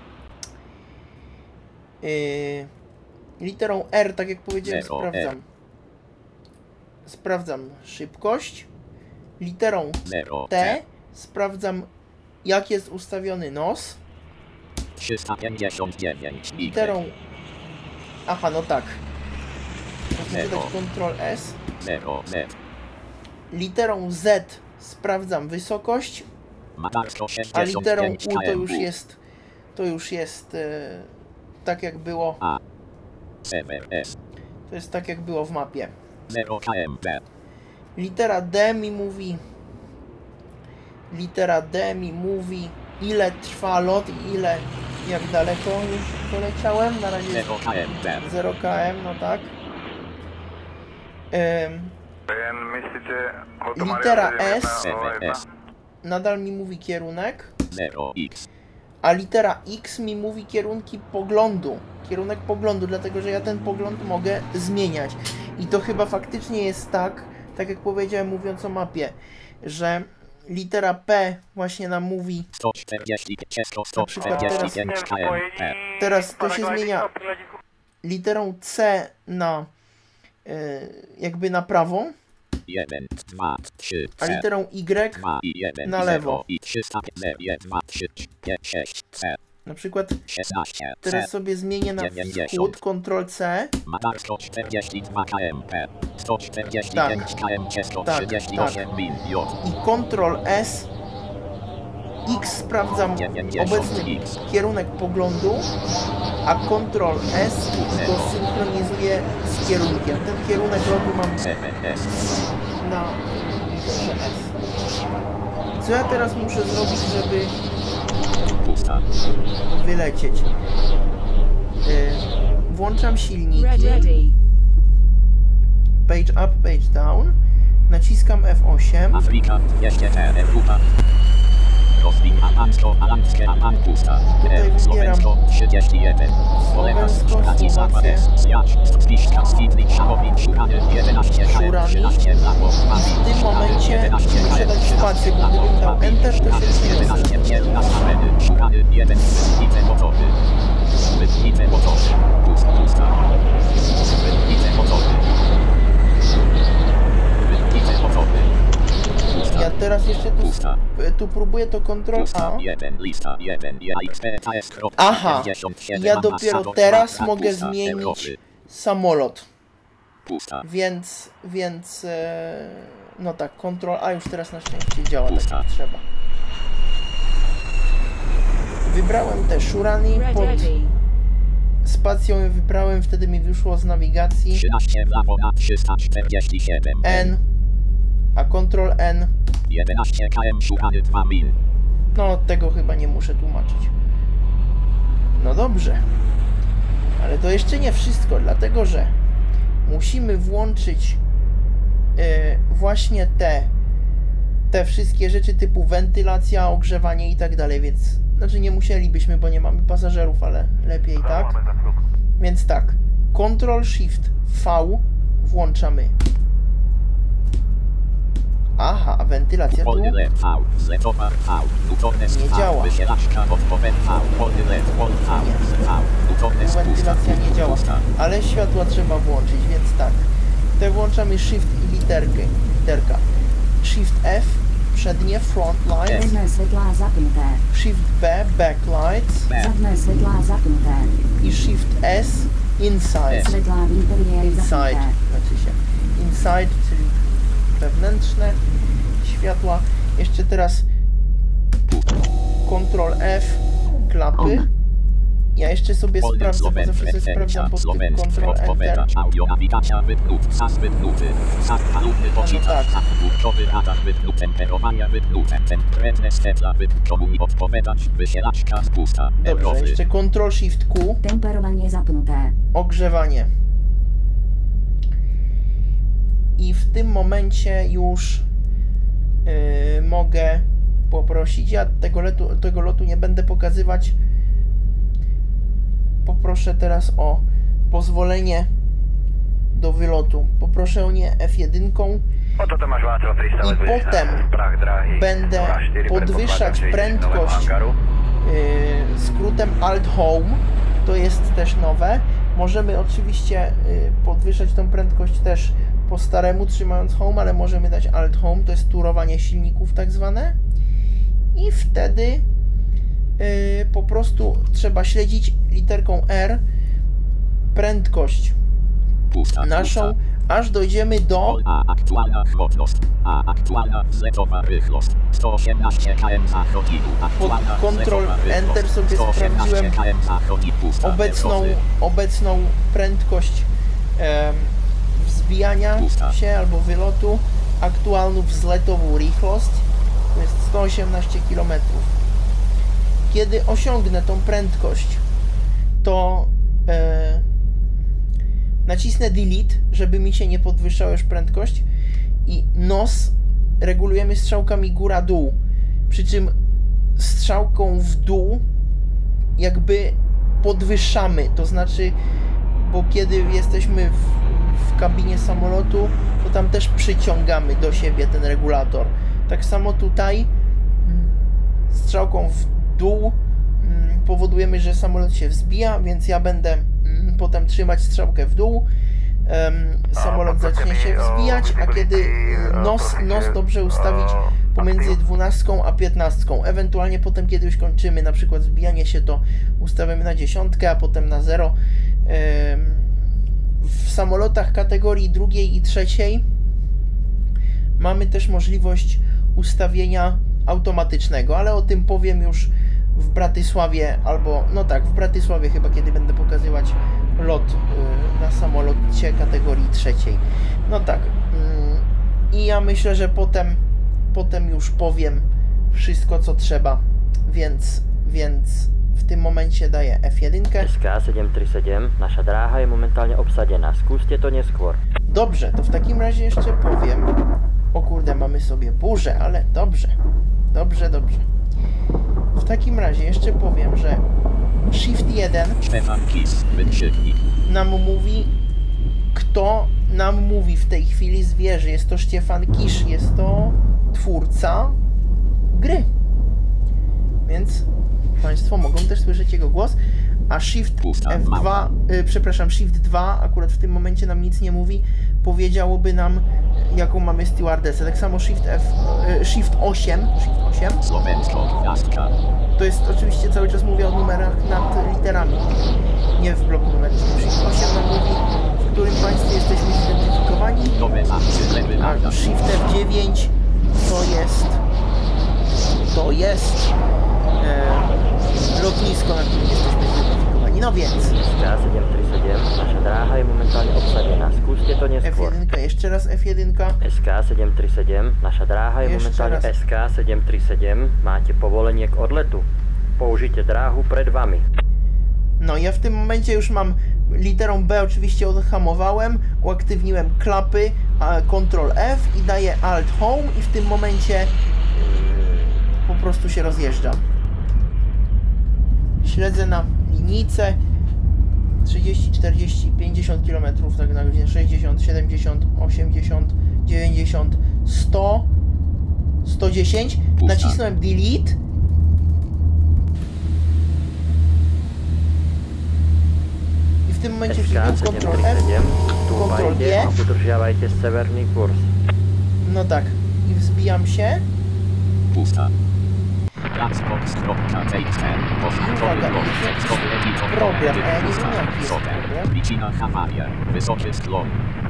Y, literą R, tak jak powiedziałem, Zero, sprawdzam. Sprawdzam szybkość. Literą Zero, T sprawdzam, jak jest ustawiony nos. trzysta pięćdziesiąt dziewięć. Literą... Aha, no tak. Można Zero. dodać Ctrl S. Zero, Z. Literą Z sprawdzam wysokość, Madarsko a sześćdziesiąt literą pięć U to już km. jest, to już jest e, tak jak było, A. Sever S. to jest tak jak było w mapie. zero K M B. Litera D mi mówi, litera D mi mówi, ile trwa lot i ile, jak daleko już poleciałem. Na razie jest zero K M B. zero kilometrów, no tak. Em, litera S Sever S. nadal mi mówi kierunek, zero X. a litera X mi mówi kierunki poglądu. Kierunek poglądu, dlatego że ja ten pogląd mogę zmieniać. I to chyba faktycznie jest tak, tak jak powiedziałem mówiąc o mapie, że litera P właśnie nam mówi, sto czterdzieści pięć, sto Na przykład czterdzieści pięć K M B. teraz to się zmienia literą C na e, jakby na prawą, jeden, dwa, trzy, a literą Y dwa i jeden, na lewo. zero i trzysta pięć, dwa, trzy, pięć, sześć, C. Na przykład szesnaście, teraz C. sobie zmienię na dziewięćdziesiąt. wschód, Ctrl C. Madarsko czterdzieści dwa K M P. sto czterdzieści pięć Tak. K M C, sto trzydzieści osiem min J. I Ctrl S. X sprawdzam obecny kierunek poglądu, a Ctrl S go synchronizuje z kierunkiem. Ten kierunek lotu mam Sever S. na literze S. Co ja teraz muszę zrobić, żeby Pusta. wylecieć? Yy, włączam silniki. Red ready. Page up, page down. Naciskam F osiem. Afryka, dwieście Europa. Rozwin Alansko, Alanskie, Alan pusta. Tutaj Słowensko, trzydzieści jeden. Słowensko, Słowację. Spiszka, Sydney, Szamowin, Szurany, jedenaście Szurany. trzynaście Lawo, W tym momencie muszę dać spację, bo gdybym dał Enter, to się nie jedenaście piętnaście Areny, Szurany, jeden, Wytnice motory. Wytnice motory. Pusta, pusta. Wytnice motory. Wytnice motory. Pusta. Ja teraz jeszcze tu, Pusta. tu próbuję to Ctrl A. jeden, lista jeden, Aha, ja dopiero teraz mogę zmienić samolot. Pusta. Więc, więc, e, no tak, Ctrl A już teraz na szczęście działa tak Pusta. jak trzeba. Wybrałem te Szurany, Red pod ready. spacją je wybrałem, wtedy mi wyszło z nawigacji trzynaście Lawo na trzysta czterdzieści siedem. N, a Ctrl N, jedenaście kilometrów Szurany dwa mil. no tego chyba nie muszę tłumaczyć. No dobrze, ale to jeszcze nie wszystko, dlatego że musimy włączyć e, właśnie te te wszystkie rzeczy typu wentylacja, ogrzewanie i tak dalej, więc znaczy nie musielibyśmy, bo nie mamy pasażerów, ale lepiej tak. Więc tak, Ctrl Shift V włączamy. Aha, a wentylacja tu Polny led V, zletowa V, Newtones Nie V, działa. wysielaczka odpowiedź V, polny led V, V, V, Newtones pusta. wentylacja nie działa, Pusta. ale światła trzeba włączyć, więc tak. Tutaj włączamy Shift i literkę, literka. Shift F, przednie, front lights. Jedno světla zapnuté. Shift B, backlights. Zadné světla zapnuté. I Shift S, inside. Světla v interiéru Inside, zapnuté. znaczy się inside, czyli wewnętrzne światła. Jeszcze teraz Ctrl F, klapy. Ja jeszcze sobie sprawdzę, bo zawsze sobie sprawdzam pod tym Control Enter. Audio nawigacja wypnut, sas wypnuty, sas palubny poczytasz, tak. kurczowy radar wypnut, temperowania wypnute, tempredne stepla wypnut, odpowiadać, wysielaczka spusta, Dobrze, jeszcze Control Shift Q, Temperowanie zapnute. ogrzewanie. I w tym momencie już yy, mogę poprosić, ja tego lotu, tego lotu nie będę pokazywać. Poproszę teraz o pozwolenie do wylotu. Poproszę o nie F jeden i potem będę podwyższać prędkość yy, skrótem Alt Home. To jest też nowe. Możemy oczywiście yy, podwyższać tą prędkość też po staremu, trzymając Home, ale możemy dać Alt Home, to jest turowanie silników tak zwane. I wtedy yy, po prostu trzeba śledzić literką R prędkość pusta, naszą, pusta. aż dojdziemy do A aktualna chłodność, a aktualna wzletowa rychlość, sto osiemnaście kilometrów za godzinę. pod Ctrl Enter sobie sprawdziłem obecną, obecną prędkość e, wzbijania Pusta. się albo wylotu, aktualną wzletową rychlość, to jest sto osiemnaście kilometrów. Kiedy osiągnę tą prędkość, to e, nacisnę Delete, żeby mi się nie podwyższała już prędkość i nos regulujemy strzałkami góra-dół, przy czym strzałką w dół jakby podwyższamy, to znaczy, bo kiedy jesteśmy w, w kabinie samolotu, to tam też przyciągamy do siebie ten regulator. Tak samo tutaj strzałką w dół powodujemy, że samolot się wzbija, więc ja będę potem trzymać strzałkę w dół, samolot zacznie się wzbijać, a kiedy nos, nos dobrze ustawić pomiędzy dwunastką a piętnastką, ewentualnie potem, kiedy już kończymy na przykład wzbijanie się, to ustawiamy na dziesiątkę, a potem na zero. W samolotach kategorii drugiej i trzeciej mamy też możliwość ustawienia automatycznego, ale o tym powiem już w Bratysławie, albo no tak, w Bratysławie chyba, kiedy będę pokazywać lot y, na samolocie kategorii trzeciej. No tak. Y, I ja myślę, że potem, potem już powiem wszystko, co trzeba, więc, więc w tym momencie daję F jeden. S K siedem trzy siedem, nasza dráha je momentálne obsadená. Skúste to neskôr. Dobrze, to w takim razie jeszcze powiem. O kurde, mamy sobie burzę, ale dobrze. Dobrze, dobrze. W takim razie jeszcze powiem, że Shift jeden nam mówi, kto nam mówi w tej chwili z wieży. Jest to Stefan Kisz, jest to twórca gry. Więc Państwo mogą też słyszeć jego głos. A Shift F dwa, y, przepraszam, Shift dwa akurat w tym momencie nam nic nie mówi. Powiedziałoby nam, jaką mamy stewardessę. Tak samo Shift F, y, Shift osiem, Shift osiem. To jest oczywiście, cały czas mówię o numerach nad literami, nie w bloku numerycznym. Shift osiem nam mówi, w którym państwie jesteśmy zidentyfikowani. A Shift F dziewięć to jest to jest e, lotnisko, na którym jesteśmy zidentyfikowani. No więc S K siedem trzy siedem, nasza dráha je momentálne obsadená. Skúste to neskôr. F jeden, jeszcze raz F jeden. S K siedem trzy siedem, nasza dráha je Jeszcze momentálne raz. S K siedem trzy siedem. Máte povolenie k odletu. Použite dráhu pred vami. No ja w tym momencie już mam literą B, oczywiście odhamowałem, uaktywniłem klapy, Ctrl F i daję Alt Home i w tym momencie yy, po prostu się rozjeżdżam. Śledzę na linijce trzydzieści, czterdzieści, pięćdziesiąt kilometrów tak na godzinę, sześćdziesiąt, siedemdziesiąt, osiemdziesiąt, dziewięćdziesiąt, sto, sto dziesięć. Nacisnąłem Delete. W tym momencie S K wziąłem siedem Ctrl trzy F, siedem, Ctrl G. stúpajte a udržiavajte severný kurz. No tak, i wzbijam się. Pusta. Uwaga, jest jakiś problem, a ja nie wiem jaki jest problem. Przyczyna hawaria. Wysokie sklo.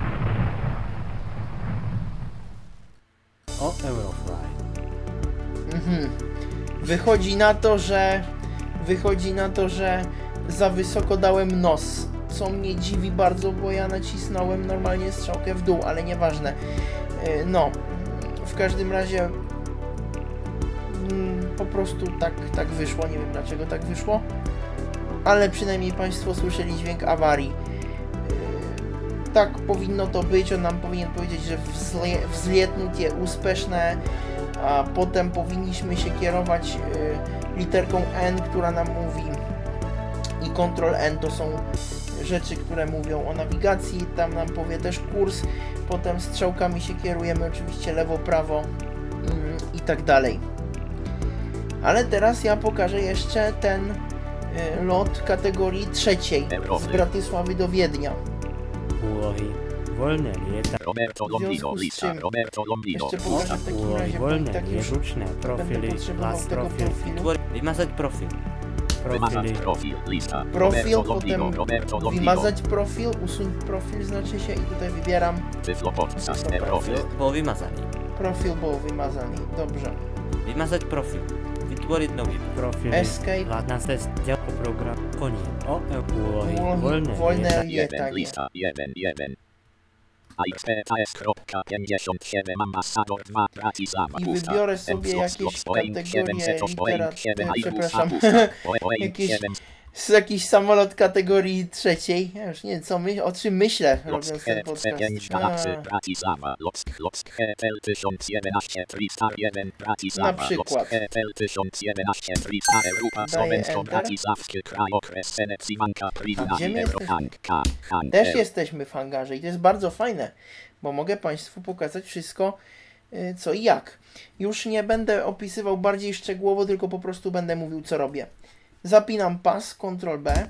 O Eurofly. Mhm. Wychodzi na to, że wychodzi na to, że za wysoko dałem nos, co mnie dziwi bardzo, bo ja nacisnąłem normalnie strzałkę w dół, ale nieważne. No, w każdym razie po prostu tak, tak wyszło, nie wiem dlaczego tak wyszło, ale przynajmniej Państwo słyszeli dźwięk awarii. Tak powinno to być, on nam powinien powiedzieć, że wzlietnutie uspeszne, a potem powinniśmy się kierować literką N, która nam mówi, i Ctrl N to są rzeczy, które mówią o nawigacji, tam nam powie też kurs, potem strzałkami się kierujemy oczywiście lewo, prawo i tak dalej. Ale teraz ja pokażę jeszcze ten y, lot kategorii trzeciej z Bratysławy do Wiednia. Úlohy voľné lietadlo. Roberto Lombino, lista, Roberto Lombino, Jeszcze pokażę w takim Úlohy razie, bo i voľné tak już ručné będę profily, potrzebował hlas tego profil, profilu. Wymazać profil. wymazać profily, profil, lista, Profil, Roberto Lombino, potem Roberto Lombino, wymazać profil, usuń profil znaczy się i tutaj wybieram Tyflo Podcast, profil, Bol vymazaný. profil, był wymazany, dobrze. Vymazať profil. Vytvoriť nový. profily, Escape. hľadná cesta, ďalko program, koniec, o, úlohy Úlohy voľné voľné lietadlo. jeden, lietanie. lista, jeden, jeden. A X P T S pięćdziesiąt siedem Ambassador dwa Bratislava, I pusta. wybiorę sobie jakieś kategorie literat... Przepraszam, jakieś z jakiś samolot kategorii trzeciej. Ja już nie wiem co my, o czym myślę, robiąc ten podcast. Bratislava, Lotsk, Lotsk, Hotel tysiąc jedenaście, Tristar jeden, Bratislava, Na przykład. Lotsk, Hotel tysiąc jedenaście, Tristar, Europa, Słowensko, Enter. Bratysławski kraj, okres, Senecji, Manka, A Prizna, gdzie my Eurohank, K, Hank, Też L. jesteśmy w hangarze i to jest bardzo fajne, bo mogę Państwu pokazać wszystko y, co i jak. Już nie będę opisywał bardziej szczegółowo, tylko po prostu będę mówił co robię. Zapinam pas, Ctrl B.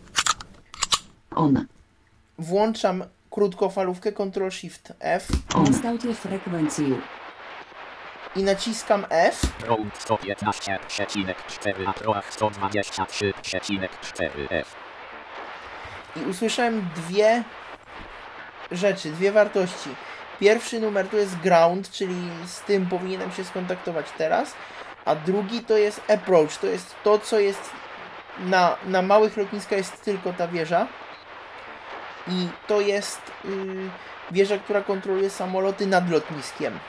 On. Włączam krótkofalówkę, Ctrl Shift F. Nastavte frekwencję. I naciskam F. Round sto piętnaście przecinek cztery, a proach sto dwadzieścia trzy przecinek cztery F. I usłyszałem dwie rzeczy, dwie wartości. Pierwszy numer to jest ground, czyli z tym powinienem się skontaktować teraz. A drugi to jest approach, to jest to, co jest na, na małych lotniskach jest tylko ta wieża. I to jest yy, wieża, która kontroluje samoloty nad lotniskiem.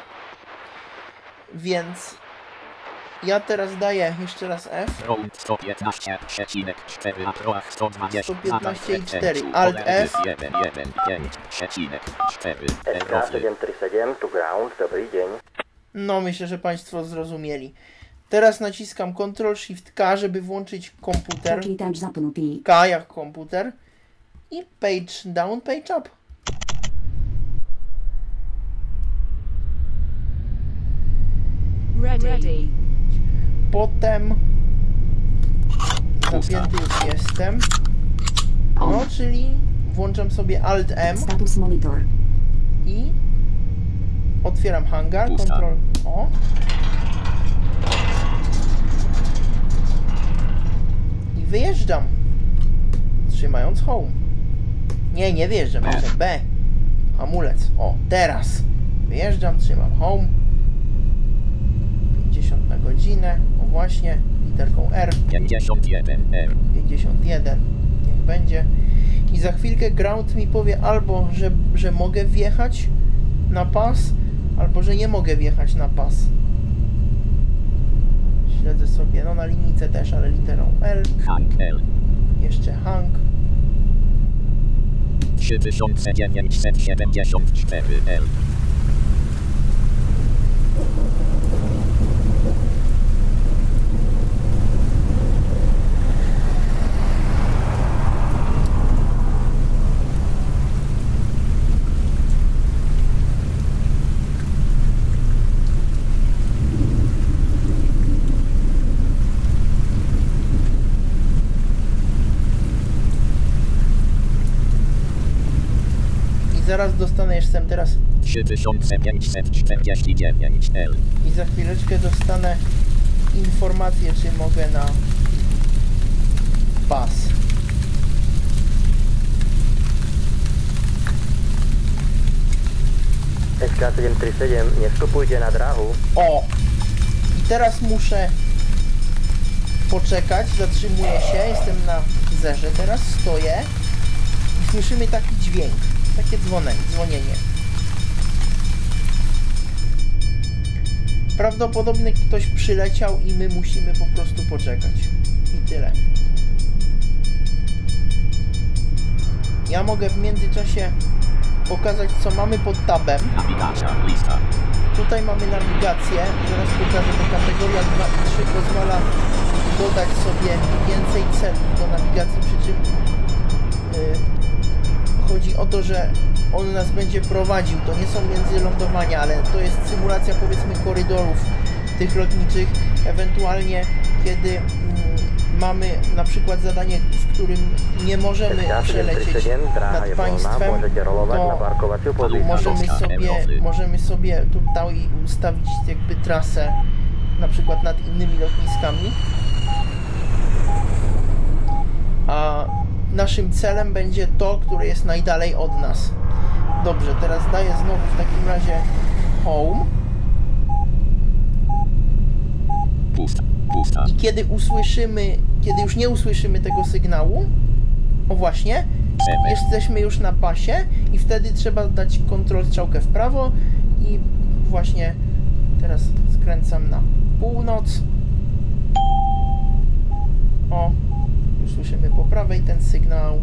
Więc ja teraz daję jeszcze raz F. Round sto piętnaście przecinek cztery, a proach sto dwadzieścia sto piętnaście i cztery. Alt F. jeden jeden pięć przecinek cztery S K siedem trzy siedem, tu ground, dobrý deň. No, myślę, że Państwo zrozumieli. Teraz naciskam Ctrl Shift K, żeby włączyć komputer. Počítač zapnutý. K jak komputer. I page down, page up. Ready. Potem zapięty już jestem. No, On. czyli włączam sobie Alt M Status monitor. i otwieram hangar. Pusta. Ctrl O. I wyjeżdżam. Trzymając home. Nie, nie wyjeżdżam, jeszcze B. Hamulec. O, teraz. Wyjeżdżam, trzymam home. pięćdziesiąt na godzinę. O właśnie, literką R. pięćdziesiąt jeden R. pięćdziesiąt jeden. Niech będzie. I za chwilkę ground mi powie albo, że, że mogę wjechać na pas, albo, że nie mogę wjechać na pas. Śledzę sobie, no na linijce też, ale literą L. Hank L. Jeszcze hang. trzy tysiące dziewięćset siedemdziesiąt cztery L. I zaraz dostanę jeszcze teraz trzy tysiące pięćset czterdzieści dziewięć L. i za chwileczkę dostanę informację, czy mogę na pas. S K siedem trzy siedem, nevstupujte na dráhu. O! I teraz muszę poczekać, zatrzymuję się, jestem na zerze teraz stoję i słyszymy taki dźwięk, takie dzwonienie, dzwonienie. Prawdopodobnie ktoś przyleciał i my musimy po prostu poczekać. I tyle. Ja mogę w międzyczasie pokazać, co mamy pod tabem. Nawigacja, lista. Tutaj mamy nawigację. Zaraz pokażę, że kategoria dwa i trzy pozwala dodać sobie więcej celów do nawigacji, przy czym yy, chodzi o to, że on nas będzie prowadził. To nie są międzylądowania, ale to jest symulacja, powiedzmy, korydorów tych lotniczych. Ewentualnie kiedy mm, mamy na przykład zadanie, w którym nie możemy przelecieć nad państwem, to możemy sobie, możemy sobie tutaj ustawić jakby trasę na przykład nad innymi lotniskami. A naszym celem będzie to, które jest najdalej od nas. Dobrze, teraz daję znowu w takim razie home. Pusta, pusta. I kiedy usłyszymy, kiedy już nie usłyszymy tego sygnału, o właśnie, jesteśmy już na pasie i wtedy trzeba dać kontrol strzałkę w prawo i właśnie teraz skręcam na północ. O, już słyszymy po prawej ten sygnał.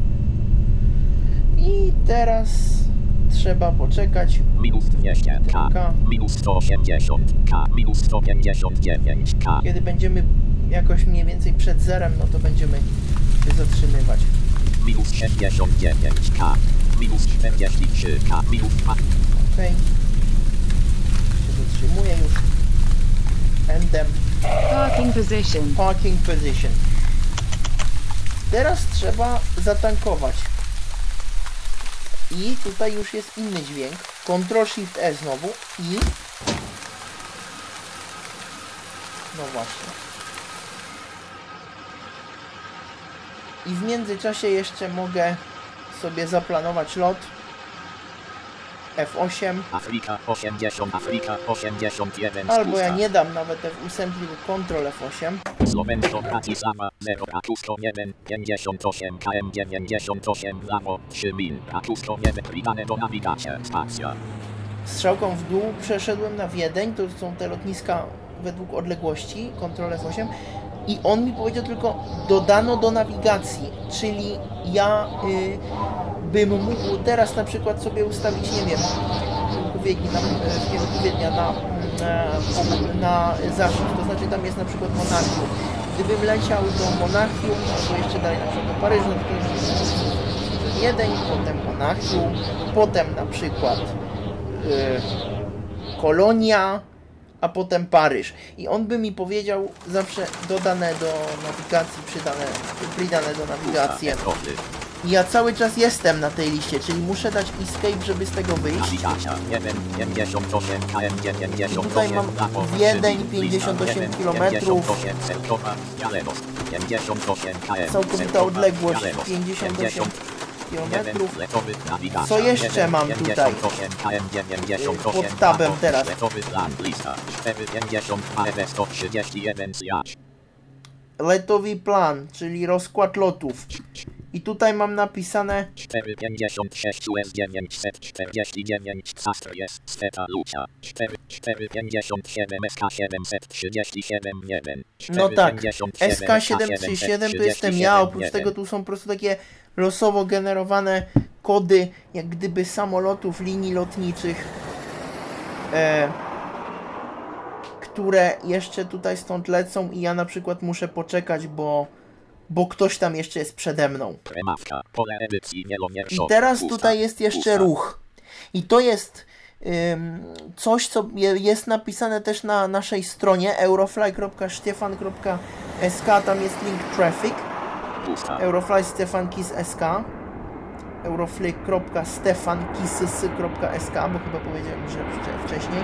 I teraz trzeba poczekać. Minus dwieście K, minus sto osiemdziesiąt K, minus sto pięćdziesiąt dziewięć K. Kiedy będziemy jakoś mniej więcej przed zerem, no to będziemy się zatrzymywać. Minus siedemdziesiąt dziewięć K, minus czterdzieści trzy K, minus dwa. Okej. Okay. Się zatrzymuję już. Endem. Parking position. Parking position. Teraz trzeba zatankować. I tutaj już jest inny dźwięk. Ctrl Shift E znowu i... No właśnie. I w międzyczasie jeszcze mogę sobie zaplanować lot. F osiem. Afryka osiemdziesiąt, Afryka osiemdziesiąt jeden. Albo ja nie dam nawet F osiem, tylko Ctrl F osiem. Słowensko Bratislava zero Ratusko jeden pięćdziesiąt osiem K M dziewięćdziesiąt osiem Lamo trzy min Ratusko jeden pridane do nawigacji stacja. Strzałką w dół przeszedłem na Wiedeń, to są te lotniska według odległości, Ctrl F osiem. I on mi powiedział tylko dodano do nawigacji, czyli ja y, bym mógł teraz na przykład sobie ustawić, nie wiem, w kierunku Wiednia na, w kierunku Wiednia na, na, na zachód, to znaczy tam jest na przykład Monachium. Gdybym leciał do Monachium, albo jeszcze dalej na przykład do Paryża, to jeden, potem Monachium, potem na przykład y, Kolonia, a potem Paryż. I on by mi powiedział zawsze dodane do nawigacji, przydane, pridane do nawigacji. I ja cały czas jestem na tej liście, czyli muszę dać escape, żeby z tego wyjść. I tutaj mam Wiedeń, pięćdziesiąt osiem kilometrów. Całkowita odległość pięćdziesiąt osiem kilometrów. Co jeszcze mam tutaj pod tabem teraz? Letowy plan, czyli rozkład lotów. I tutaj mam napisane cztery pięćdziesiąt sześć U S dziewięćset czterdzieści dziewięć Castries Steta Lucia cztery pięćdziesiąt siedem S K siedemset trzydzieści siedem jeden. No tak, S K siedemset trzydzieści siedem to jestem ja, oprócz tego tu są po prostu takie losowo generowane kody, jak gdyby samolotów, linii lotniczych, e, które jeszcze tutaj stąd lecą i ja na przykład muszę poczekać, bo bo ktoś tam jeszcze jest przede mną. I teraz tutaj jest jeszcze ruch. I to jest ym, coś, co jest napisane też na naszej stronie eurofly kropka stefan kropka s k. Tam jest link traffic. Eurofly Stefan Kiss S K. eurofly kropka stefan kiss kropka s k, bo chyba powiedziałem, że wcześniej.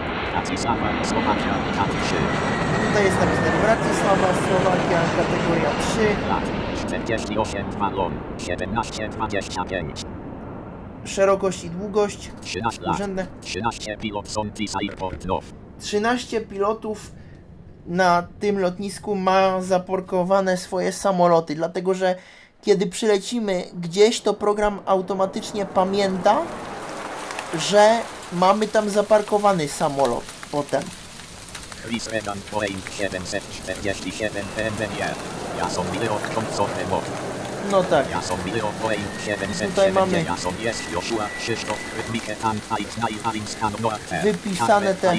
Tutaj jest napisane Bratislava, Słowakia, kategoria trzy. czterdzieści osiem balon, siedemnaście dwadzieścia pięć. Szerokość i długość. Urzędne. trzynaście pilot on this airport now. trzynaście pilotów na tym lotnisku ma zaparkowane swoje samoloty, dlatego że kiedy przylecimy gdzieś, to program automatycznie pamięta, że mamy tam zaparkowany samolot potem. Chris Regan Boeing siedemset czterdzieści siedem P N B R. Ja są milion końcowy mod. No tak. Ja są milion Boeing siedemset Tutaj mamy Ja są jest Joshua Krzysztof Rybmike Tan Aitzna i Alin Skanoa wypisane te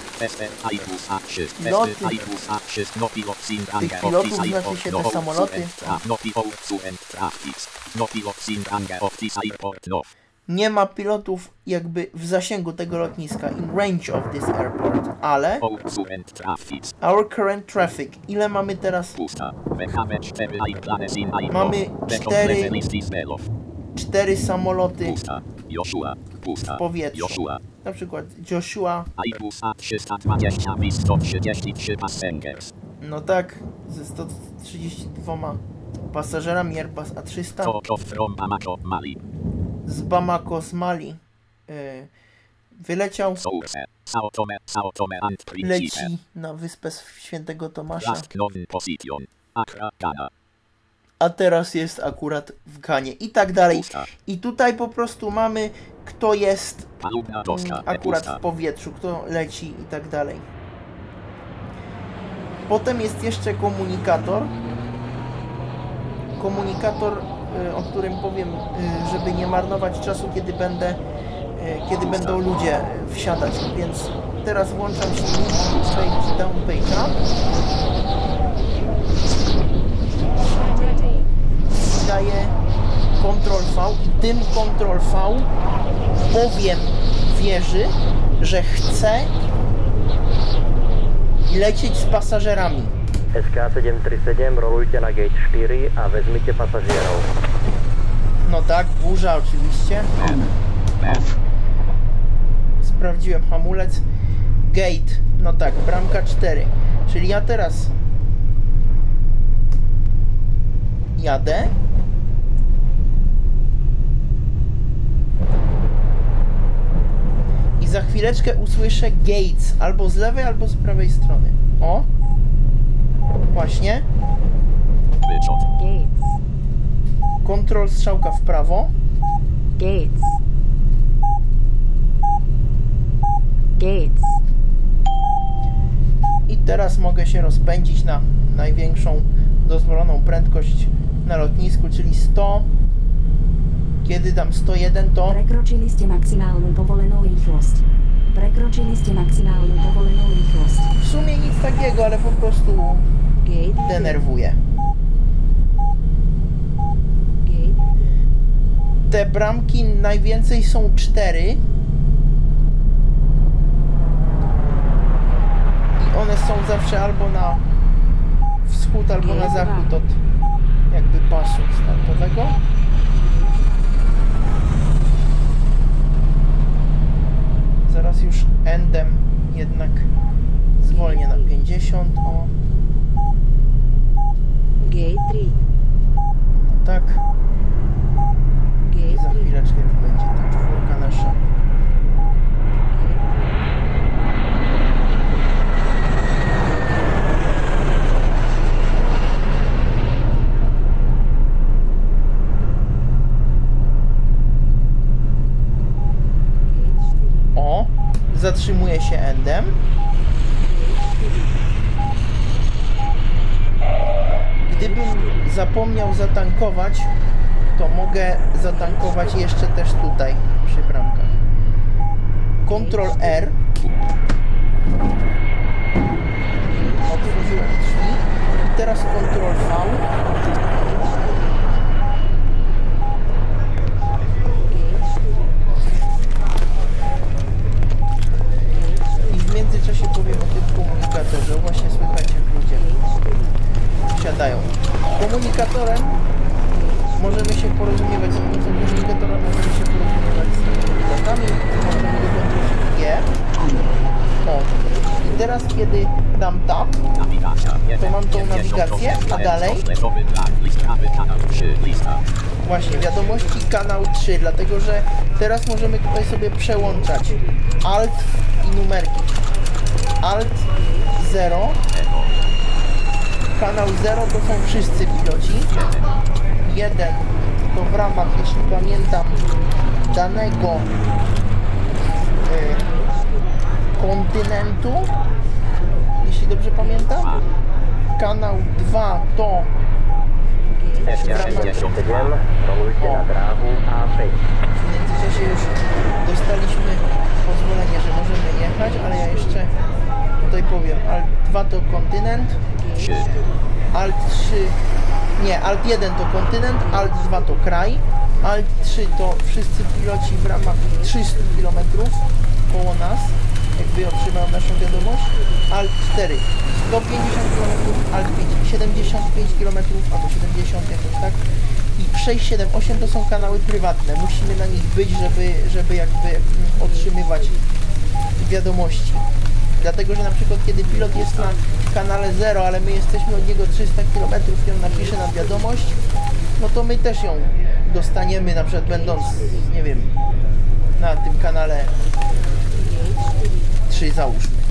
piloty. Tych pilotów znaczy się te samoloty. Nie ma pilotów jakby w zasięgu tego lotniska, in range of this airport, ale our current traffic, ile mamy teraz? Mamy cztery, cztery samoloty w powietrzu, na przykład Joshua, no tak, ze sto trzydziestu dwoma pasażerami Airbus A trzysta. Z Bamako, z Mali, yy, wyleciał, leci na wyspę Świętego Tomasza, a teraz jest akurat w Ganie i tak dalej. I tutaj po prostu mamy, kto jest mm, akurat w powietrzu, kto leci i tak dalej. Potem jest jeszcze komunikator. Komunikator, o którym powiem, żeby nie marnować czasu, kiedy będę, kiedy będą ludzie wsiadać, więc teraz włączam silnik, page down page'a. Daję Ctrl V i tym Ctrl V powiem wieży, że chcę lecieć z pasażerami. S K siedem trzy siedem, rolujcie na gate cztery a vezmite pasażerów. No tak, burza oczywiście. Sprawdziłem hamulec. Gate, no tak, bramka cztery. Czyli ja teraz jadę. I za chwileczkę usłyszę gates, albo z lewej, albo z prawej strony. O! Właśnie. Gates. Kontrol strzałka w prawo. Gates. Gates. I teraz mogę się rozpędzić na największą dozwoloną prędkość na lotnisku, czyli sto. Kiedy dam sto jeden, to... Prekročili maksimálnu povolenou rýchlosť. Prekročili maksimálnu povolenou rýchlosť. W sumie nic takiego, ale po prostu denerwuje. Te bramki najwięcej są cztery. I one są zawsze albo na wschód, albo na zachód od jakby pasu startowego. Zaraz już endem jednak zwolnię na pięćdziesiąt. O. Gate trzy. No tak. I za chwileczkę już będzie ta czwórka nasza. O, zatrzymuje się endem. Gdybym zapomniał zatankować, to mogę zatankować jeszcze też tutaj przy bramkach. Ctrl R. Otworzyłem drzwi. I teraz Ctrl V. I w międzyczasie powiem o tym komunikatorze. Właśnie słychać, jak ludzie wsiadają. Komunikatorem możemy się porozumiewać z pomocą komunikatora, możemy się porozumiewać z pilotami, możemy go kontrolować G. O. I teraz kiedy dam tab, to mam tą nawigację, a dalej właśnie wiadomości kanał trzy, dlatego że teraz możemy tutaj sobie przełączać Alt i numerki. Alt zero Kanał zero to są wszyscy piloci. jeden to w ramach, jeśli pamiętam, danego y, kontynentu, jeśli dobrze pamiętam. Kanał dwa to S sześćdziesiąt dwa. Rolujcie na dráhu A päť. w międzyczasie już dostaliśmy pozwolenie, że możemy jechać, ale ja jeszcze tutaj powiem. Alt dwa to kontynent, Alt trzy, nie, Alt jeden to kontynent, Alt dwa to kraj, Alt trzy to wszyscy piloci w ramach trzystu kilometrów koło nas, jakby otrzymają naszą wiadomość, Alt cztery sto pięćdziesiąt kilometrów, Alt pięć siedemdziesiąt pięć kilometrów, albo siedemdziesiąt jakoś tak, i sześć, siedem, osiem to są kanały prywatne, musimy na nich być, żeby, żeby jakby otrzymywać wiadomości. Dlatego, że na przykład kiedy pilot jest na kanale zero, ale my jesteśmy od niego trzysta kilometrów i on napisze nam wiadomość, no to my też ją dostaniemy, na przykład będąc, nie wiem, na tym kanale trzy załóżmy.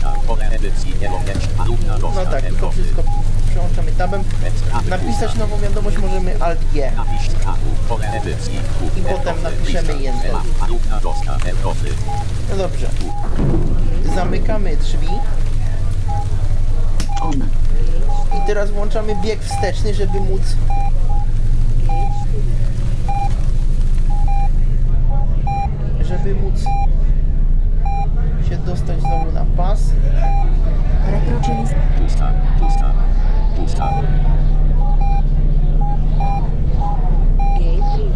No tak, to wszystko przełączamy tabem. Napisać nową wiadomość możemy Alt G. I potem napiszemy Enter. No dobrze. Zamykamy drzwi. I teraz włączamy bieg wsteczny, żeby móc żeby móc się dostać znowu na pas. Prekročili ste Pusta, pusta, pusta. Gate tri.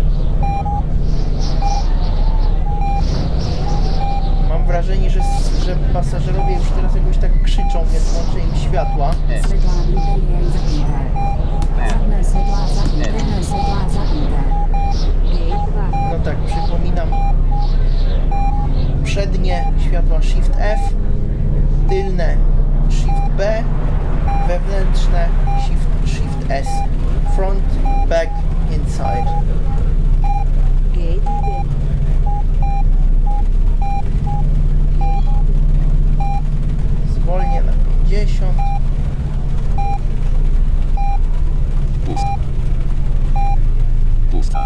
Mam wrażenie, że, że pasażerowie już teraz jakoś tak krzyczą, więc włączę im światła. Svetla v interiéri zapnuté. Zadné svetla zapnuté. Predné svetla zapnuté. Gate dva. No tak, przypominam. Przednie światła Shift F, tylne Shift B, wewnętrzne Shift, Shift S. Front, back, inside. Gate jeden. Zwolnię na pięćdziesiąt. Pusta. Pusta.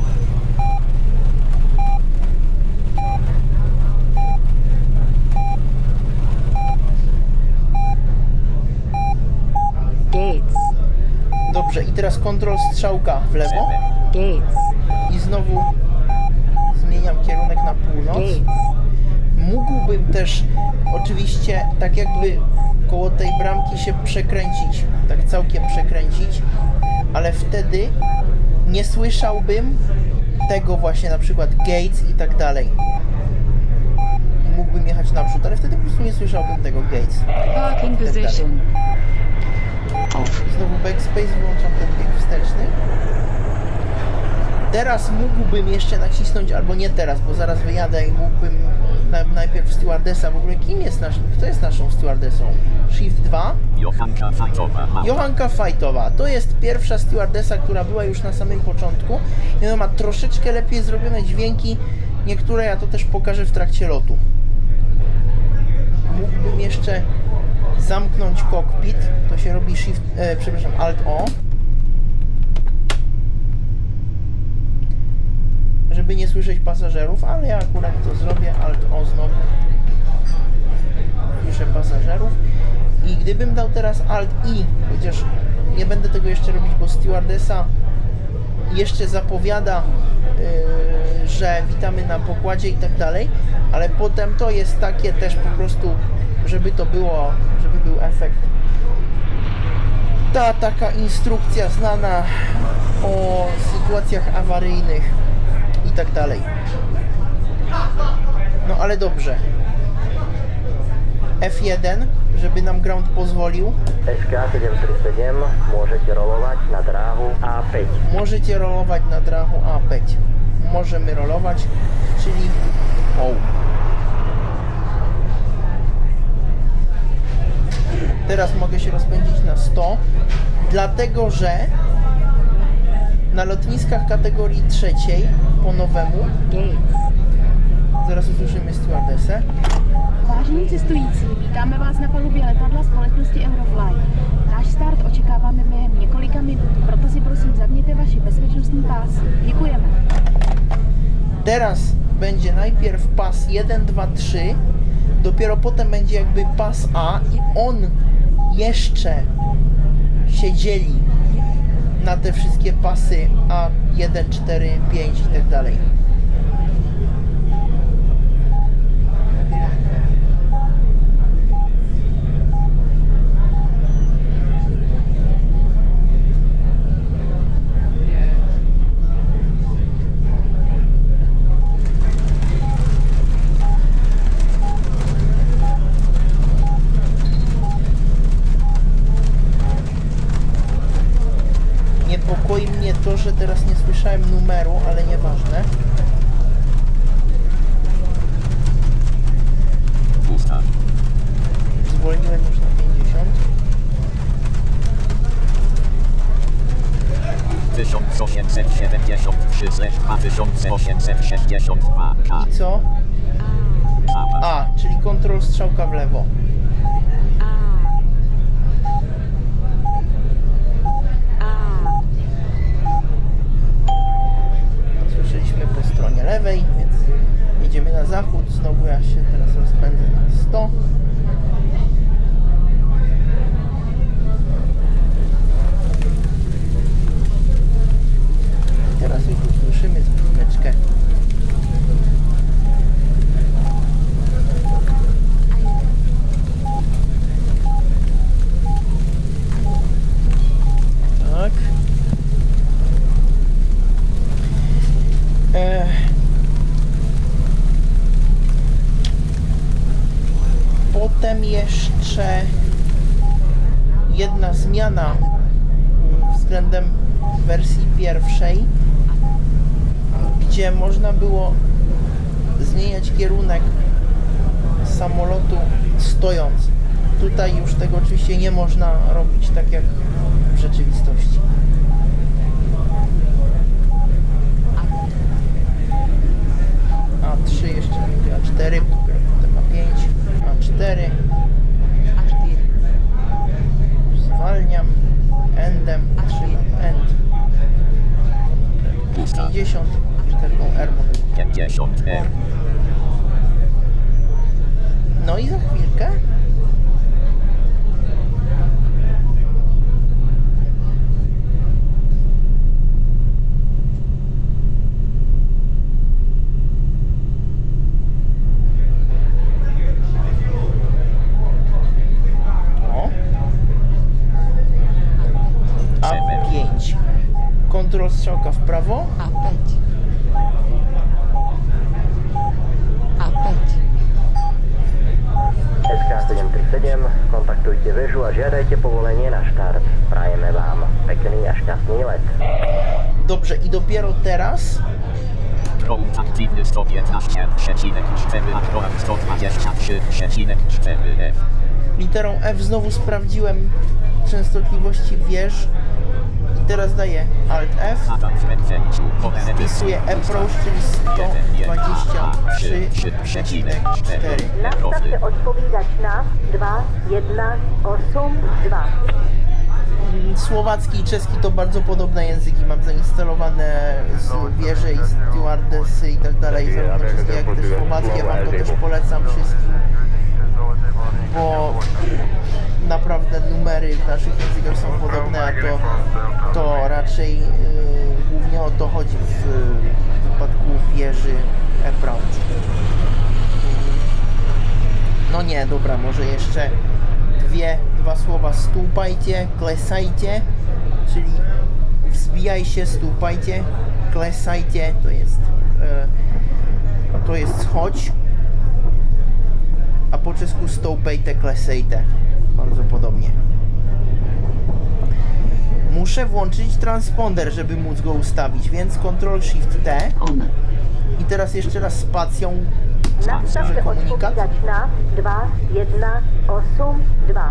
Gates. Dobrze, i teraz kontrol strzałka w lewo. Gates. I znowu zmieniam kierunek na północ. Gates. Mógłbym też oczywiście tak jakby koło tej bramki się przekręcić, tak całkiem przekręcić, ale wtedy nie słyszałbym tego właśnie, na przykład Gates i tak dalej. Mógłbym jechać naprzód, ale wtedy po prostu nie słyszałbym tego Gates. Parking Tak dalej. position. Znowu backspace, wyłączam ten bieg wsteczny. Teraz mógłbym jeszcze nacisnąć, albo nie teraz, bo zaraz wyjadę i mógłbym na, najpierw stewardesa, w ogóle kim jest nasz, kto jest naszą stewardesą? Shift dwa? Johanka Fajtowa. Małpa. Johanka Fajtowa. To jest pierwsza stewardesa, która była już na samym początku i ona ma troszeczkę lepiej zrobione dźwięki, niektóre ja to też pokażę w trakcie lotu. Mógłbym jeszcze zamknąć cockpit, to się robi Shift, e, przepraszam, Alt O. Żeby nie słyszeć pasażerów, ale ja akurat to zrobię, Alt O znowu. Słyszę pasażerów. I gdybym dał teraz Alt I, chociaż nie będę tego jeszcze robić, bo stewardesa jeszcze zapowiada, yy, że witamy na pokładzie i tak dalej, ale potem to jest takie też po prostu, żeby to było, żeby był efekt. Ta taka instrukcja znana o sytuacjach awaryjnych i tak dalej. No ale dobrze. F jeden, żeby nam ground pozwolił. S K sedem tri sedem, môžete rolovať na dráhu A päť. Możecie rolować na drahu A pięć. Możemy rolować, czyli o. Teraz mogę się rozpędzić na sto, dlatego że na lotniskach kategorii trzeciej po nowemu, zaraz usłyszymy stewardesę. Vážení cestující, vítáme vás na palubě letadla společnosti Eurofly. Náš start očekáváme během několika minut, proto si prosím zapněte vaši bezpečnostní pás. Děkujeme. Teraz będzie najpierw pas jeden, dwa, trzy, dopiero potem będzie jakby pas A i on jeszcze się dzieli na te wszystkie pasy A jeden, cztery, pięć i tak dalej. Niepokoi mnie to, że teraz nie słyszałem numeru, ale nieważne. Pusta. Zwolniłem już na pięćdziesiąt. tysiąc osiemset siedemdziesiąt trzy dwa tysiące osiemset sześćdziesiąt dwa K. I co? A, czyli kontrol strzałka w lewo. Słyszeliśmy po stronie lewej, więc jedziemy na zachód. Znowu ja się teraz rozpędzę na sto. Teraz już usłyszymy spółeczkę. Tak. E... Potem jeszcze jedna zmiana względem wersji pierwszej, gdzie można było zmieniać kierunek samolotu stojąc. Tutaj już tego oczywiście nie można robić tak jak w rzeczywistości. A trzy jeszcze będzie A cztery, potem A pięć, A cztery. Zwalniam endem, trzymam end. pięćdziesiąt, literką R mówię. pięćdziesiąt R. No i za chwilkę A pięć. Kontrol strzałka w prawo. A pięć. A pięć. S K sedm tři sedm, kontaktujte väžu a žiadajte povolenie na štart. Prajeme vám pekný a šťastný let. Dobrze, i dopiero teraz Round aktywny sto piętnaście przecinek cztery a program sto dwadzieścia trzy przecinek cztery F. literą F znowu sprawdziłem częstotliwości wież i teraz daję Alt F, wpisuję approach, czyli sto dwadzieścia trzy przecinek cztery. Nastavte odpovídač na dwa jeden osm dwa. Słowacki i czeski to bardzo podobne języki, mam zainstalowane z wieże i stewardessy i tak dalej, zarówno czeskie jak też słowackie, wam to też polecam wszystkim, bo naprawdę numery w naszych językach są podobne, a to, to raczej yy, głównie o to chodzi w yy, wypadku wieży approach. No nie, dobra, może jeszcze dwie, dwa słowa stupajcie, klesajcie, czyli wzbijaj się, stupajcie, klesajcie, to jest yy, to jest schodź, a po czesku stoupejte, klesejte. Bardzo podobnie. Muszę włączyć transponder, żeby móc go ustawić, więc Ctrl Shift T. I teraz jeszcze raz spacją Nastavte odpovídač na dwa jeden osm dwa.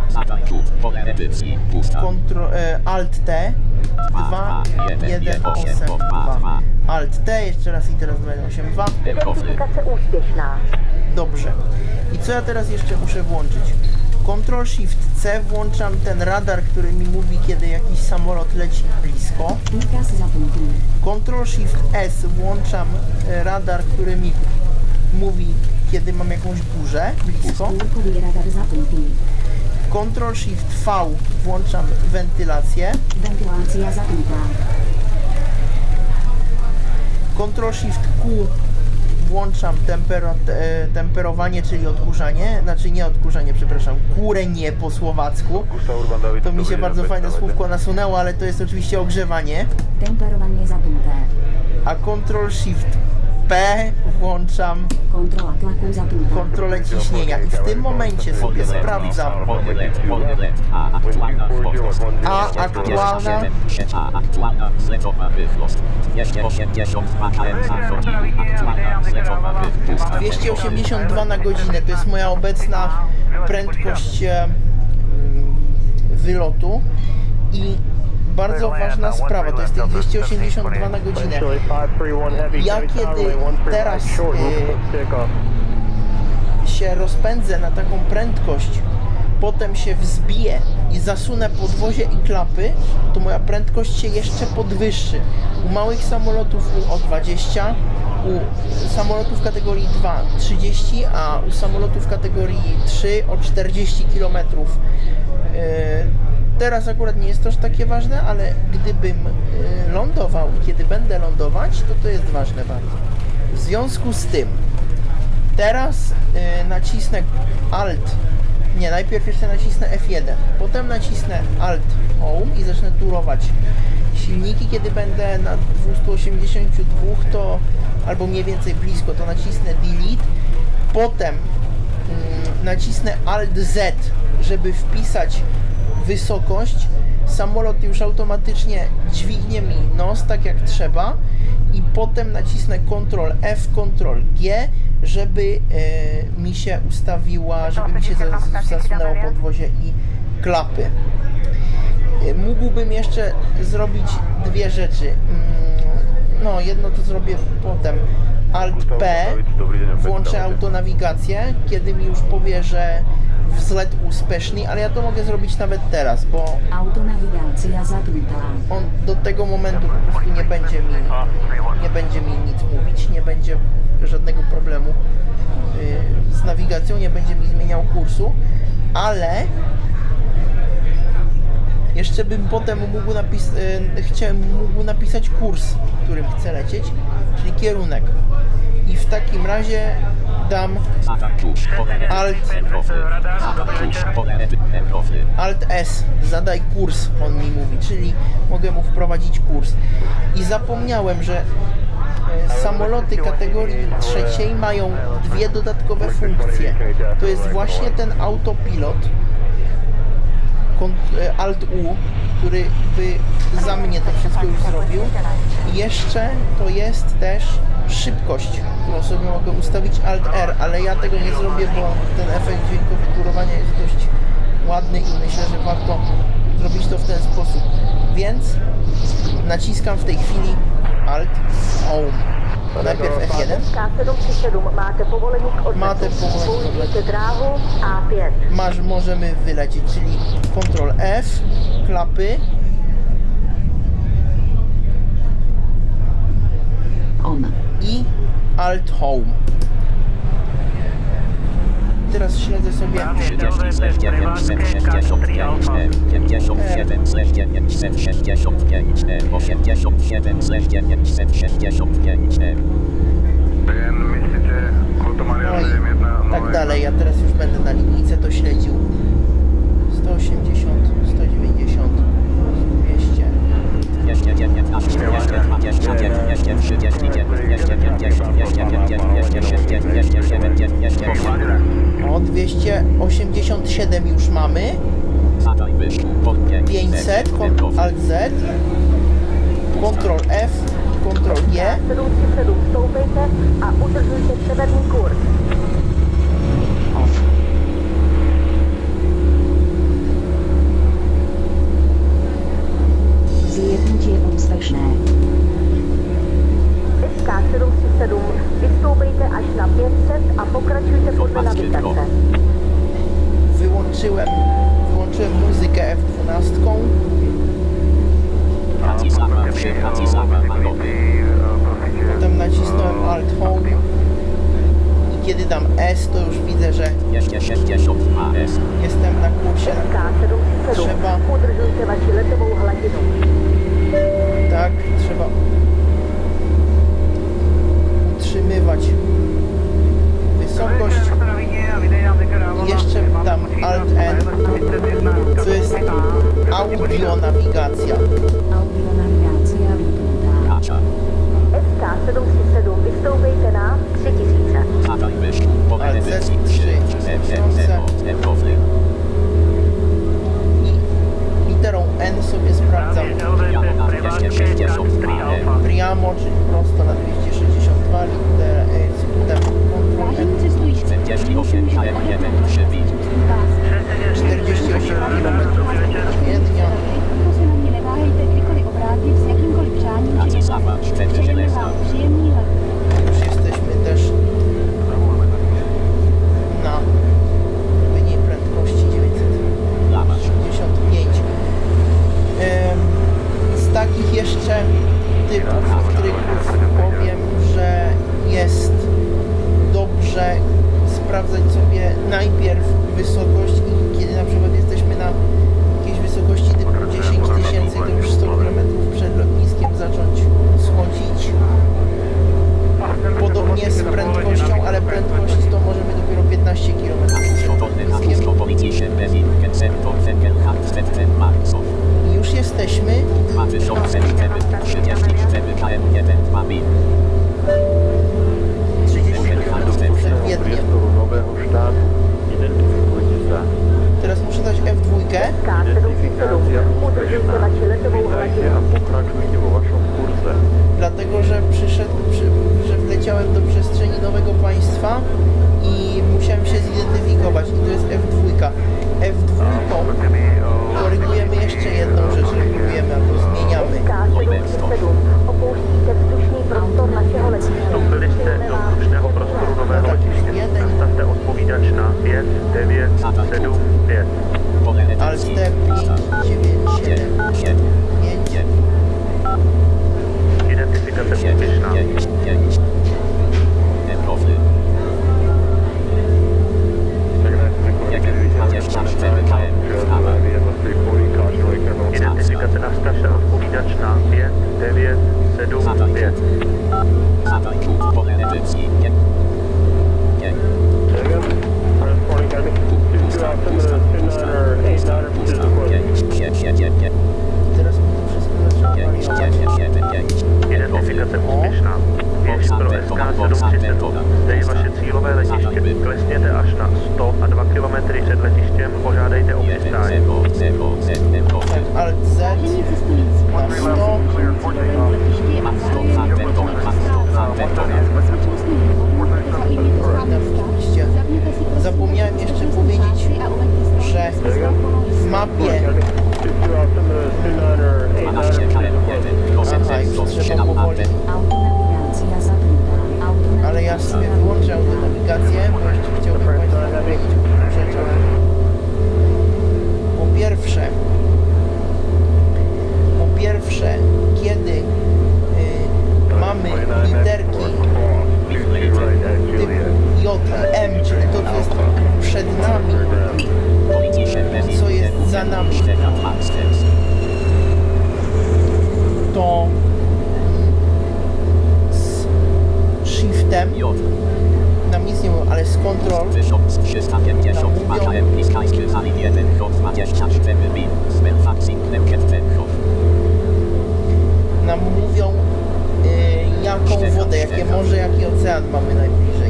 Ctrl, e, Alt T dwa jeden osm dwa. Alt T, jeszcze raz i teraz dwa jeden osm dwa. Identyfikace úspěšná. Dobrze. I co ja teraz jeszcze muszę włączyć? Ctrl-Shift-C włączam ten radar, który mi mówi, kiedy jakiś samolot leci blisko. Ctrl-Shift-S włączam radar, który mi mówi, kiedy mam jakąś burzę blisko. Ctrl-Shift-V włączam wentylację. Wentylacja zamknięta. Ctrl-Shift-Q włączam tempero, te, temperowanie, czyli odkurzanie, znaczy nie odkurzanie, przepraszam, kurenie po słowacku. To mi się bardzo fajne słówko nasunęło, ale to jest oczywiście ogrzewanie. Temperowanie zamknięte. A Ctrl-Shift-P włączam kontrolę ciśnienia i w tym momencie sobie sprawdzam, a aktualna dwieście osiemdziesiąt dwa na godzinę, to jest moja obecna prędkość wylotu i bardzo ważna sprawa, to jest tych dwieście osiemdziesiąt dwa na godzinę. Ja kiedy teraz y, się rozpędzę na taką prędkość, potem się wzbiję i zasunę podwozie i klapy, to moja prędkość się jeszcze podwyższy. U małych samolotów o dwadzieścia, u samolotów kategorii dwa trzydzieści, a u samolotów kategorii trzy o czterdzieści kilometrów. Teraz akurat nie jest to aż takie ważne, ale gdybym lądował i kiedy będę lądować, to to jest ważne bardzo. W związku z tym teraz nacisnę Alt, nie, najpierw jeszcze nacisnę F jeden, potem nacisnę Alt Home i zacznę turować silniki. Kiedy będę na dwieście osiemdziesiąt dwa, to albo mniej więcej blisko, to nacisnę Delete, potem mm, nacisnę Alt Z, żeby wpisać wysokość. Samolot już automatycznie dźwignie mi nos tak jak trzeba i potem nacisnę Ctrl F, Ctrl G, żeby e, mi się ustawiła, żeby mi się zasunęło podwozie i klapy. E, mógłbym jeszcze zrobić dwie rzeczy. No, jedno to zrobię potem. Alt P, włączę autonawigację, kiedy mi już powie, że wzlet uspешny, ale ja to mogę zrobić nawet teraz, bo autonawigacja zamknięta. On do tego momentu po prostu nie będzie mi nie będzie mi nic mówić, nie będzie żadnego problemu yy, z nawigacją, nie będzie mi zmieniał kursu, ale jeszcze bym potem mógł, napis yy, chciałem, mógł napisać kurs, którym chcę lecieć, czyli kierunek. I w takim razie dam Alt, Alt S, zadaj kurs, on mi mówi, czyli mogę mu wprowadzić kurs. I zapomniałem, że e, samoloty kategorii trzeciej mają dwie dodatkowe funkcje. To jest właśnie ten autopilot, Alt U, który by za mnie to wszystko już zrobił. I jeszcze to jest też szybkość, którą sobie mogę ustawić Alt R, ale ja tego nie zrobię, bo ten efekt dźwiękowy turowania jest dość ładny i myślę, że warto zrobić to w ten sposób. Więc naciskam w tej chwili Alt Home. Najpierw F jeden. Máte povolení k odletu. Masz, możemy wylecieć, czyli Ctrl F, klapy. On. I Alt Home. Teraz śledzę sobie no i tak dalej. Ja teraz już będę na linijce to śledził. sto osiemdziesiąt, sto dziewięćdziesiąt, dwieście. O, dwieście osiemdziesiąt siedem już mamy. pięćset, Alt Z, Ctrl F, Ctrl G. Zjedncie úspěšné. S K sedm tři sedm, vystoupejte až na pět set a pokračujte podle navigace. Wyłączyłem S to już widzę, że jestem na kursie. Trzeba... Tak, trzeba utrzymywać wysokość. I jeszcze tam Alt N, to jest audio nawigacja. S K sedm tři sedm, vystoupejte na tři tisíce. Alt Z trzy tysiące. I literą N sobie sprawdzam Priamo, czyli prosto na dwieście sześćdziesiąt dwa, liter E, skrótem Ctrl N. czterdzieści osiem kilometrów średnia. Proto se na mě neváhejte kdykoliv obrátit s jakýmkoliv přáním či dotazem. Přejeme vám příjemný let. Już jesteśmy też na odpowiedniej prędkości dziewięćset sześćdziesiąt pięć. Ym, z takich jeszcze typów tryków powiem, że jest dobrze sprawdzać sobie najpierw wysokość i kiedy na przykład jesteśmy na jakiejś wysokości typu dziesięć tysięcy, to już sto kilometrów przed lotniskiem zacząć schodzić. Podobnie z prędkością, ale prędkość to możemy dopiero piętnaście kilometrów przed lotniskiem. I już jesteśmy trzydzieści kilometrów przed Wiedniem. Teraz muszę dać F dwa. Dlatego, że przyszedł, przy, że wleciałem do przestrzeni nowego państwa i musiałem się zidentyfikować. I to jest F dwa. F dwa korygujemy jeszcze jedną rzecz, regulujemy albo zmieniamy. Vstoupili jste do vzdušného prostoru nového letiště. Nastavte odpovídač na pět devět sedm pět. Alt T pięć dziewięć siedem pięć. Identifikace úspěšná. Identifikace na staře odpovídač na pět devět sedm pět. Teraz mi to wszystko zaczęło wariować. Identifikace úspěšná. Běž pro S K sedm tři sedm. Zde je vaše cílové letiště. Klesněte až na sto a dva kilometry před letištěm. Požádejte o přistání. Tak, Alt Z na sto. Zapomniałem jeszcze powiedzieć, że w mapie aha, już trzeba powoli, ale ja sobie wyłączę autonawigację, bo jeszcze chciałbym Państwu powiedzieć o kilku rzeczach. Po pierwsze, po pierwsze, kiedy y, mamy literki typu J i M, czyli to, co jest przed nami, co jest za nami, to z Shiftem nam nic nie mówią, ale z Control nam mówią y, jaką wodę, jakie morze, jaki ocean mamy najbliżej.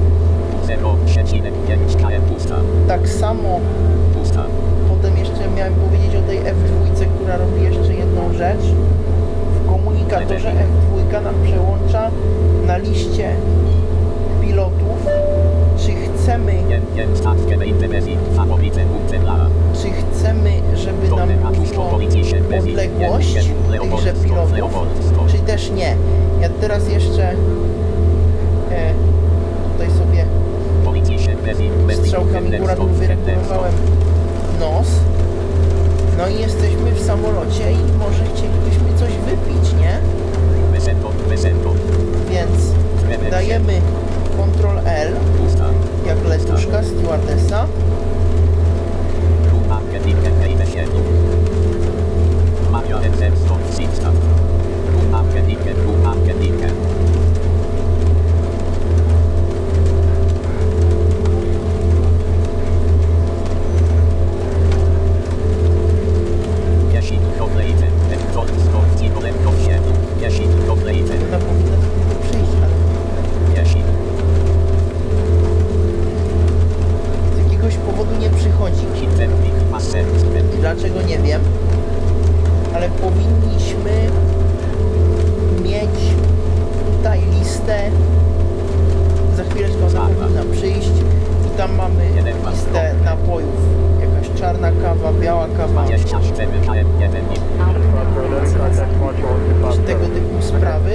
Tak samo potem jeszcze miałem powiedzieć o tej F dwa, która robi jeszcze jedną rzecz. W komunikatorze F dwa nam przełącza na liście pilotów, czy chcemy czy chcemy, żeby nam mówiło odległość tychże pilotów, czy też nie. Ja teraz jeszcze e, tutaj sobie strzałkami góra-dół wyregulowałem nos. No i jesteśmy w samolocie i może chcielibyśmy coś wypić, nie? Więc dajemy Ctrl L kawałek. Czy tego typu sprawy.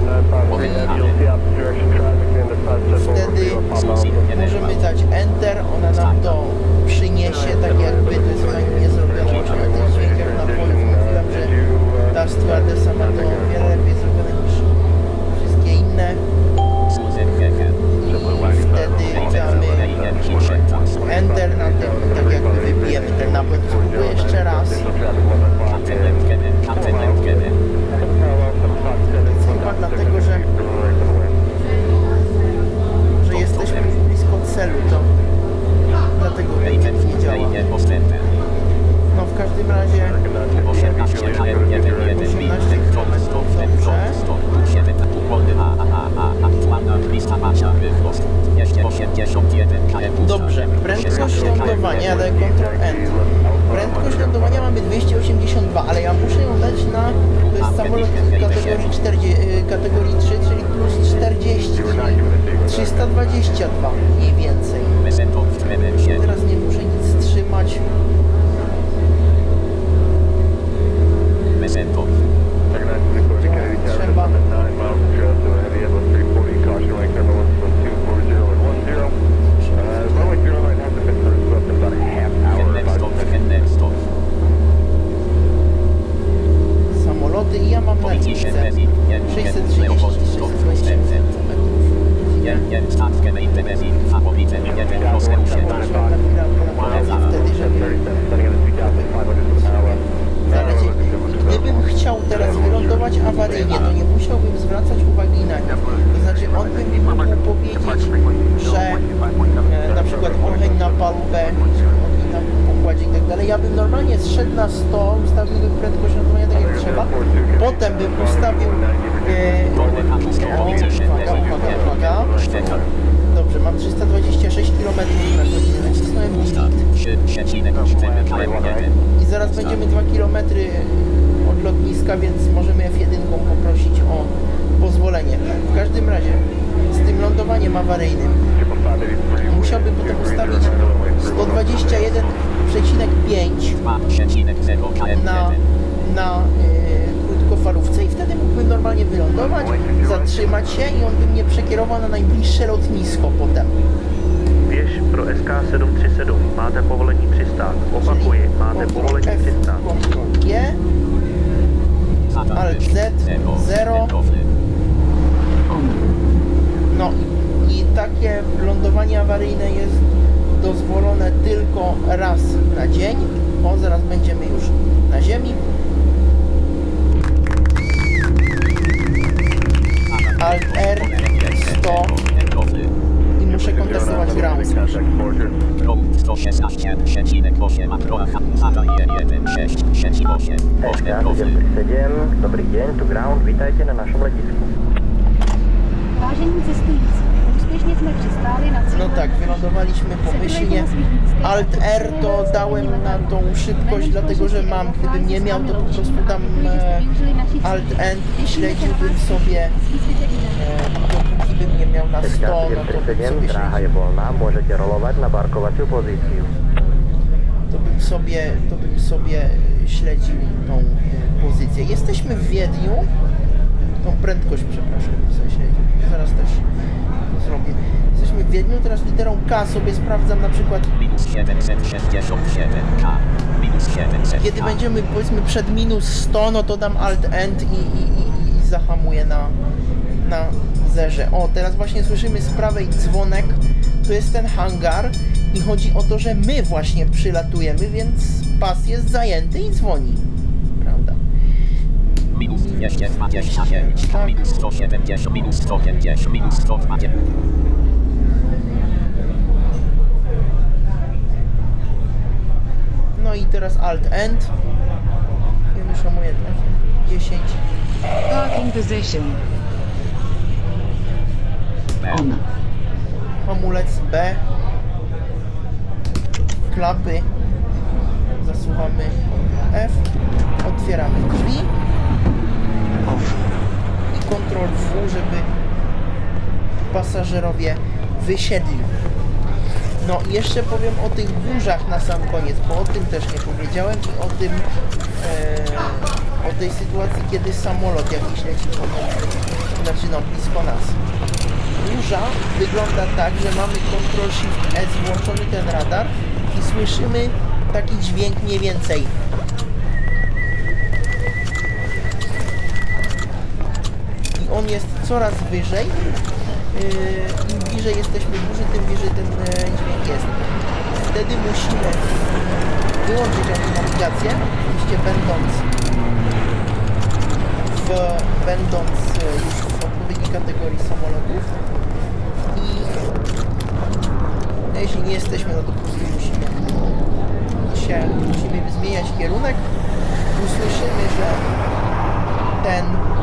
Wtedy możemy dać Enter, ona nam to przyniesie, tak jakby to jest fajnie zrobione na tych dźwiękach napojów. Mówiłam, że ta stewardessa ma to o wiele lepiej zrobione niż wszystkie inne. I wtedy damy Enter na tym, tak jakby wybijemy ten napój. Spróbuję jeszcze raz. Chyba dlatego, że że jesteśmy już blisko celu, to dlatego nie działa. No w każdym razie osiemnaście kilometrów, dobrze. Dobrze, prędkość lądowania, daję Ctrl N. Prędkość lądowania mamy dwieście osiemdziesiąt dwa, ale ja muszę ją dać na, to jest samolot kategorii, czterdzieści, kategorii trzy, czyli plus czterdzieści, czyli trzysta dwadzieścia dwa mniej więcej. Teraz nie muszę nic trzymać. Trzeba. Samoloty i ja mam na listę sześćset trzydzieści, sześćset dwadzieścia wtedy, żeby zalecieć. Gdybym chciał teraz wylądować awaryjnie, to nie musiałbym zwracać uwagi na nic. To znaczy on by mi mógł powiedzieć, że e, na przykład ogień na palubę, ogień na pokładzie i tak dalej. Ja bym normalnie zszedł na sto, ustawiłbym prędkość lądowania tak jak trzeba, potem bym ustawił e, o, uwaga, uwaga, uwaga. Dobrze, mam trzysta dwadzieścia sześć kilometrów na godzinę, nacisnąłem i zaraz będziemy dwa kilometry od lotniska, więc możemy F jeden poprosić o pozwolenie. W każdym razie z tym lądowaniem awaryjnym musiałbym potem ustawić sto dwadzieścia jeden przecinek pięć na, na yy, krótkofalówce i wtedy mógłbym normalnie wylądować, zatrzymać się i on by mnie przekierował na najbliższe lotnisko potem. Běž pro S K sedm tři sedm, máte povolení přistát. Opakuji, máte povolení přistát. G, Alt Z, zero. No i takie lądowanie awaryjne jest dozwolone tylko raz na dzień. O, zaraz będziemy już na ziemi. Alt R sto i muszę kontestować ground. Dobrý deň, tu ground, vítajte na našom letisku. Vážení cestující, úspěšně jsme přistáli na cíl. No tak, wylądowaliśmy pomyślnie. Alt R to dałem na tą szybkość, dlatego że mam, gdybym nie miał, to po prostu dam e, Alt N i śledziłbym sobie, e, dopóki bym nie miał na sto, no to bym sobie Dráha je volná, môžete rolovať na parkovaciu pozíciu. to bym sobie, to bym sobie śledził tą e, pozycję. Jesteśmy w Wiedniu, tą prędkość, przepraszam, w sensie, zaraz też to zrobię. Jesteśmy w Wiedniu, teraz literą K sobie sprawdzam na przykład, kiedy będziemy powiedzmy przed minus sto, no to dam Alt End i, i, i, i zahamuję na, na zerze. O, teraz właśnie słyszymy z prawej dzwonek, to jest ten hangar i chodzi o to, że my właśnie przylatujemy, więc pas jest zajęty i dzwoni, prawda? Minus dwieście dwadzieścia pięć, tak. Minus sto siedemdziesiąt, minus sto pięćdziesiąt, minus sto dwadzieścia. No i teraz Alt End. Ja już hamuję dziesięć. Parking position. On. Hamulec B. Klapy. Zasuwamy F. Otwieramy drzwi. I Ctrl V, żeby pasażerowie wysiedli. No i jeszcze powiem o tych burzach na sam koniec, bo o tym też nie powiedziałem i o tym, e, o tej sytuacji, kiedy samolot jakiś leci pomiędzy, znaczy no blisko nas. Burza wygląda tak, że mamy Control Shift S, włączony ten radar i słyszymy taki dźwięk mniej więcej. I on jest coraz wyżej. Yy, im bliżej jesteśmy burzy, tym wyżej ten yy, dźwięk jest. Wtedy musimy wyłączyć nawigację, oczywiście będąc w, będąc yy, już w odpowiedniej kategorii samolotów i no, jeśli nie jesteśmy, no to po prostu musimy się, musimy zmieniać kierunek. Usłyszymy, że ten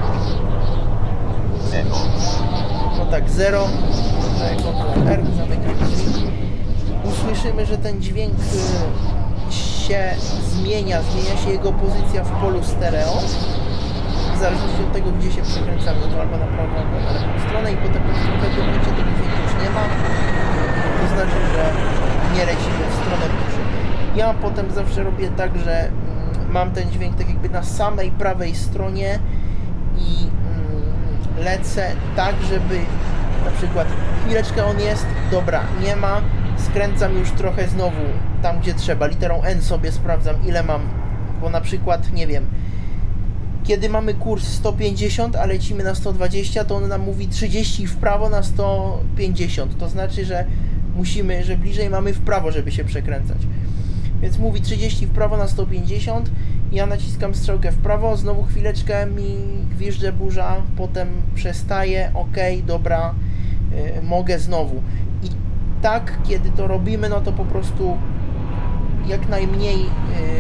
no tak, zero, Ctrl R, zamykamy drzwi. Usłyszymy, że ten dźwięk się zmienia, zmienia się jego pozycja w polu stereo. W zależności od tego, gdzie się przekręcamy, to albo na prawą, albo na lewą stronę i potem w pewnym momencie tego dźwięku już nie ma. To znaczy, że nie lecimy w stronę burzy. Ja potem zawsze robię tak, że mm, mam ten dźwięk tak jakby na samej prawej stronie i mm, lecę tak, żeby na przykład chwileczkę on jest, dobra, nie ma, skręcam już trochę znowu tam, gdzie trzeba, literą N sobie sprawdzam, ile mam, bo na przykład, nie wiem, kiedy mamy kurs sto pięćdziesiąt, a lecimy na sto dwadzieścia, to on nam mówi trzydzieści w prawo na sto pięćdziesiąt, to znaczy, że musimy, że bliżej mamy w prawo, żeby się przekręcać. Więc mówi trzydzieści w prawo na sto pięćdziesiąt, ja naciskam strzałkę w prawo, znowu chwileczkę mi gwizdże burza, potem przestaje, ok, dobra, yy, mogę znowu. I tak, kiedy to robimy, no to po prostu jak najmniej yy,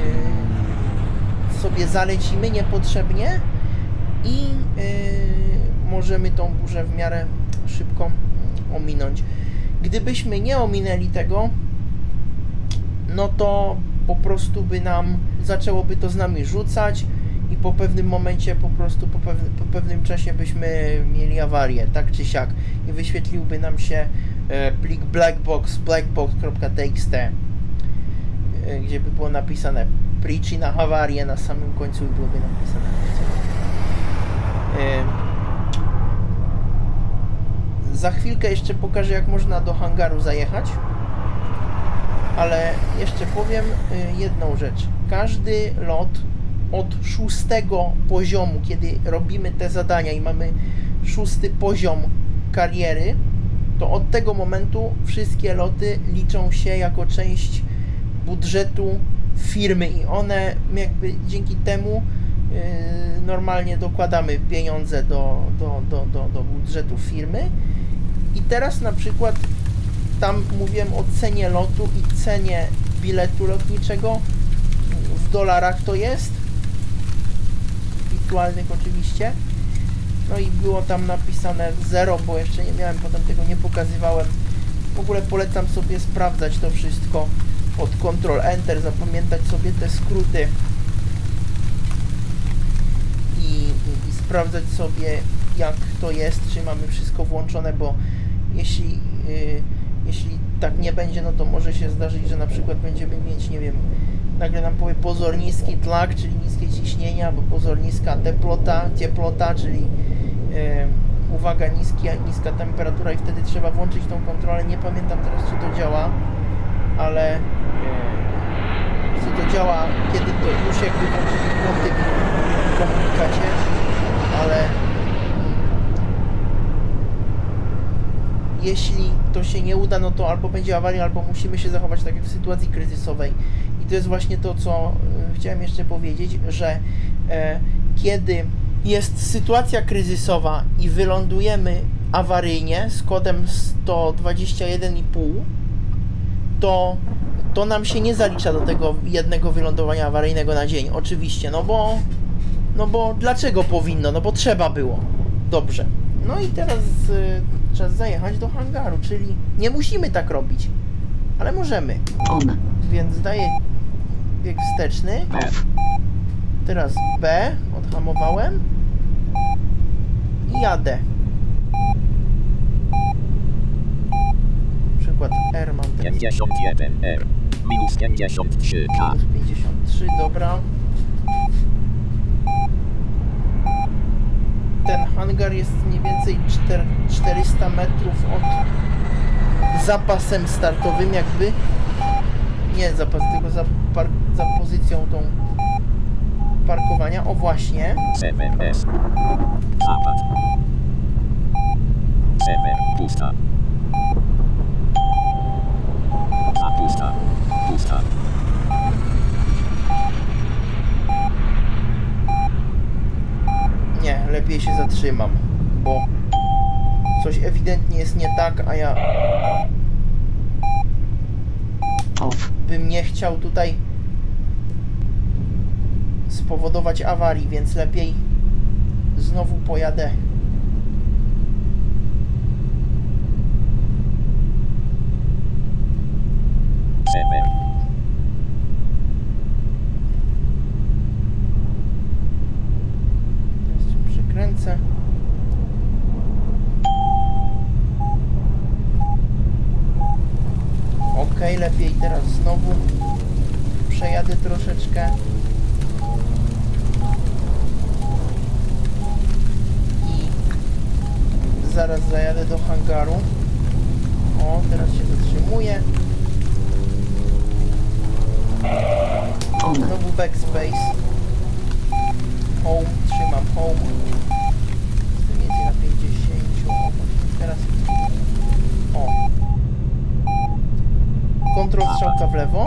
sobie zalecimy niepotrzebnie i yy, możemy tą burzę w miarę szybko ominąć. Gdybyśmy nie ominęli tego, no to po prostu by nam, zaczęłoby to z nami rzucać i po pewnym momencie, po prostu po, pewne, po pewnym czasie byśmy mieli awarię, tak czy siak, i wyświetliłby nam się e, plik blackbox, blackbox.txt, e, gdzie by było napisane przyczyna awarię na samym końcu i byłoby napisane. E, za chwilkę jeszcze pokażę, jak można do hangaru zajechać. Ale jeszcze powiem jedną rzecz. Każdy lot od szóstego poziomu, kiedy robimy te zadania i mamy szósty poziom kariery, to od tego momentu wszystkie loty liczą się jako część budżetu firmy i one jakby dzięki temu yy, normalnie dokładamy pieniądze do, do, do, do, do budżetu firmy. I teraz na przykład tam mówiłem o cenie lotu i cenie biletu lotniczego, w dolarach to jest, wirtualnych oczywiście, no i było tam napisane zero, bo jeszcze nie miałem, potem tego nie pokazywałem. W ogóle polecam sobie sprawdzać to wszystko od Ctrl Enter, zapamiętać sobie te skróty i, i, i sprawdzać sobie, jak to jest, czy mamy wszystko włączone, bo jeśli yy, Jeśli tak nie będzie, no to może się zdarzyć, że na przykład będziemy mieć, nie wiem, nagle nam powie pozor niski tlak, czyli niskie ciśnienie, albo pozor niska teplota, cieplota, czyli e, uwaga, niski, niska temperatura i wtedy trzeba włączyć tą kontrolę. Nie pamiętam teraz, czy to działa, ale e, czy to działa, kiedy to już jakby włączymy po tym komunikacie, ale jeśli to się nie uda, no to albo będzie awaria, albo musimy się zachować tak jak w sytuacji kryzysowej. I to jest właśnie to, co e, chciałem jeszcze powiedzieć, że e, kiedy jest sytuacja kryzysowa i wylądujemy awaryjnie z kodem sto dwadzieścia jeden i pół, to to nam się nie zalicza do tego jednego wylądowania awaryjnego na dzień, oczywiście, no bo no bo dlaczego powinno? No bo trzeba było. Dobrze. No i teraz y, czas zajechać do hangaru, czyli nie musimy tak robić, ale możemy. On. Więc daję bieg wsteczny. Teraz B, odhamowałem i jadę. Na przykład przykład R mam teraz. pięćdziesiąt jeden R. Minus pięćdziesiąt trzy K. Minus pięćdziesiąt trzy, dobra. Ten hangar jest mniej więcej czterysta metrów od zapasem startowym jakby. Nie zapas, tylko za, par, za pozycją tą parkowania. O właśnie. Sever S. Zapad. Sever pusta. A pusta. Pusta. Nie, lepiej się zatrzymam, bo coś ewidentnie jest nie tak, a ja bym nie chciał tutaj spowodować awarii, więc lepiej znowu pojadę Sever. Kręcę. Ok, lepiej teraz znowu przejadę troszeczkę. I zaraz zajadę do hangaru. O, teraz się zatrzymuję. Znowu backspace. Home, trzymam home. Jestem więcej na pięćdziesiąt. O, teraz. O. Kontrol strzałka w lewo.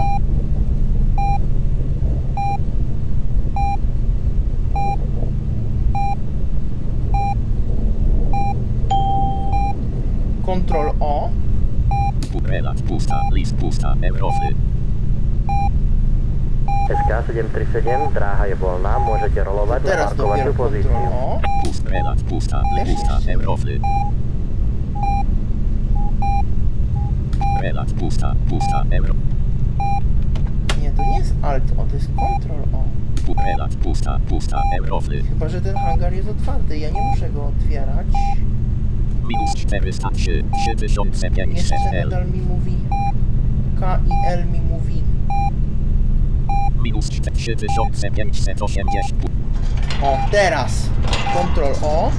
Kontrol O. Relat pusta, list pusta, Eurofly. S K sedm tři sedm, dráha je volná, môžete rolovať na parkovaciu pozíciu. Pust, relat pusta, pusta, Eurofly. Relat pusta, pusta, Euro. Nie, to nie jest Alt O, to jest Kontrol O. Relat pusta, pusta, Eurofly. Chyba, że ten hangar jest otwarty, ja nie muszę go otwierać. Minus czterysta trzy, trzy tysiące pięćset Jeszcze L. nadal mi mówi K i L mi mówi Minus trzy tysiące pięćset osiemdziesiąt. O, teraz Kontrol O.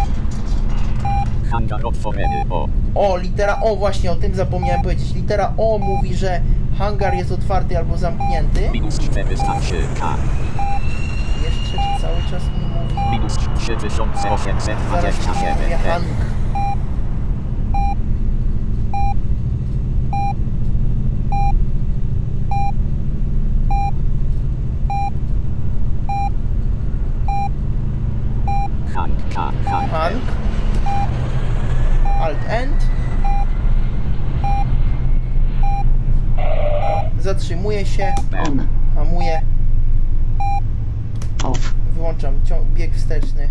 Hangar otworzony, o. O, litera O, właśnie o tym zapomniałem powiedzieć. Litera O mówi, że hangar jest otwarty albo zamknięty. Minus czterysta trzy K. Jeszcze cały czas mi mówi Minus trzy tysiące osiemset zaraz dwadzieścia ci mówię siedem hang. Hang, K, hang, Hang. Alt End. Zatrzymuję się. Hamuję. Wyłączam ciąg, bieg wsteczny.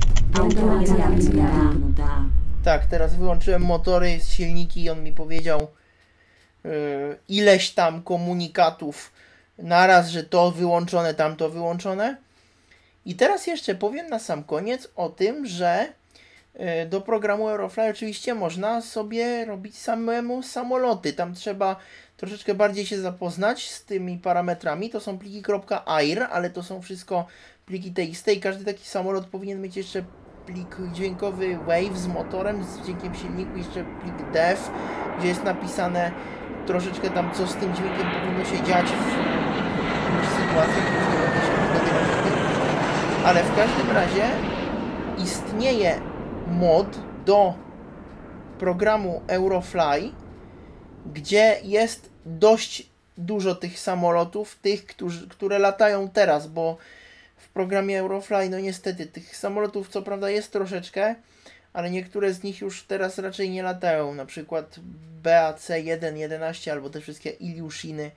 Tak, teraz wyłączyłem motory, silniki i on mi powiedział yy, ileś tam komunikatów naraz, że to wyłączone, tamto wyłączone. I teraz jeszcze powiem na sam koniec o tym, że yy, do programu Eurofly oczywiście można sobie robić samemu samoloty. Tam trzeba troszeczkę bardziej się zapoznać z tymi parametrami. To są pliki .air, ale to są wszystko pliki T X T i każdy taki samolot powinien mieć jeszcze plik dźwiękowy WAV z motorem, z dźwiękiem silniku, jeszcze plik D E F, gdzie jest napisane troszeczkę tam, co z tym dźwiękiem powinno się dziać w, w sytuacjach, już nie będę się rozgadywać o tym. Ale w każdym razie istnieje mod do programu Eurofly, gdzie jest dość dużo tych samolotów, tych, którzy, które latają teraz, bo w programie Eurofly, no niestety, tych samolotów co prawda jest troszeczkę, ale niektóre z nich już teraz raczej nie latają, na przykład B A C jeden jedenaście albo te wszystkie Ilyushiny.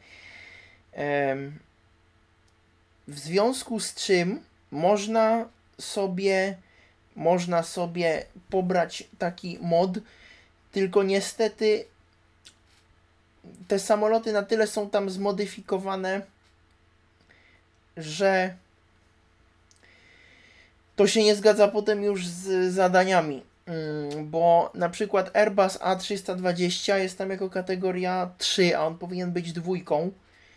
W związku z czym można sobie można sobie pobrać taki mod, tylko niestety te samoloty na tyle są tam zmodyfikowane, że to się nie zgadza potem już z zadaniami. bo na przykład Airbus A trzysta dwadzieścia jest tam jako kategoria trzy, a on powinien być dwójką.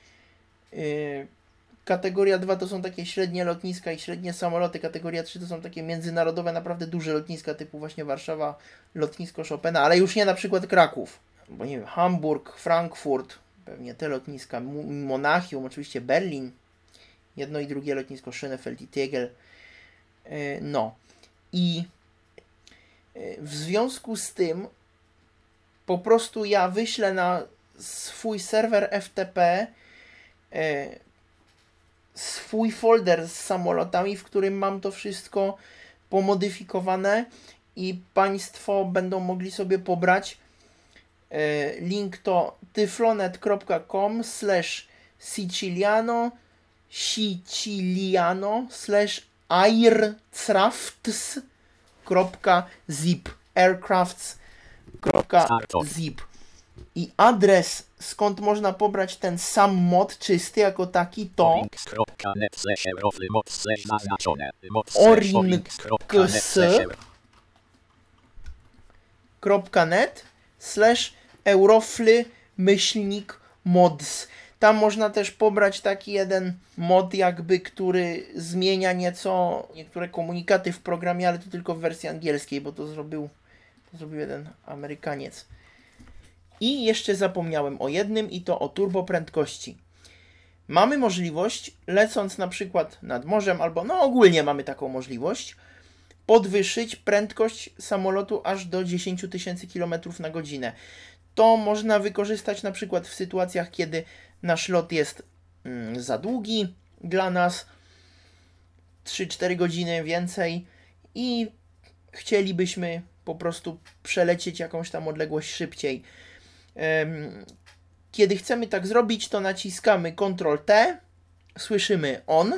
Kategoria dwa to są takie średnie lotniska i średnie samoloty, kategoria trzy to są takie międzynarodowe, naprawdę duże lotniska typu właśnie Warszawa, lotnisko Chopina, ale już nie na przykład Kraków, bo nie wiem, Hamburg, Frankfurt, pewnie te lotniska, Monachium, oczywiście Berlin, jedno i drugie lotnisko Schönefeld i Tegel. No i w związku z tym po prostu ja wyślę na swój serwer F T P swój folder z samolotami, w którym mam to wszystko pomodyfikowane i Państwo będą mogli sobie pobrać. Link to tyflonet kropka com slash siciliano siciliano slash aircrafts kropka zip aircrafts kropka zip i adres, skąd można pobrać ten sam mod czysty jako taki, to orinks kropka net slash eurofly myślnik mods. Tam można też pobrać taki jeden mod jakby, który zmienia nieco niektóre komunikaty w programie, ale to tylko w wersji angielskiej, bo to zrobił, to zrobił jeden Amerykaniec. I jeszcze zapomniałem o jednym i to o turboprędkości. Mamy możliwość, lecąc na przykład nad morzem, albo no ogólnie mamy taką możliwość, podwyższyć prędkość samolotu aż do dziesięć tysięcy kilometrów na godzinę. To można wykorzystać na przykład w sytuacjach, kiedy nasz lot jest mm, za długi dla nas, trzy cztery godziny więcej i chcielibyśmy po prostu przelecieć jakąś tam odległość szybciej. Kiedy chcemy tak zrobić, to naciskamy kontrol T, słyszymy on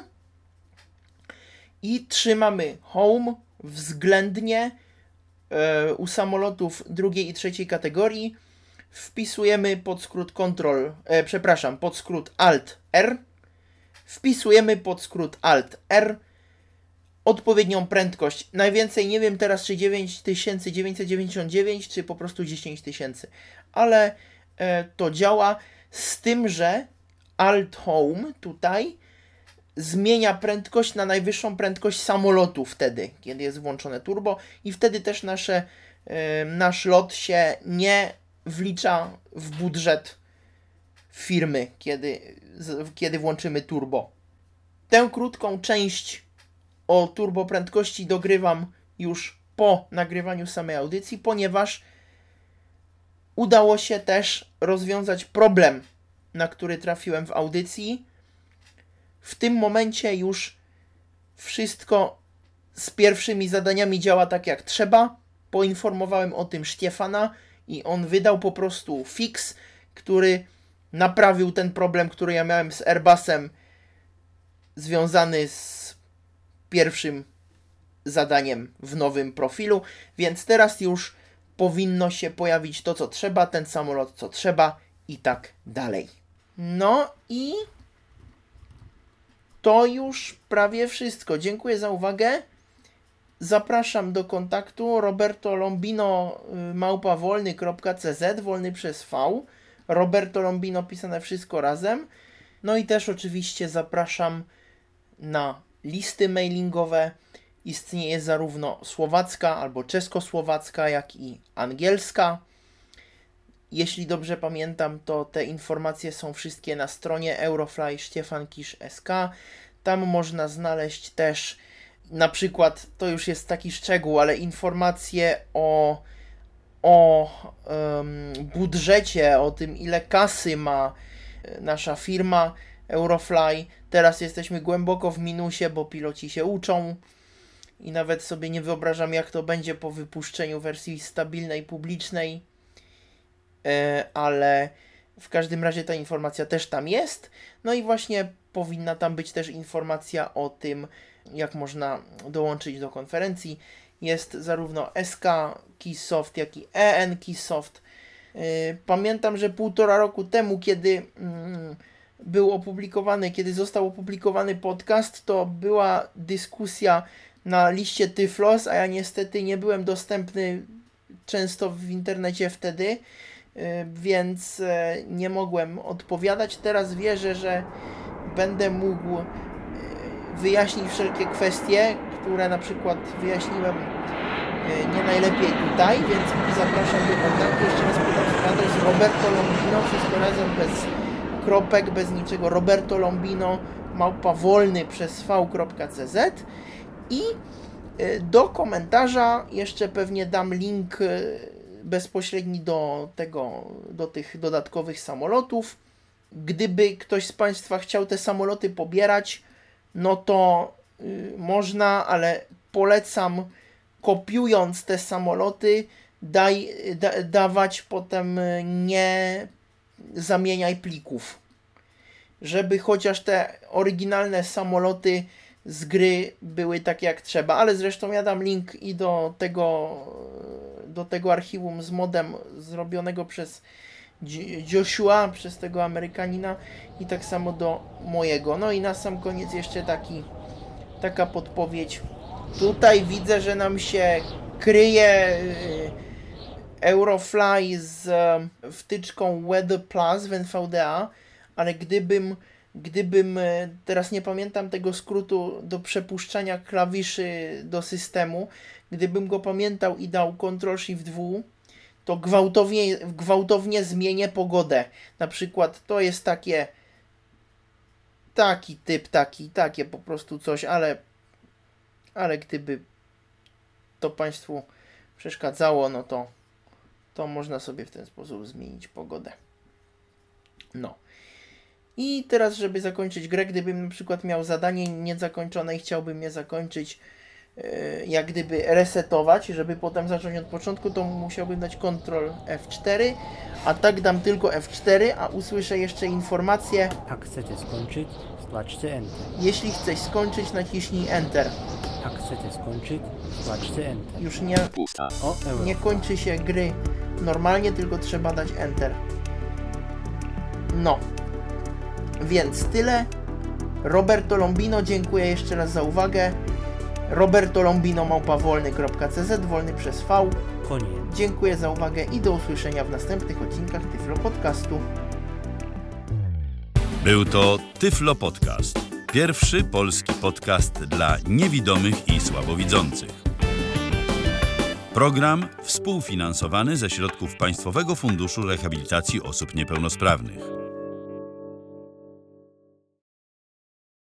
i trzymamy home względnie e, u samolotów drugiej i trzeciej kategorii. Wpisujemy pod skrót kontrol, e, przepraszam, pod skrót alt R. Wpisujemy pod skrót alt R odpowiednią prędkość. Najwięcej nie wiem teraz, czy dziewięć tysięcy dziewięćset dziewięćdziesiąt dziewięć, czy po prostu dziesięć tysięcy. Ale e, to działa z tym, że alt home tutaj zmienia prędkość na najwyższą prędkość samolotu wtedy, kiedy jest włączone turbo i wtedy też nasze, e, nasz lot się nie wlicza w budżet firmy, kiedy, z, kiedy włączymy turbo. Tę krótką część o turboprędkości dogrywam już po nagrywaniu samej audycji, ponieważ udało się też rozwiązać problem, na który trafiłem w audycji. W tym momencie już wszystko z pierwszymi zadaniami działa tak jak trzeba. Poinformowałem o tym Stefana i on wydał po prostu fix, który naprawił ten problem, który ja miałem z Airbusem związany z pierwszym zadaniem w nowym profilu, więc teraz już powinno się pojawić to, co trzeba, ten samolot, co trzeba i tak dalej. No i to już prawie wszystko. Dziękuję za uwagę. Zapraszam do kontaktu Roberto Lombino małpa wolny kropka c z, wolny przez V. Roberto Lombino pisane wszystko razem. No i też oczywiście zapraszam na listy mailingowe. Istnieje zarówno słowacka albo czeskosłowacka, jak i angielska. Jeśli dobrze pamiętam, to te informacje są wszystkie na stronie Eurofly Stefan Kisz kropka s k. Tam można znaleźć też na przykład, to już jest taki szczegół, ale informacje o, o um, budżecie, o tym, ile kasy ma nasza firma Eurofly. Teraz jesteśmy głęboko w minusie, bo piloci się uczą i nawet sobie nie wyobrażam, jak to będzie po wypuszczeniu wersji stabilnej, publicznej, e, ale w każdym razie ta informacja też tam jest. No i właśnie powinna tam być też informacja o tym, jak można dołączyć do konferencji. Jest zarówno S K Keysoft, jak i E N Keysoft. Yy, pamiętam, że półtora roku temu, kiedy yy, był opublikowany, kiedy został opublikowany podcast, to była dyskusja na liście Tyflos, a ja niestety nie byłem dostępny często w internecie wtedy, więc nie mogłem odpowiadać. Teraz wierzę, że będę mógł wyjaśnić wszelkie kwestie, które na przykład wyjaśniłem nie najlepiej tutaj, więc zapraszam do kontaktu. Jeszcze raz podam adres Roberto Lombino, wszystko razem bez kropek, bez niczego. Roberto Lombino, małpa wolny przez v.cz i do komentarza jeszcze pewnie dam link bezpośredni do tego, do tych dodatkowych samolotów. Gdyby ktoś z Państwa chciał te samoloty pobierać, no to y, można, ale polecam, kopiując te samoloty, daj, da, dawać potem nie zamieniaj plików. Żeby chociaż te oryginalne samoloty z gry były tak jak trzeba, ale zresztą ja dam link i do tego, do tego archiwum z modem zrobionego przez Joshua, przez tego Amerykanina i tak samo do mojego. No i na sam koniec jeszcze taki, taka podpowiedź. Tutaj widzę, że nam się kryje Eurofly z wtyczką Weather Plus w N V D A, ale gdybym Gdybym, teraz nie pamiętam tego skrótu do przepuszczania klawiszy do systemu, gdybym go pamiętał i dał Ctrl Shift W, to gwałtownie, gwałtownie zmienię pogodę. Na przykład to jest takie, taki typ, taki, takie po prostu coś, ale, ale gdyby to Państwu przeszkadzało, no to, to można sobie w ten sposób zmienić pogodę. No. I teraz, żeby zakończyć grę, gdybym na przykład miał zadanie niezakończone i chciałbym je zakończyć, yy, jak gdyby resetować, żeby potem zacząć od początku, to musiałbym dać Ctrl F cztery, a tak dam tylko F cztery, a usłyszę jeszcze informację. Jak chcecie skończyć, stlaczcie Enter. Jeśli chcesz skończyć, naciśnij Enter. Jak chcecie skończyć, stlaczcie Enter. Już nie, o, nie kończy się gry normalnie, tylko trzeba dać Enter. No. Więc tyle. Roberto Lombino, dziękuję jeszcze raz za uwagę. Roberto Lombino, małpa wolny.cz, wolny przez V. Koniec. Dziękuję za uwagę i do usłyszenia w następnych odcinkach Tyflo Podcastu. Był to Tyflo Podcast. Pierwszy polski podcast dla niewidomych i słabowidzących. Program współfinansowany ze środków Państwowego Funduszu Rehabilitacji Osób Niepełnosprawnych.